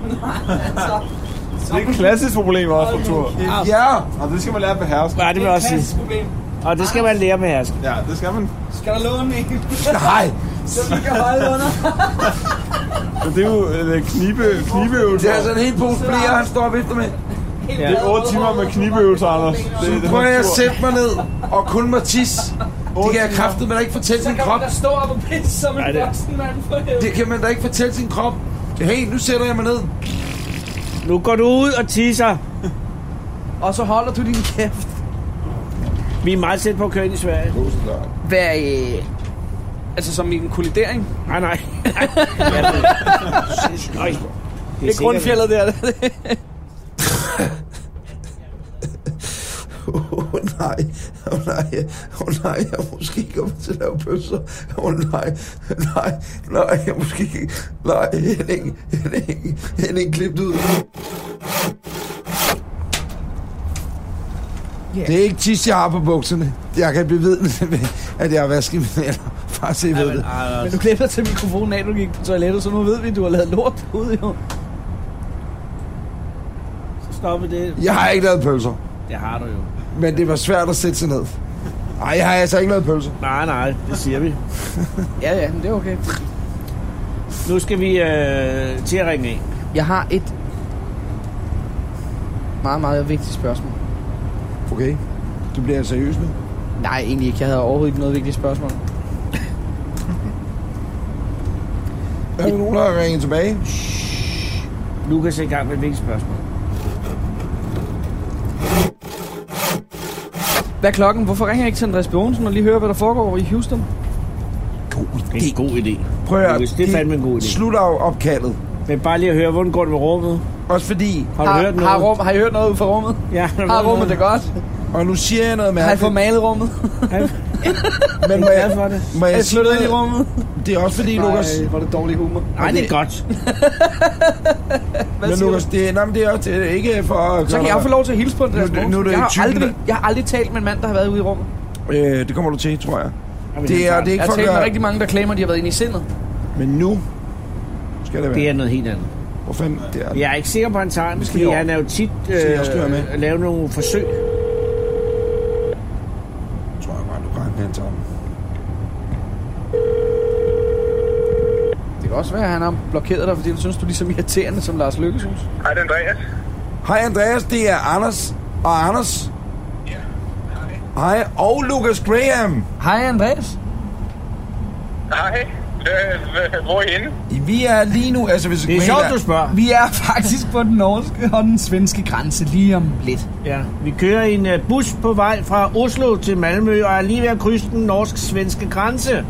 Det er et klassisk problem også for tur. Ja. Og det skal man lære at beherske. Ja, det vil også sige. Og det skal man lære at beherske. Ja, det skal man. Skal der låne en? Nej. Så vi kan holde under. Det er jo en knibe, knibeøvelse. Det er altså en helt pose flere, han står og vifter med. Det er otte timer med knibeøvelser, Anders. Det, så prøver jeg at sætte mig ned og kun må tisse. Det kan jeg kraftigt, men da ikke fortælle sin krop. Der står op og pisse som en voksen mand for helvede. Det kan man da ikke fortælle sin krop. Hey, nu sætter jeg mig ned. Nu går du ud og tisser. Og så holder du din kæft. Vi er meget tæt på at køre ind i Sverige. Hvad er... Altså som i en kollidering? Nej, nej. Nej. Det er grundfjeldet der. Åh oh, nej, åh oh, nej, åh oh, nej, jeg måske kommer til at lave pølser. Åh oh, nej, nej, nej, jeg måske ikke, nej, Henning, Henning, Henning, klip ud. Yeah. Det er ikke tis, jeg har på bukserne. Jeg kan blive vidne med, at jeg har vasket mine hænder. Bare se ved det. Men du glemte at tage mikrofonen af, du gik på toilettet, så nu ved vi, at du har lavet lort ude, jo. Så stopper det. Jeg har ikke lavet pølser. Det har du jo. Men det var svært at sætte sig ned. Nej, jeg har altså ikke lavet pølser. Nej, nej, det siger vi. Ja, ja, men det er okay. Nu skal vi øh, til at ringe af. Jeg har et meget, meget vigtigt spørgsmål. Okay. Du bliver seriøs nu? Nej, egentlig ikke. Jeg havde overhovedet ikke noget vigtigt spørgsmål. Er der nogen, der har ringet tilbage? Lukas er i gang med et vigtigt spørgsmål. Hvad er klokken? Hvorfor ringer jeg ikke til Andreas Bjørnsen og lige høre, hvad der foregår i Houston? God idé. Det er en god idé. Prøv at det er fandme en god idé. Slut af opkaldet. Men bare lige at høre, hvordan går det med rummet? Også fordi... Har du har, hørt noget? Har, rum, har I hørt noget ud fra rummet? Ja. Har rummet det godt? Og nu siger jeg noget mærkeligt. Har I fået malet rummet? Men må jeg, for det. Må jeg, jeg sige noget i rummet? Det er også fordi, nej, Lukas... Nej, hvor er det dårlig humor. Nej, det er godt. Men Lukas, det, nej, men det er også det er ikke for... Så kan jeg få lov til at hilse på det. Nu, nu, nu jeg, har aldrig, jeg har aldrig talt med en mand, der har været ude i rummet. Øh, det kommer du til, tror jeg. Jamen, det er, det er ikke jeg har talt med rigtig mange, der claimer, de har været inde i sindet. Men nu skal det være. Det er noget helt andet. Hvor fanden det er det? Jeg er ikke sikker på, at han tager den, fordi han er jo tit øh, lavet nogle forsøg. Jeg tror jeg bare, du kan han tager den. Det kan også være, at han har blokeret dig, fordi du synes, du er ligesom irriterende som Lars Lykkeshus. Hej, det er Andreas. Hej Andreas, det er Anders og Anders. Ja, hej. Hej, og Lucas Graham. Hej Andreas. Hej. Hvor er I henne? Vi er lige nu, altså hvis det er sjovt, du spørger. Vi er faktisk på den norske og den svenske grænse lige om lidt. Ja, vi kører i en bus på vej fra Oslo til Malmø og er lige ved at krydse den norsk-svenske grænse.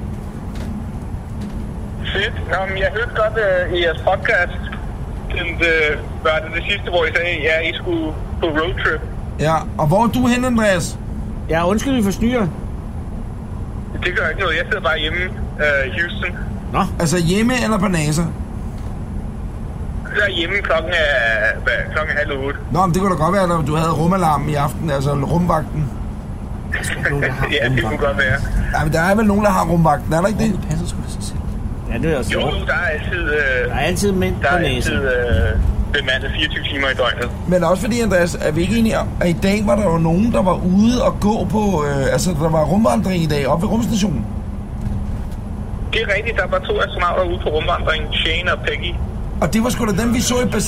Fedt. Nå, jeg hørte godt uh, i jeres podcast, den, uh, var det det sidste, hvor I sagde, at ja, I skulle på roadtrip. Ja, og hvor er du henne, Andreas? Ja, undskyld, vi forstyrrer. Det gør ikke noget. Jeg sidder bare hjemme i uh, Houston. Nå. Altså hjemme eller på NASA? Jeg er hjemme klokken er, hvad, klokken er halv otte. Nå, men det kunne da godt være, at du havde rumalarmen i aften, altså rumvagten. Ja, det kunne godt være. Ja, men der er vel nogen, der har rumvagten, er der ikke det? Det passer sgu da sig selv. Ja, det er også. Jo, der er altid... Uh, der er altid mænd der på er næsen. altid uh, bemandet fireogtyve timer i døgnet. Men også fordi, Andreas, er vi ikke enige om, at i dag var der jo nogen, der var ude og gå på... Øh, altså, der var rumvandring i dag, oppe ved rumstationen. Det er rigtigt, der var to astronauter ude på rumvandring, Shane og Peggy. Og det var sgu da dem, vi så i bas...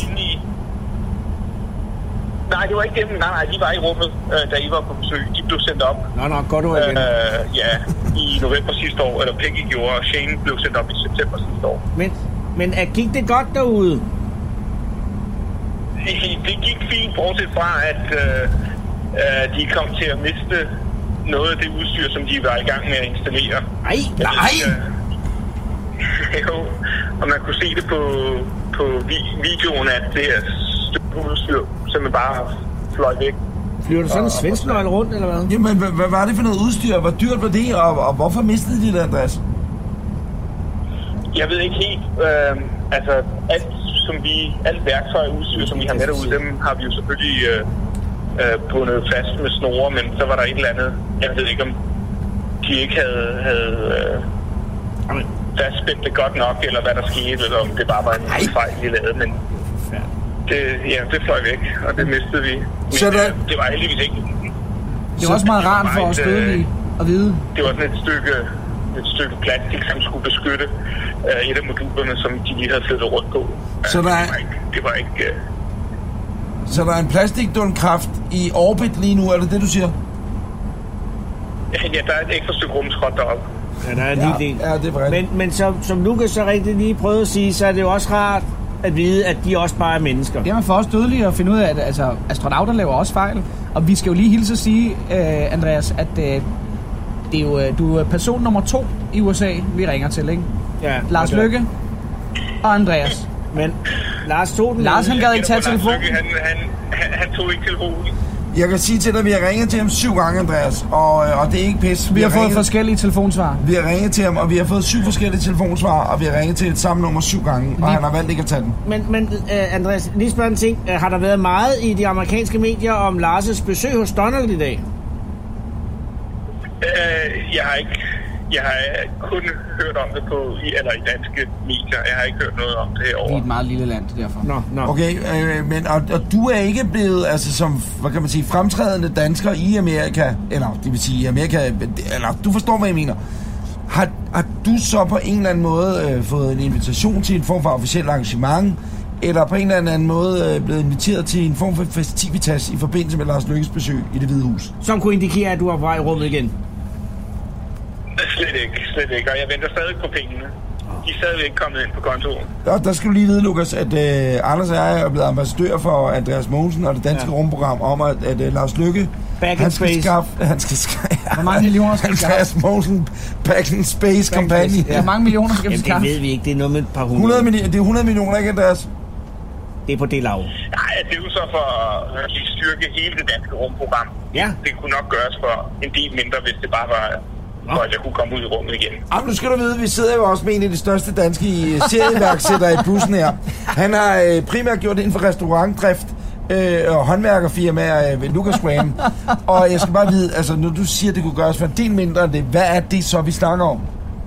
Nej, det var ikke dem. Nej, nej, de var i rummet, øh, da I var på besøg. De blev sendt op. Nå, nå, godt du er igen. Øh, ja, i november sidste år, eller Peggy gjorde, og Shane blev sendt op i september sidste år. Men, men er, gik det godt derude? Det, det gik fint, bortset fra, at øh, øh, de kom til at miste noget af det udstyr, som de var i gang med at installere. Nej, nej! Jo, og man kunne se det på, på videoen, at det her stykke udstyr, som man bare fløj væk. Flyver du sådan en svensk nøgle rundt, eller hvad? Jamen, hvad, hvad var det for noget udstyr? Hvor dyrt var det, og, og hvorfor mistede de det, Andreas? Jeg ved ikke helt. Øh, altså, alt, som vi, alt værktøj og udstyr, som vi har med derude, dem har vi jo selvfølgelig øh, øh, bundet fast med snore, men så var der et eller andet. Jeg ved ikke, om de ikke havde... havde øh, fastspændt det godt nok, eller hvad der skete, eller om det bare var en fejl, vi lavede, men det, ja, det fløj væk, og det mistede vi. Så der... Det var heldigvis ikke. Det var også meget rart for os dødelige at vide. Det var sådan et stykke, et stykke plastik, som skulle beskytte uh, et af modulerne, som de lige havde flyttet rundt på. Så der er... Det var ikke... Det var ikke uh... Så der er en plastikdundkraft i orbit lige nu, er det det, du siger? Ja, der er et ekstra stykke rumskrot deroppe. Ja, der er en ja, hel del. Ja, det er men, men som, som Lukas så rigtig lige prøvede at sige, så er det jo også rart at vide, at de også bare er mennesker. Det er man for os dødelige at finde ud af, at altså, astronauter laver også fejl. Og vi skal jo lige hilse at sige, uh, Andreas, at uh, det er jo, uh, du er person nummer to i U S A, vi ringer til, ikke? Ja. Lars okay. Lykke og Andreas. Men Lars tog den. Lars, han gad ikke tage telefonen. Han, han, han, han tog ikke telefonen. Jeg kan sige til dig, at vi har ringet til ham syv gange, Andreas, og, og det er ikke pis. Vi, vi har, har fået ringet, forskellige telefonsvar. Vi har ringet til ham, og vi har fået syv forskellige telefonsvar, og vi har ringet til et samme nummer syv gange, og lige, han har valgt ikke at tage den. Men, men uh, Andreas, lige spørg en ting. Uh, har der været meget i de amerikanske medier om Lars' besøg hos Donald i dag? Uh, jeg har ikke... Jeg har kun hørt om det på, eller i danske medier. Jeg har ikke hørt noget om det herovre. Vi er et meget lille land, derfor. Nå, nå. Okay, øh, men og, og du er ikke blevet, altså som, hvad kan man sige, fremtrædende dansker i Amerika, eller det vil sige i Amerika, eller du forstår, hvad jeg mener. Har, har du så på en eller anden måde øh, fået en invitation til en form for officielt arrangement, eller på en eller anden måde øh, blevet inviteret til en form for festivitas i forbindelse med Lars Lykkes besøg i Det Hvide Hus? Som kunne indikere, at du er på vej i rummet igen? Slet ikke, slet ikke. Og jeg venter stadig på pengene. De er stadigvæk kommet ind på kontoen. Ja, der skal du lige vide, Lukas, at øh, Anders og jeg er blevet ambassadør for Andreas Mogensen og det danske ja. rumprogram om, at, at, at Lars Lykke Back in han skal space. skaffe, han skal skaffe, Hvor mange millioner skal vi skaffe? Andreas Mogensen Back in Space kampagne. Hvor mange millioner skal vi Jamen, skaffe? det ved vi ikke. Det er noget med et par hundrede. hundrede millioner, det er hundrede millioner, ikke Andreas? Det er på det lav. Nej, det er jo så for at styrke hele det danske rumprogram. Ja. Det kunne nok gøres for en del mindre, hvis det bare var, for at jeg kunne komme ud i rummet igen. Jamen, nu skal du vide, vi sidder jo også med en af de største danske serieværksættere i bussen her. Han har øh, primært gjort det inden for restaurantdrift øh, og håndværkerfirmaer øh, ved Lucas Graham. Og jeg skal bare vide, altså når du siger, at det kunne gøres for en del mindre end det, hvad er det så, vi snakker om?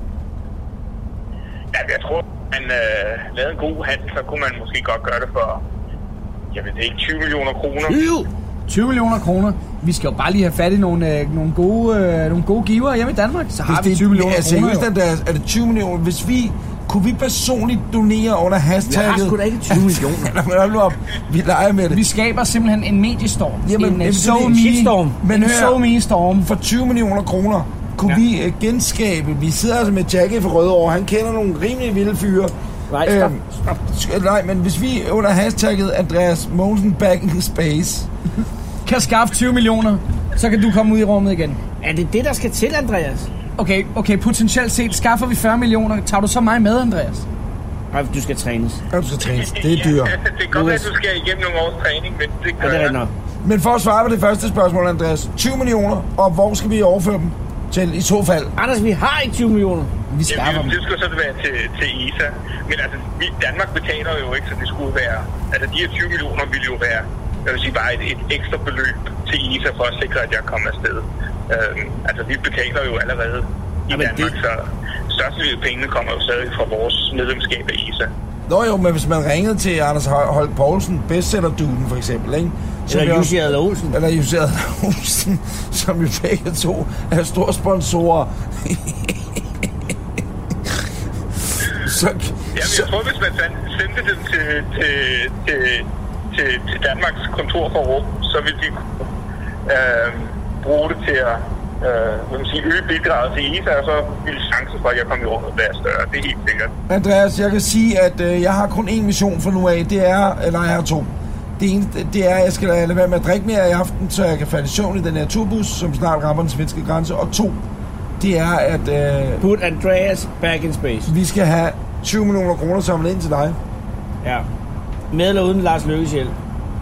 Ja, jeg tror, man øh, lavede en god handel, så kunne man måske godt gøre det for, jeg ved det ikke, tyve millioner kroner. tyve millioner kroner. Vi skal jo bare lige have fat i nogle, øh, nogle, gode, øh, nogle gode giver hjemme i Danmark. Så har Hvis vi tyve millioner altså, kroner. seriøst, Andreas, er det tyve millioner? Hvis vi, kunne vi personligt donere under hashtagget... Jeg har sgu da ikke tyve millioner. Hold nu op, vi leger med det. Vi skaber simpelthen en mediestorm. Jamen, en det er so det. me Shitstorm. Men en hør, so me storm. for tyve millioner kroner kunne ja. vi uh, genskabe. Vi sidder altså med Jackie fra Rødovre. Han kender nogle rimelig vilde fyre. Nej, stop. Øhm, sk- nej, men hvis vi under hashtagget Andreas Mogensen Back in Space Kan skaffe tyve millioner, så kan du komme ud i rummet igen. Er det det, der skal til, Andreas? Okay, okay, potentielt set skaffer vi fyrre millioner. Tager du så mig med, Andreas? Nej, du skal trænes. Ja, du skal trænes. Det er dyrt. Ja, det kan godt være, at du skal igennem nogle års træning, men det Ja, gør det er jeg. rigtigt nok. Men for at svare på det første spørgsmål, Andreas. tyve millioner, og hvor skal vi overføre dem til i så fald? Anders, vi har ikke tyve millioner. Vi skaffer Jamen, dem. det skulle så være til, til I S A. Men altså, vi, Danmark betaler jo ikke, så det skulle være... Altså, de her tyve millioner ville jo være, jeg vil sige, bare et, et ekstra beløb til I S A for at sikre, at jeg kommer afsted. Øhm, altså, vi betaler jo allerede i Jamen, Danmark, det- så størstedelen af pengene kommer jo stadig fra vores medlemskab af I S A. Nå jo, men hvis man ringede til Anders Holk Poulsen, bestseller-duden for eksempel, ikke? Som Eller vi Jussi også- Adler Olsen. Eller Jussi Adler Olsen, som jo begge to er store sponsorer. så, Jamen, så, jeg tror, hvis man send- sendte dem til, til, til, til, til Danmarks kontor for rum, så ville de øh, bruge det til at øh, hvad man siger, øge bidraget til I S A, og så ville chancen for, at jeg kommer i rummet være større. Det er helt sikkert. Andreas, jeg kan sige, at øh, jeg har kun én mission for nu af. Det er, eller jeg har to. Det ene, det er, at jeg skal lade være med at drikke mere i aften, så jeg kan falde i søvn i den her turbus, som snart rammer den svenske grænse. Og to, det er, at øh, Put Andreas back in space. vi skal have tyve millioner kroner samlet ind til dig. Ja. Med eller uden Lars Løkkes hjælp.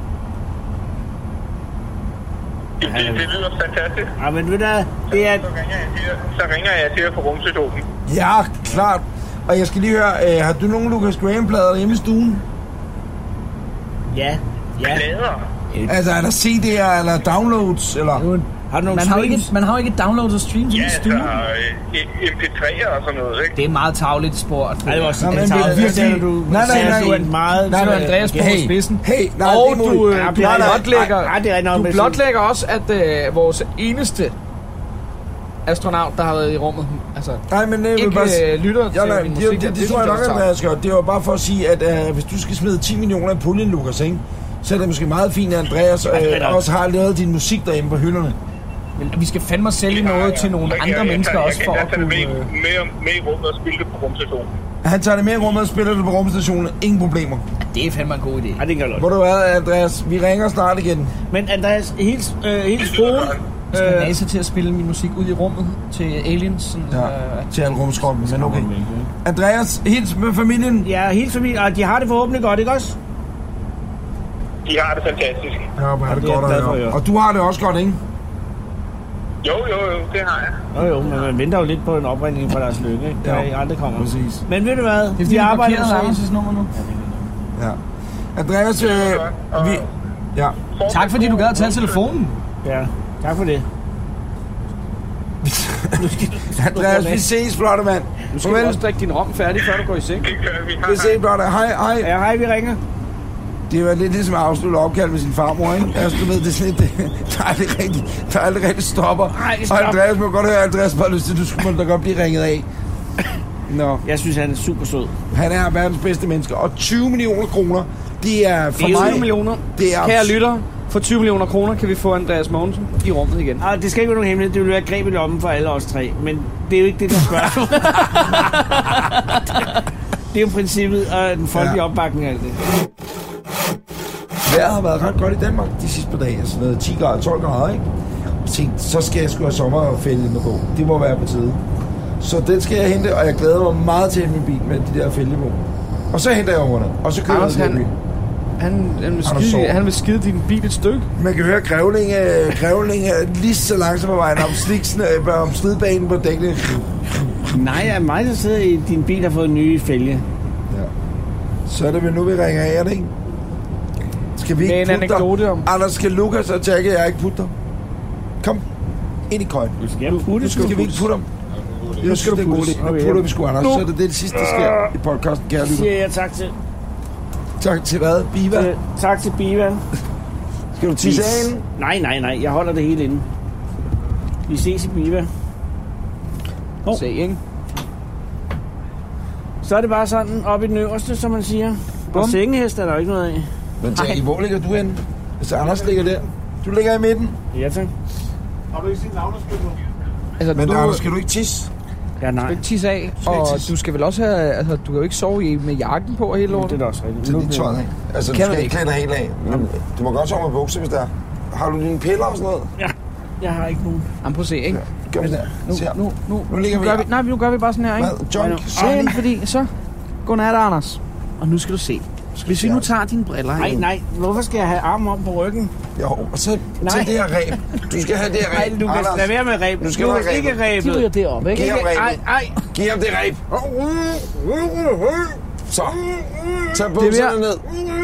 Det, det, det lyder fantastisk. Ja, men ved du, det er... Så ringer jeg til, så ringer jeg til jer på rumstationen. Ja, klart. Og jeg skal lige høre, øh, har du nogle Lucas Graham-plader hjemme i stuen? Ja. Ja. Plader? Altså, er der C D'er eller downloads? Eller? Har du nogle Man har, jo ikke, streams? man har jo ikke downloads og streams Ja, i altså stuen. øh, M P tre'er og sådan noget, ikke? Det er meget tavligt spurgt. Ej, det var også Nå, men det vi- vi- virkelig... vi- Du, nej, nej, ser nej. du en meget... Nej, du er Andreas på Hey, spidsen. hey, nej, og det må du, du- øh, Ja, du det er- blotlægger, nej, det er rigtig nok, du men- blotlægger også, at øh, vores eneste astronaut, der har været i rummet, altså Nej, men jeg vil ikke bare... øh, lytter Ja, til nej, min det, musik. det, det, det tror jeg nok, Andreas gør. Det var bare for at sige, at øh, hvis du skal smide ti millioner i puljen, Lukas, ikke? Så er det måske meget fint, at Andreas Ja, det er øh, nok. også har lavet din musik derhjemme på hylderne. Men vi skal fandme sælge noget til nogle Jeg- andre jeg- mennesker jeg, også jeg, for jeg, at jeg, kunne... med, øh, med, med i rummet og spille det på rumstationen. Han tager det med i rummet og spiller det på rumstationen. Ingen problemer. Det er fandme en god idé. Ja, det kan godt. Hvor du er, Andreas? Vi ringer snart igen. Men Andreas, helt, øh, helt fruen... Jeg skal Øh, NASA til at spille min musik ud i rummet til aliens. Sådan, Ja, øh, til al rumskroppen, men okay. Andreas, hils med familien. ja, helt familien, og de har det forhåbentlig godt, ikke også? De har det fantastisk. Ja, hvor er det det er godt jeg at glad for at høre. høre. Og du har det også godt, ikke? Jo, jo, jo, det har jeg. Jo, jo, men man venter jo lidt på en opringning fra Lars Løkke, ikke? Der Ja, ja, aldrig kommer. præcis. Men ved du hvad? det er fordi, vi vi arbejder blokeret så... Anders' nummer nu. Ja. Andreas, øh, vi... Ja. Tak fordi du gad at tage telefonen. Ja, tak for det. Andreas, vi ses, flotte mand. Du skal også drikke din rom færdig, før du går i seng. Det gør vi. Vi ses, flotte. Hej, hej. Ja, hej, vi ringer. Det var lidt ligesom at afslutte opkald med sin farmor, ikke? Altså, du ved, det er sådan lidt, der er aldrig rigtig, der er aldrig rigtig stopper. Ej, Og stop. Andreas må godt høre, Andreas bare lyst til, du skulle da godt blive ringet af. Nå, Jeg synes, han er super sød. han er verdens bedste menneske. Og tyve millioner kroner, det er for Det er mig... tyve millioner. Det er Kære lytter, for tyve millioner kroner kan vi få Andreas Mogensen i rummet igen. Og det skal ikke være nogen hemmelighed, det vil være greb i lommen for alle os tre. Men det er jo ikke det, der spørger. Det er jo princippet og den folkelige Ja. opbakning af alt det. Vejret har været ret godt i Danmark de sidste par dage. Altså noget ti grader, tolv grader, ikke? tænkt, så skal jeg sgu have sommerfælgene på. Det må være på tide. Så den skal jeg hente, og jeg glæder mig meget til min bil med de der fælge på. Og så henter jeg ungerne, og så kører Anders, jeg han, han, han, vil skide, han vil skide din bil et stykke. Man kan høre grævling, grævling lige så langsomt på vejen om sliksene, om slidbanen på dækkene. Nej, jeg er mig, der sidder i din bil, har fået nye fælge. Ja. Så er det vel nu, vi ringer af, er det ikke? Skal vi ikke putte dig? Anekdote om. Anders, skal Lukas og Jackie jeg ikke putte dig? Kom ind i køjen. Du skal putte, skal, skal vi ikke putte dem? Nu skal du putte. Nu putter vi sgu, Anders. Så er det det sidste, der sker i podcasten, kære lytter. Siger jeg tak til. Tak til hvad? Biva? Øh, tak til Biva. Skal du tisse af hende? Nej, nej, nej. Jeg holder det hele inde. Vi ses i Biva. Oh. Se, ikke? Så er det bare sådan op i den øverste, som man siger. Bum. Og sengehest er der ikke noget af. Men Jackie, hvor ligger du henne? Hvis Anders ligger der. Du ligger i midten. Ja, tak. Har du ikke set navnerspil på? Altså, men du, Anders, skal du ikke tisse? Ja, nej. Du skal ikke tisse af, og tisse. Du skal vel også have, altså, du kan jo ikke sove i med jakken på hele lortet. Det er da også rigtigt. Det er dit tøj, ikke? Altså, du skal ikke klæde dig helt af. Men du må godt sove med bukser, hvis der er. Har du dine piller og sådan noget? Ja, jeg har ikke nogen. Jamen, prøv at se, ikke? Ja, gør vi der. Nu, nu, nu, nu ligger nu vi, gør vi Nej, nu gør vi bare sådan her, ikke? Hvad? Junk? Sådan, fordi så... Godnat, Anders. Og nu skal du se. Hvis vi nu tager dine briller... Nej, nej. Hvorfor skal jeg have armen om på ryggen? Jo, og så tag det her ræb. Du skal have det her ræb. Nej, Lukas, lad være med ræb. Du skal have ikke ræbet. De ryger det op, ikke? Giv ham ræbet. Ej, ej. Giv ham det ræb. Så. Tag bukserne ned.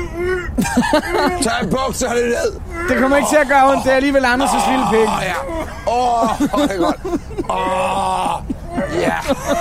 Tag bukserne ned. Det kommer ikke til at gøre ondt. Det er alligevel Anders' lille pik. Åh, ja. Åh, det er godt. Åh, ja.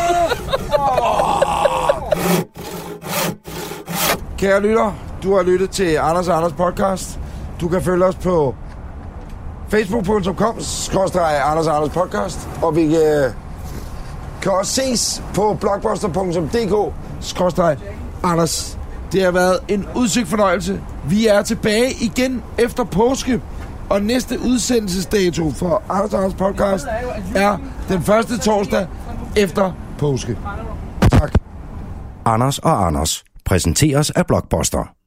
Kære lytter, du har lyttet til Anders og Anders podcast. Du kan følge os på facebook punktum com skråstreg Anders og Anders podcast. Og vi øh, kan også ses på blockbuster punktum d k skråstreg Anders. Det har været en udsøgt fornøjelse. Vi er tilbage igen efter påske. Og næste udsendelsesdato for Anders og Anders podcast er den første torsdag efter påske. Tak. Anders og Anders præsenteres af Blockbuster.